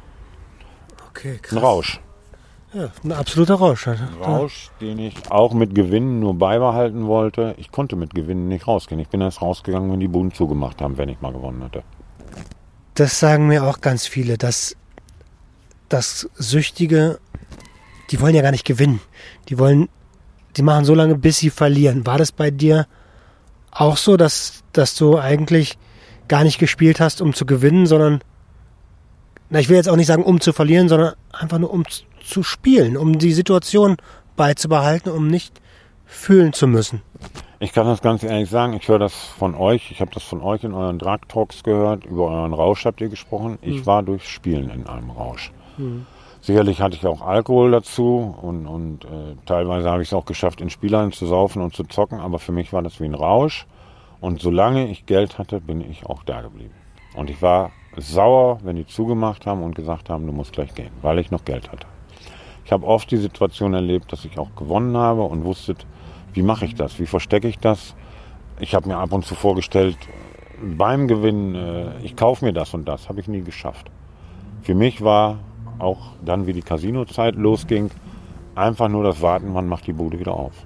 Okay, krass. Ein Rausch. Ja, ein absoluter Rausch. Ein Rausch, den ich auch mit Gewinnen nur beibehalten wollte. Ich konnte mit Gewinnen nicht rausgehen. Ich bin erst rausgegangen, wenn die Buden zugemacht haben, wenn ich mal gewonnen hatte. Das sagen mir auch ganz viele, dass, dass Süchtige, die wollen ja gar nicht gewinnen. Die wollen, die machen so lange, bis sie verlieren. War das bei dir auch so, dass, dass du eigentlich gar nicht gespielt hast, um zu gewinnen, sondern, na, ich will jetzt auch nicht sagen, um zu verlieren, sondern einfach nur um zu spielen, um die Situation beizubehalten, um nicht fühlen zu müssen? Ich kann das ganz ehrlich sagen, ich höre das von euch, ich habe das von euch in euren Drag-Talks gehört, über euren Rausch habt ihr gesprochen. Ich mhm. war durch Spielen in einem Rausch. Mhm. Sicherlich hatte ich auch Alkohol dazu und, und äh, teilweise habe ich es auch geschafft, in Spielhallen zu saufen und zu zocken, aber für mich war das wie ein Rausch und solange ich Geld hatte, bin ich auch da geblieben. Und ich war sauer, wenn die zugemacht haben und gesagt haben, du musst gleich gehen, weil ich noch Geld hatte. Ich habe oft die Situation erlebt, dass ich auch gewonnen habe und wusste, wie mache ich das? Wie verstecke ich das? Ich habe mir ab und zu vorgestellt, beim Gewinn, äh, ich kaufe mir das und das. Habe ich nie geschafft. Für mich war auch dann, wie die Casino-Zeit losging, einfach nur das Warten, wann macht die Bude wieder auf.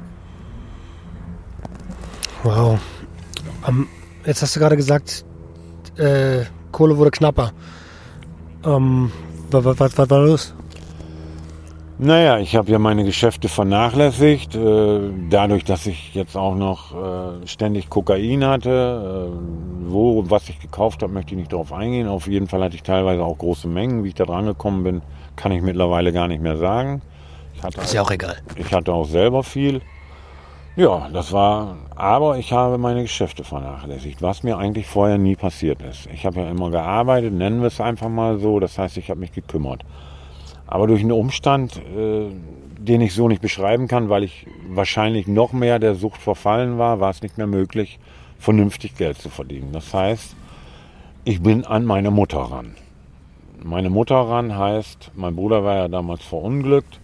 Wow. Um, jetzt hast du gerade gesagt, äh, Kohle wurde knapper. Um, was, was, was war los? Naja, ich habe ja meine Geschäfte vernachlässigt, äh, dadurch, dass ich jetzt auch noch äh, ständig Kokain hatte. Äh, wo, was ich gekauft habe, möchte ich nicht darauf eingehen. Auf jeden Fall hatte ich teilweise auch große Mengen. Wie ich da dran gekommen bin, kann ich mittlerweile gar nicht mehr sagen. Ich hatte ist ja auch egal. Ich hatte auch selber viel. Ja, das war, aber ich habe meine Geschäfte vernachlässigt, was mir eigentlich vorher nie passiert ist. Ich habe ja immer gearbeitet, nennen wir es einfach mal so, das heißt, ich habe mich gekümmert. Aber durch einen Umstand, äh, den ich so nicht beschreiben kann, weil ich wahrscheinlich noch mehr der Sucht verfallen war, war es nicht mehr möglich, vernünftig Geld zu verdienen. Das heißt, ich bin an meine Mutter ran. Meine Mutter ran heißt, mein Bruder war ja damals verunglückt,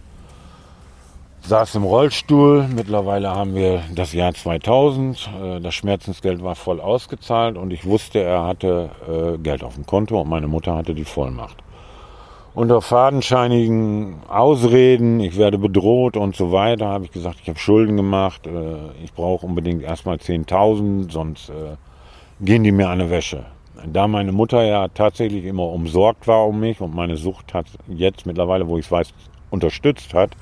saß im Rollstuhl, mittlerweile haben wir das Jahr zweitausend, das Schmerzensgeld war voll ausgezahlt und ich wusste, er hatte äh, Geld auf dem Konto und meine Mutter hatte die Vollmacht. Unter fadenscheinigen Ausreden, ich werde bedroht und so weiter, habe ich gesagt, ich habe Schulden gemacht, äh, ich brauche unbedingt erstmal zehntausend, sonst äh, gehen die mir an die Wäsche. Da meine Mutter ja tatsächlich immer umsorgt war um mich und meine Sucht hat jetzt mittlerweile, wo ich es weiß, unterstützt hat,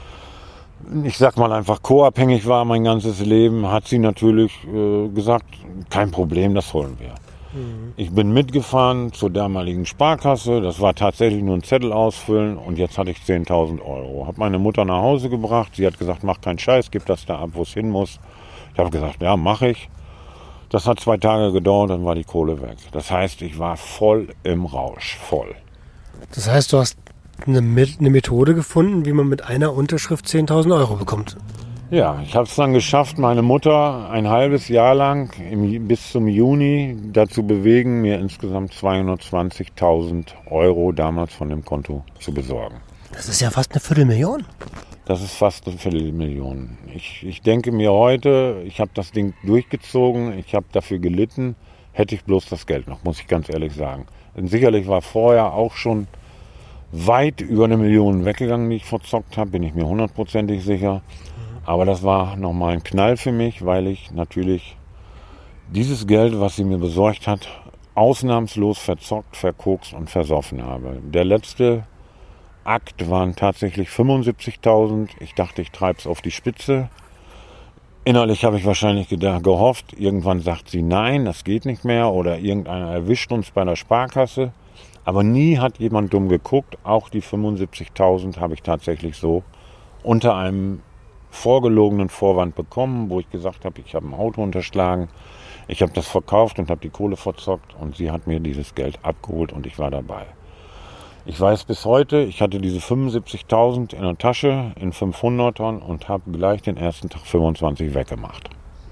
ich sag mal einfach co-abhängig war mein ganzes Leben, hat sie natürlich äh, gesagt, kein Problem, das holen wir. Mhm. Ich bin mitgefahren zur damaligen Sparkasse, das war tatsächlich nur ein Zettel ausfüllen und jetzt hatte ich zehntausend Euro. Habe meine Mutter nach Hause gebracht, sie hat gesagt, mach keinen Scheiß, gib das da ab, wo es hin muss. Ich habe gesagt, ja, mache ich. Das hat zwei Tage gedauert, dann war die Kohle weg. Das heißt, ich war voll im Rausch, voll. Das heißt, du hast eine, eine Methode gefunden, wie man mit einer Unterschrift zehntausend Euro bekommt. Ja, ich habe es dann geschafft, meine Mutter ein halbes Jahr lang im, bis zum Juni dazu bewegen, mir insgesamt zweihundertzwanzigtausend Euro damals von dem Konto zu besorgen. Das ist ja fast eine Viertelmillion. Das ist fast eine Viertelmillion. Ich, ich denke mir heute, ich habe das Ding durchgezogen, ich habe dafür gelitten, hätte ich bloß das Geld noch, muss ich ganz ehrlich sagen. Denn sicherlich war vorher auch schon weit über eine Million weggegangen, die ich verzockt habe, bin ich mir hundertprozentig sicher. Aber das war nochmal ein Knall für mich, weil ich natürlich dieses Geld, was sie mir besorgt hat, ausnahmslos verzockt, verkokst und versoffen habe. Der letzte Akt waren tatsächlich fünfundsiebzigtausend. Ich dachte, ich treibe es auf die Spitze. Innerlich habe ich wahrscheinlich gedacht, gehofft, irgendwann sagt sie nein, das geht nicht mehr oder irgendeiner erwischt uns bei der Sparkasse. Aber nie hat jemand dumm geguckt. Auch die fünfundsiebzigtausend habe ich tatsächlich so unter einem vorgelogenen Vorwand bekommen, wo ich gesagt habe, ich habe ein Auto unterschlagen. Ich habe das verkauft und habe die Kohle verzockt und sie hat mir dieses Geld abgeholt und ich war dabei. Ich weiß bis heute, ich hatte diese fünfundsiebzigtausend in der Tasche in fünfhundertern und habe gleich den ersten Tag fünfundzwanzig weggemacht.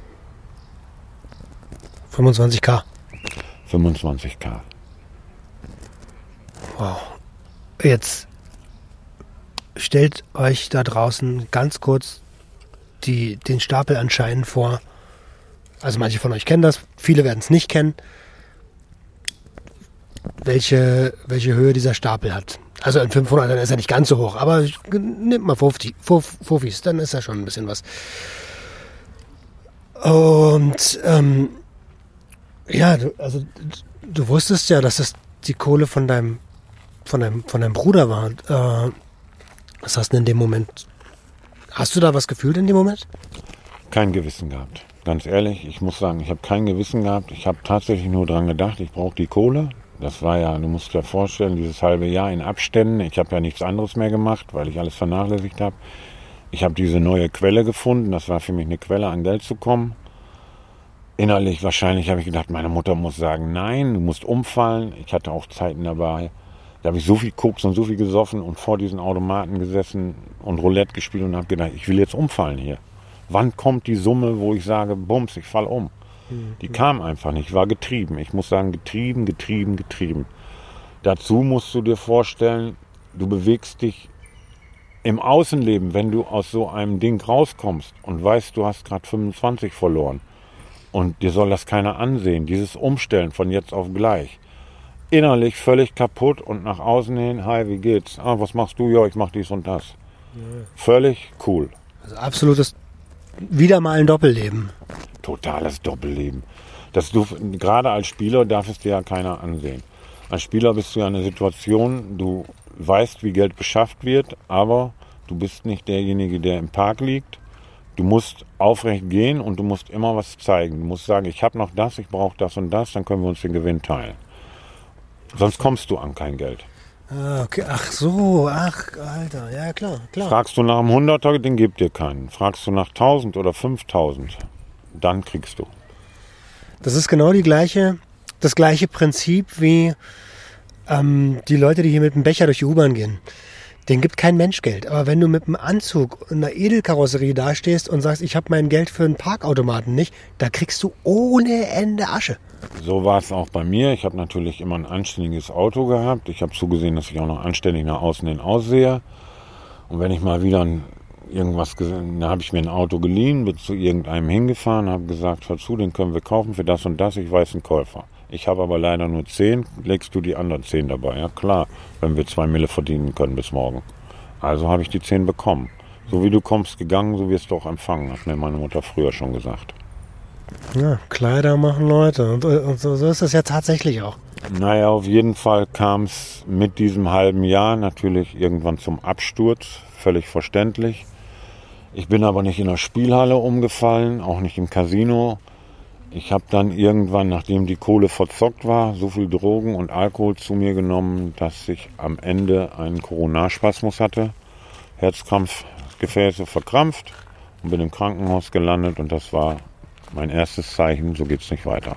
fünfundzwanzigtausend? fünfundzwanzigtausend. Wow. Jetzt stellt euch da draußen ganz kurz die, den Stapel an Scheinen vor. Also manche von euch kennen das, viele werden es nicht kennen. Welche, welche Höhe dieser Stapel hat. Also in fünfhundert, dann ist er nicht ganz so hoch, aber nimmt mal fünfzig, fünfzig, dann ist ja schon ein bisschen was. Und ähm, ja, du, also du wusstest ja, dass das die Kohle von deinem von deinem, von deinem Bruder war. Äh, was hast du in dem Moment? Hast du da was gefühlt in dem Moment? Kein Gewissen gehabt. Ganz ehrlich, ich muss sagen, ich habe kein Gewissen gehabt. Ich habe tatsächlich nur dran gedacht, ich brauche die Kohle. Das war ja, du musst dir vorstellen, dieses halbe Jahr in Abständen. Ich habe ja nichts anderes mehr gemacht, weil ich alles vernachlässigt habe. Ich habe diese neue Quelle gefunden. Das war für mich eine Quelle, an Geld zu kommen. Innerlich wahrscheinlich habe ich gedacht, meine Mutter muss sagen, nein, du musst umfallen. Ich hatte auch Zeiten dabei, da habe ich so viel Koks und so viel gesoffen und vor diesen Automaten gesessen und Roulette gespielt und habe gedacht, ich will jetzt umfallen hier. Wann kommt die Summe, wo ich sage, bums, ich fall um? Mhm. Die kam einfach nicht, ich war getrieben. Ich muss sagen, getrieben, getrieben, getrieben. Dazu musst du dir vorstellen, du bewegst dich im Außenleben, wenn du aus so einem Ding rauskommst und weißt, du hast gerade fünfundzwanzig verloren und dir soll das keiner ansehen, dieses Umstellen von jetzt auf gleich. Innerlich völlig kaputt und nach außen hin, hi, wie geht's? Ah, was machst du? Ja, ich mach dies und das. Ja. Völlig cool. Also absolutes, wieder mal ein Doppelleben. Totales Doppelleben. Das du, gerade als Spieler darf es dir ja keiner ansehen. Als Spieler bist du ja in einer Situation, du weißt, wie Geld beschafft wird, aber du bist nicht derjenige, der im Park liegt. Du musst aufrecht gehen und du musst immer was zeigen. Du musst sagen, ich habe noch das, ich brauche das und das, dann können wir uns den Gewinn teilen. Sonst kommst du an kein Geld. Ah, okay. Ach so, ach, Alter, ja klar, klar. Fragst du nach einem Hunderter, den gibt dir keinen. Fragst du nach tausend oder fünftausend, dann kriegst du. Das ist genau die gleiche, das gleiche Prinzip wie ähm, die Leute, die hier mit dem Becher durch die U-Bahn gehen. Denen gibt kein Mensch Geld. Aber wenn du mit einem Anzug und einer Edelkarosserie dastehst und sagst, ich habe mein Geld für einen Parkautomaten nicht, da kriegst du ohne Ende Asche. So war es auch bei mir. Ich habe natürlich immer ein anständiges Auto gehabt. Ich habe zugesehen, dass ich auch noch anständig nach außen hin aussehe. Und wenn ich mal wieder ein, irgendwas gesehen, da habe ich mir ein Auto geliehen, bin zu irgendeinem hingefahren, habe gesagt, hör zu, den können wir kaufen für das und das, ich weiß einen Käufer. Ich habe aber leider nur zehn, legst du die anderen zehn dabei? Ja klar, wenn wir zwei Mille verdienen können bis morgen. Also habe ich die zehn bekommen. So wie du kommst gegangen, so wirst du auch empfangen, hat mir meine Mutter früher schon gesagt. Ja, Kleider machen Leute und, und so, so ist es ja tatsächlich auch. Naja, auf jeden Fall kam es mit diesem halben Jahr natürlich irgendwann zum Absturz, völlig verständlich. Ich bin aber nicht in der Spielhalle umgefallen, auch nicht im Casino. Ich habe dann irgendwann, nachdem die Kohle verzockt war, so viel Drogen und Alkohol zu mir genommen, dass ich am Ende einen Coronarspasmus hatte, Herzkrampfgefäße verkrampft und bin im Krankenhaus gelandet und das war mein erstes Zeichen, so geht's nicht weiter.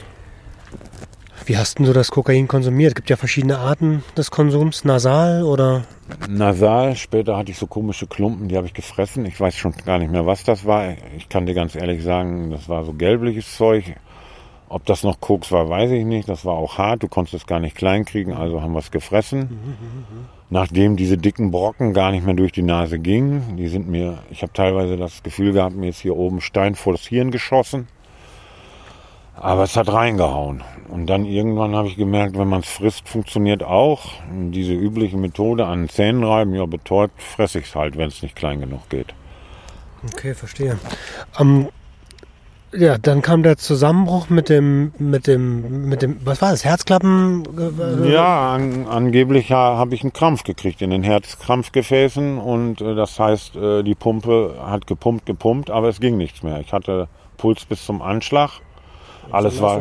Wie hast denn du das Kokain konsumiert? Es gibt ja verschiedene Arten des Konsums, nasal oder? Nasal, später hatte ich so komische Klumpen, die habe ich gefressen. Ich weiß schon gar nicht mehr, was das war. Ich kann dir ganz ehrlich sagen, das war so gelbliches Zeug. Ob das noch Koks war, weiß ich nicht. Das war auch hart, du konntest es gar nicht klein kriegen, also haben wir es gefressen. Nachdem diese dicken Brocken gar nicht mehr durch die Nase gingen, die sind mir, ich habe teilweise das Gefühl gehabt, mir ist hier oben Stein vor das Hirn geschossen. Aber es hat reingehauen. Und dann irgendwann habe ich gemerkt, wenn man es frisst, funktioniert auch. Diese übliche Methode an den Zähnen reiben, ja betäubt, fresse ich es halt, wenn es nicht klein genug geht. Okay, verstehe. Ähm, ja, dann kam der Zusammenbruch mit dem, mit dem, mit dem, was war das, Herzklappen? Ja, an, angeblich habe ich einen Krampf gekriegt in den Herzkrampfgefäßen und äh, das heißt, äh, die Pumpe hat gepumpt, gepumpt, aber es ging nichts mehr. Ich hatte Puls bis zum Anschlag. Alles war,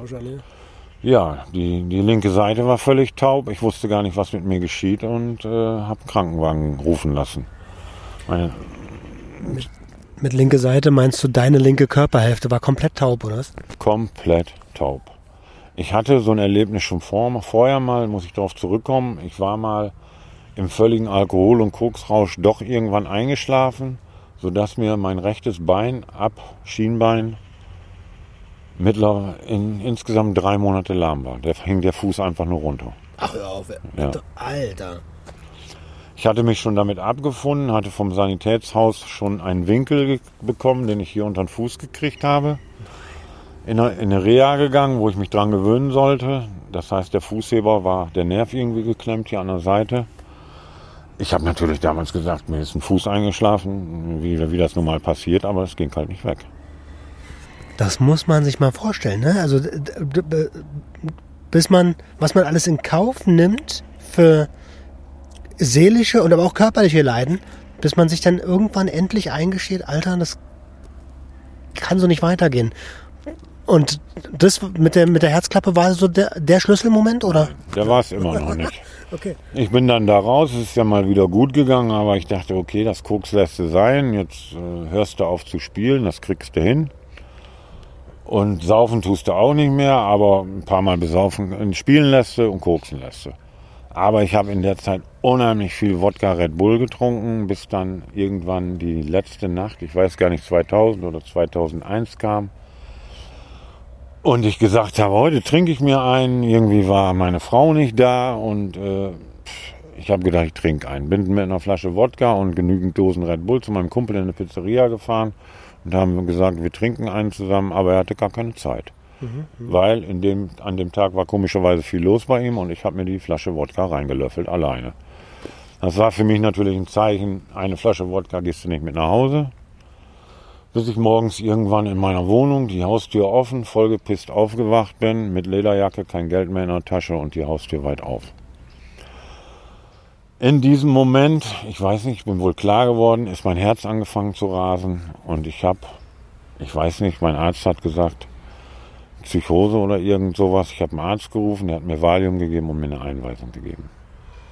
ja, die, die linke Seite war völlig taub. Ich wusste gar nicht, was mit mir geschieht und äh, habe einen Krankenwagen rufen lassen. Meine, mit, mit linke Seite meinst du, deine linke Körperhälfte war komplett taub, oder was? Komplett taub. Ich hatte so ein Erlebnis schon vor, vorher mal, muss ich darauf zurückkommen. Ich war mal im völligen Alkohol- und Koksrausch doch irgendwann eingeschlafen, sodass mir mein rechtes Bein ab Schienbein mittlerweile in, insgesamt drei Monate lahm war. Da hing der Fuß einfach nur runter. Ach, hör auf, ja. Alter. Ich hatte mich schon damit abgefunden, hatte vom Sanitätshaus schon einen Winkel bekommen, den ich hier unter den Fuß gekriegt habe. In eine, in eine Reha gegangen, wo ich mich dran gewöhnen sollte. Das heißt, der Fußheber war der Nerv irgendwie geklemmt hier an der Seite. Ich habe natürlich damals gesagt, mir ist ein Fuß eingeschlafen, wie, wie das nun mal passiert, aber es ging halt nicht weg. Das muss man sich mal vorstellen, ne? Also bis man, was man alles in Kauf nimmt für seelische und aber auch körperliche Leiden, bis man sich dann irgendwann endlich eingesteht, Alter, das kann so nicht weitergehen. Und das mit der mit der Herzklappe war so der, der Schlüsselmoment, oder? Der war es immer noch nicht. Okay. Ich bin dann da raus, es ist ja mal wieder gut gegangen, aber ich dachte, okay, das Koks lässt du sein, jetzt äh, hörst du auf zu spielen, das kriegst du hin. Und saufen tust du auch nicht mehr, aber ein paar Mal besaufen, spielen lässt du und koksen lässt du. Aber ich habe in der Zeit unheimlich viel Wodka Red Bull getrunken, bis dann irgendwann die letzte Nacht, ich weiß gar nicht, zweitausend oder zweitausendeins kam. Und ich gesagt habe, heute trinke ich mir einen. Irgendwie war meine Frau nicht da und äh, ich habe gedacht, ich trinke einen. Bin mit einer Flasche Wodka und genügend Dosen Red Bull zu meinem Kumpel in eine Pizzeria gefahren. Und da haben wir gesagt, wir trinken einen zusammen, aber er hatte gar keine Zeit. Mhm, weil in dem, an dem Tag war komischerweise viel los bei ihm und ich habe mir die Flasche Wodka reingelöffelt, alleine. Das war für mich natürlich ein Zeichen, eine Flasche Wodka gehst du nicht mit nach Hause. Bis ich morgens irgendwann in meiner Wohnung, die Haustür offen, vollgepisst aufgewacht bin, mit Lederjacke, kein Geld mehr in der Tasche und die Haustür weit auf. In diesem Moment, ich weiß nicht, ich bin wohl klar geworden, ist mein Herz angefangen zu rasen und ich habe, ich weiß nicht, mein Arzt hat gesagt, Psychose oder irgend sowas. Ich habe einen Arzt gerufen, der hat mir Valium gegeben und mir eine Einweisung gegeben.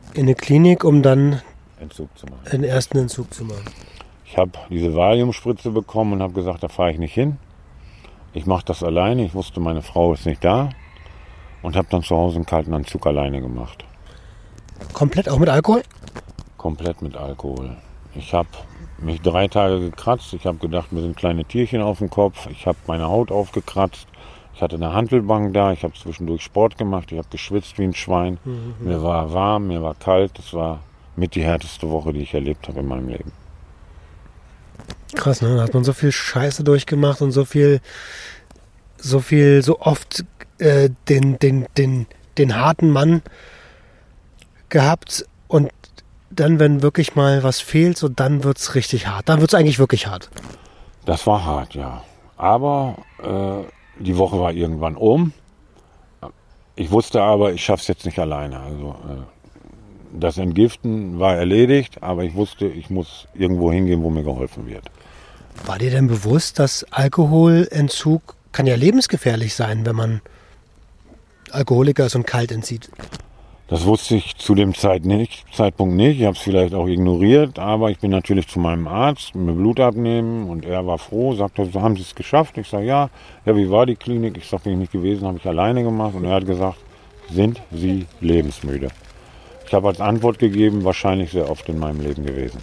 in eine Klinik, um dann Entzug zu machen. den ersten Entzug zu machen. Ich habe diese Valiumspritze bekommen und habe gesagt, da fahre ich nicht hin. Ich mache das alleine. Ich wusste, meine Frau ist nicht da. Und habe dann zu Hause einen kalten Entzug alleine gemacht. Komplett auch mit Alkohol? Komplett mit Alkohol. Ich habe mich drei Tage gekratzt. Ich habe gedacht, mir sind kleine Tierchen auf dem Kopf. Ich habe meine Haut aufgekratzt. Ich hatte eine Hantelbank da. Ich habe zwischendurch Sport gemacht. Ich habe geschwitzt wie ein Schwein. Mhm. Mir war warm, mir war kalt. Das war mit die härteste Woche, die ich erlebt habe in meinem Leben. Krass, ne? Da hat man so viel Scheiße durchgemacht und so viel, so viel, so oft äh, den, den, den, den harten Mann gehabt und dann, wenn wirklich mal was fehlt, so dann wird's richtig hart. Dann wird's eigentlich wirklich hart. Das war hart, ja. Aber äh, die Woche war irgendwann um. Ich wusste aber, ich schaff's jetzt nicht alleine. Also äh, das Entgiften war erledigt, aber ich wusste, ich muss irgendwo hingehen, wo mir geholfen wird. War dir denn bewusst, dass Alkoholentzug kann ja lebensgefährlich sein, wenn man Alkoholiker ist und kalt entzieht? Das wusste ich zu dem Zeit nicht, Zeitpunkt nicht. Ich habe es vielleicht auch ignoriert, aber ich bin natürlich zu meinem Arzt, mir Blut abnehmen und er war froh, sagte, so haben Sie es geschafft? Ich sage, ja. Ja, wie war die Klinik? Ich sage, bin ich nicht gewesen, habe ich alleine gemacht. Und er hat gesagt, sind Sie lebensmüde? Ich habe als Antwort gegeben, wahrscheinlich sehr oft in meinem Leben gewesen.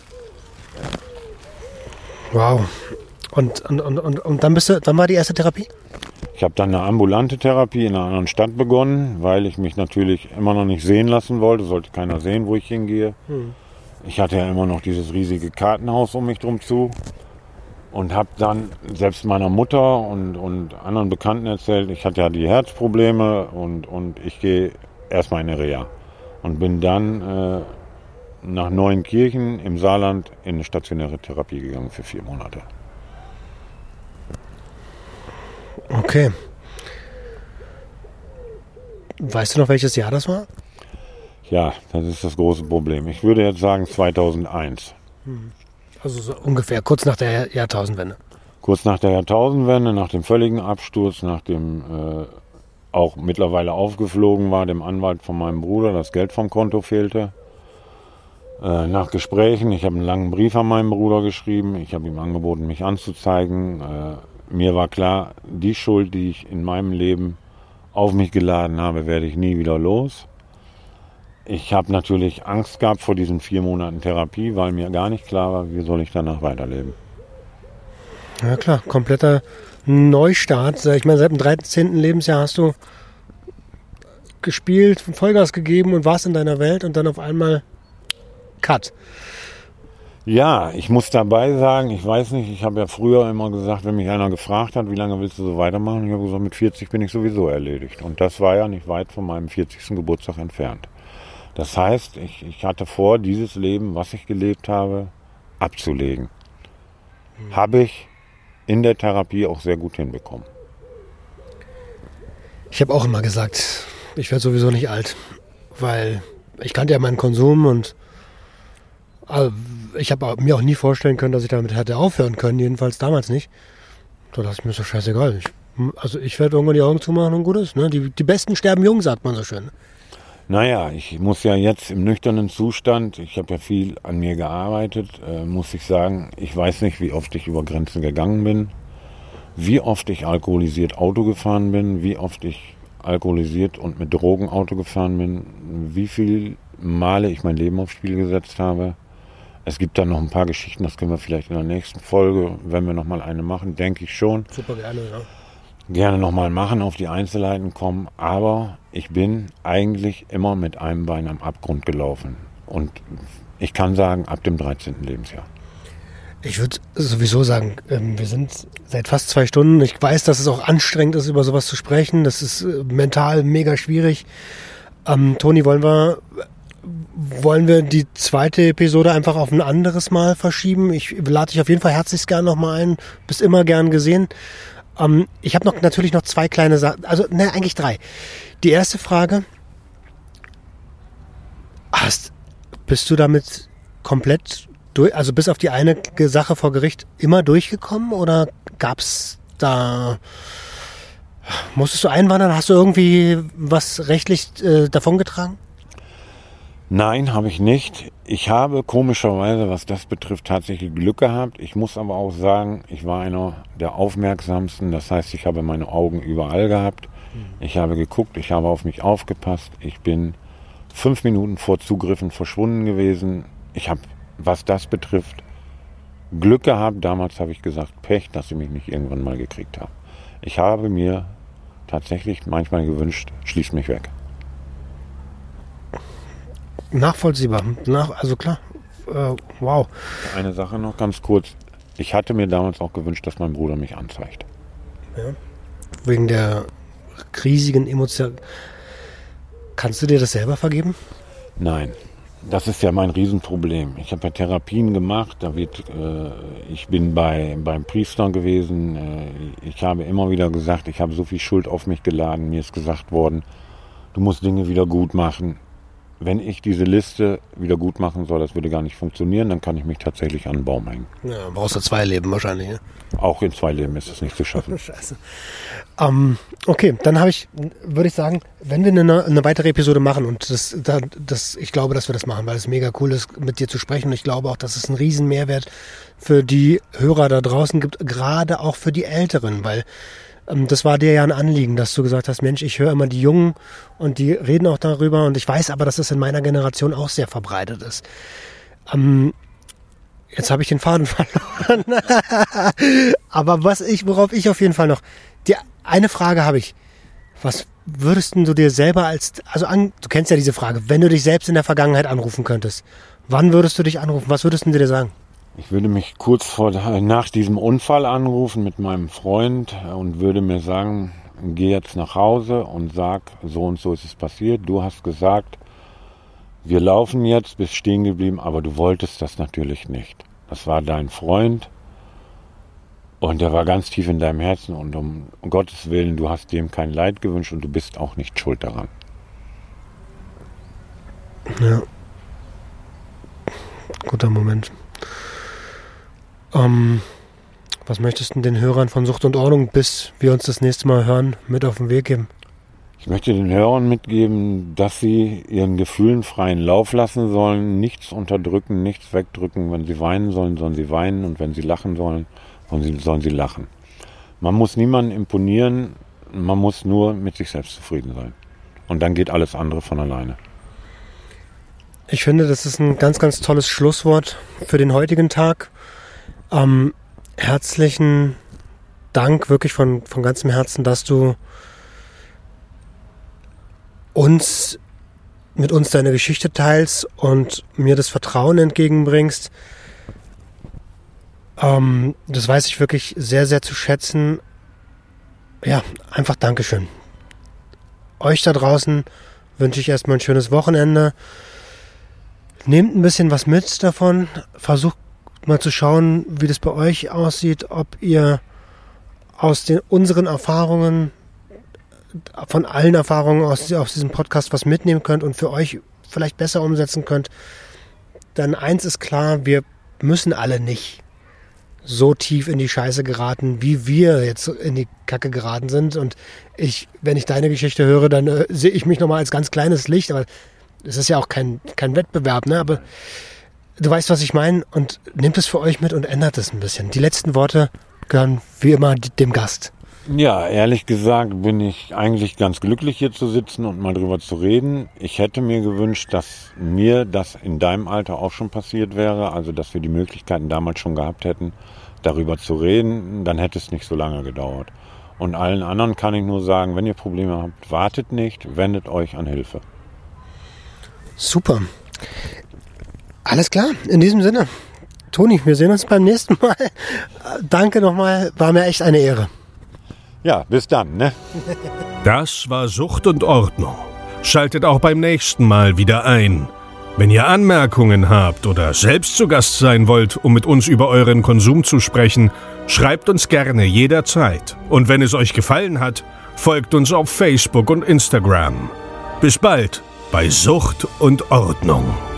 Wow. Und, und, und, und, und dann bist du, dann war die erste Therapie? Ich habe dann eine ambulante Therapie in einer anderen Stadt begonnen, weil ich mich natürlich immer noch nicht sehen lassen wollte. Sollte keiner sehen, wo ich hingehe. Hm. Ich hatte ja immer noch dieses riesige Kartenhaus um mich drum zu. Und habe dann selbst meiner Mutter und, und anderen Bekannten erzählt, ich hatte ja die Herzprobleme und, und ich gehe erstmal in eine Reha. Und bin dann äh, nach Neuenkirchen im Saarland in eine stationäre Therapie gegangen für vier Monate. Okay. Weißt du noch, welches Jahr das war? Ja, das ist das große Problem. Ich würde jetzt sagen zweitausendeins. Also so ungefähr kurz nach der Jahrtausendwende. Kurz nach der Jahrtausendwende, nach dem völligen Absturz, nach dem äh, auch mittlerweile aufgeflogen war, dem Anwalt von meinem Bruder, das Geld vom Konto fehlte. Äh, nach Gesprächen, ich habe einen langen Brief an meinen Bruder geschrieben, ich habe ihm angeboten, mich anzuzeigen. Äh, mir war klar, die Schuld, die ich in meinem Leben auf mich geladen habe, werde ich nie wieder los. Ich habe natürlich Angst gehabt vor diesen vier Monaten Therapie, weil mir gar nicht klar war, wie soll ich danach weiterleben. Ja klar, kompletter Neustart. Ich meine, seit dem dreizehnten Lebensjahr hast du gespielt, Vollgas gegeben und warst in deiner Welt und dann auf einmal Cut. Ja, ich muss dabei sagen, ich weiß nicht, ich habe ja früher immer gesagt, wenn mich einer gefragt hat, wie lange willst du so weitermachen? Ich habe gesagt, mit vierzig bin ich sowieso erledigt. Und das war ja nicht weit von meinem vierzigsten Geburtstag entfernt. Das heißt, ich, ich hatte vor, dieses Leben, was ich gelebt habe, abzulegen. Hm. Habe ich in der Therapie auch sehr gut hinbekommen. Ich habe auch immer gesagt, ich werde sowieso nicht alt, weil ich kannte ja meinen Konsum und also ich habe mir auch nie vorstellen können, dass ich damit hätte aufhören können, jedenfalls damals nicht. Da dachte ich mir, so scheißegal. Ich, also ich werde irgendwann die Augen zumachen und gut ist. Ne? Die, die Besten sterben jung, sagt man so schön. Naja, ich muss ja jetzt im nüchternen Zustand, ich habe ja viel an mir gearbeitet, äh, muss ich sagen, ich weiß nicht, wie oft ich über Grenzen gegangen bin, wie oft ich alkoholisiert Auto gefahren bin, wie oft ich alkoholisiert und mit Drogen Auto gefahren bin, wie viele Male ich mein Leben aufs Spiel gesetzt habe. Es gibt da noch ein paar Geschichten, das können wir vielleicht in der nächsten Folge, wenn wir nochmal eine machen, denke ich schon. Super gerne, ja. Gerne nochmal machen, auf die Einzelheiten kommen, aber ich bin eigentlich immer mit einem Bein am Abgrund gelaufen. Und ich kann sagen, ab dem dreizehnten Lebensjahr. Ich würde sowieso sagen, wir sind seit fast zwei Stunden. Ich weiß, dass es auch anstrengend ist, über sowas zu sprechen. Das ist mental mega schwierig. Ähm, Toni, wollen wir, wollen wir die zweite Episode einfach auf ein anderes Mal verschieben? Ich lade dich auf jeden Fall herzlichst gern nochmal ein. Bist immer gern gesehen. Um, ich habe noch natürlich noch zwei kleine Sachen, also ne, eigentlich drei. Die erste Frage, hast, bist du damit komplett durch, also bis auf die eine Sache vor Gericht immer durchgekommen oder gab's da, musstest du einwandern, hast du irgendwie was rechtlich äh, davongetragen? Nein, habe ich nicht. Ich habe komischerweise, was das betrifft, tatsächlich Glück gehabt. Ich muss aber auch sagen, ich war einer der aufmerksamsten. Das heißt, ich habe meine Augen überall gehabt. Ich habe geguckt, ich habe auf mich aufgepasst. Ich bin fünf Minuten vor Zugriffen verschwunden gewesen. Ich habe, was das betrifft, Glück gehabt. Damals habe ich gesagt, Pech, dass sie mich nicht irgendwann mal gekriegt haben. Ich habe mir tatsächlich manchmal gewünscht, schließ mich weg. Nachvollziehbar. Nach, also klar. Äh, wow. Eine Sache noch ganz kurz. Ich hatte mir damals auch gewünscht, dass mein Bruder mich anzeigt. Ja. Wegen der riesigen Emotion. Kannst du dir das selber vergeben? Nein. Das ist ja mein Riesenproblem. Ich habe ja Therapien gemacht. Da wird, äh, ich bin bei, beim Priester gewesen. Äh, ich habe immer wieder gesagt, ich habe so viel Schuld auf mich geladen. Mir ist gesagt worden, du musst Dinge wieder gut machen. Wenn ich diese Liste wieder gut machen soll, das würde gar nicht funktionieren, dann kann ich mich tatsächlich an einen Baum hängen. Ja, brauchst du zwei Leben wahrscheinlich. Ne? Auch in zwei Leben ist es nicht zu schaffen. Scheiße. Ähm, okay, dann habe ich, würde ich sagen, wenn wir eine, eine weitere Episode machen und das, das, ich glaube, dass wir das machen, weil es mega cool ist, mit dir zu sprechen und ich glaube auch, dass es einen riesen Mehrwert für die Hörer da draußen gibt, gerade auch für die Älteren, weil das war dir ja ein Anliegen, dass du gesagt hast, Mensch, ich höre immer die Jungen und die reden auch darüber und ich weiß aber, dass es in meiner Generation auch sehr verbreitet ist. Ähm, jetzt habe ich den Faden verloren. Aber was ich, worauf ich auf jeden Fall noch, die eine Frage habe ich. Was würdest du dir selber als, also an, du kennst ja diese Frage, wenn du dich selbst in der Vergangenheit anrufen könntest, wann würdest du dich anrufen? Was würdest du dir sagen? Ich würde mich kurz vor, nach diesem Unfall anrufen mit meinem Freund und würde mir sagen, geh jetzt nach Hause und sag, so und so ist es passiert. Du hast gesagt, wir laufen jetzt, bist stehen geblieben, aber du wolltest das natürlich nicht. Das war dein Freund und der war ganz tief in deinem Herzen und um, um Gottes Willen, du hast dem kein Leid gewünscht und du bist auch nicht schuld daran. Ja. Guter Moment. Ähm, was möchtest du den Hörern von Sucht und Ordnung, bis wir uns das nächste Mal hören, mit auf den Weg geben? Ich möchte den Hörern mitgeben, dass sie ihren Gefühlen freien Lauf lassen sollen, nichts unterdrücken, nichts wegdrücken. Wenn sie weinen sollen, sollen sie weinen und wenn sie lachen sollen, sollen sie, sollen sie lachen. Man muss niemandem imponieren, man muss nur mit sich selbst zufrieden sein. Und dann geht alles andere von alleine. Ich finde, das ist ein ganz, ganz tolles Schlusswort für den heutigen Tag. Ähm, herzlichen Dank, wirklich von, von ganzem Herzen, dass du uns mit uns deine Geschichte teilst und mir das Vertrauen entgegenbringst. Ähm, das weiß ich wirklich sehr, sehr zu schätzen. Ja, einfach Dankeschön. Euch da draußen wünsche ich erstmal ein schönes Wochenende. Nehmt ein bisschen was mit davon. Versucht mal zu schauen, wie das bei euch aussieht, ob ihr aus den unseren Erfahrungen, von allen Erfahrungen aus, aus diesem Podcast was mitnehmen könnt und für euch vielleicht besser umsetzen könnt. Denn eins ist klar, wir müssen alle nicht so tief in die Scheiße geraten, wie wir jetzt in die Kacke geraten sind. Und ich, wenn ich deine Geschichte höre, dann äh, sehe ich mich nochmal als ganz kleines Licht, aber es ist ja auch kein, kein Wettbewerb, ne? Aber du weißt, was ich meine, und nehmt es für euch mit und ändert es ein bisschen. Die letzten Worte gehören wie immer dem Gast. Ja, ehrlich gesagt bin ich eigentlich ganz glücklich, hier zu sitzen und mal drüber zu reden. Ich hätte mir gewünscht, dass mir das in deinem Alter auch schon passiert wäre, also dass wir die Möglichkeiten damals schon gehabt hätten, darüber zu reden, dann hätte es nicht so lange gedauert. Und allen anderen kann ich nur sagen, wenn ihr Probleme habt, wartet nicht, wendet euch an Hilfe. Super. Alles klar, in diesem Sinne. Toni, wir sehen uns beim nächsten Mal. Danke nochmal, war mir echt eine Ehre. Ja, bis dann, ne? Das war Sucht und Ordnung. Schaltet auch beim nächsten Mal wieder ein. Wenn ihr Anmerkungen habt oder selbst zu Gast sein wollt, um mit uns über euren Konsum zu sprechen, schreibt uns gerne jederzeit. Und wenn es euch gefallen hat, folgt uns auf Facebook und Instagram. Bis bald bei Sucht und Ordnung.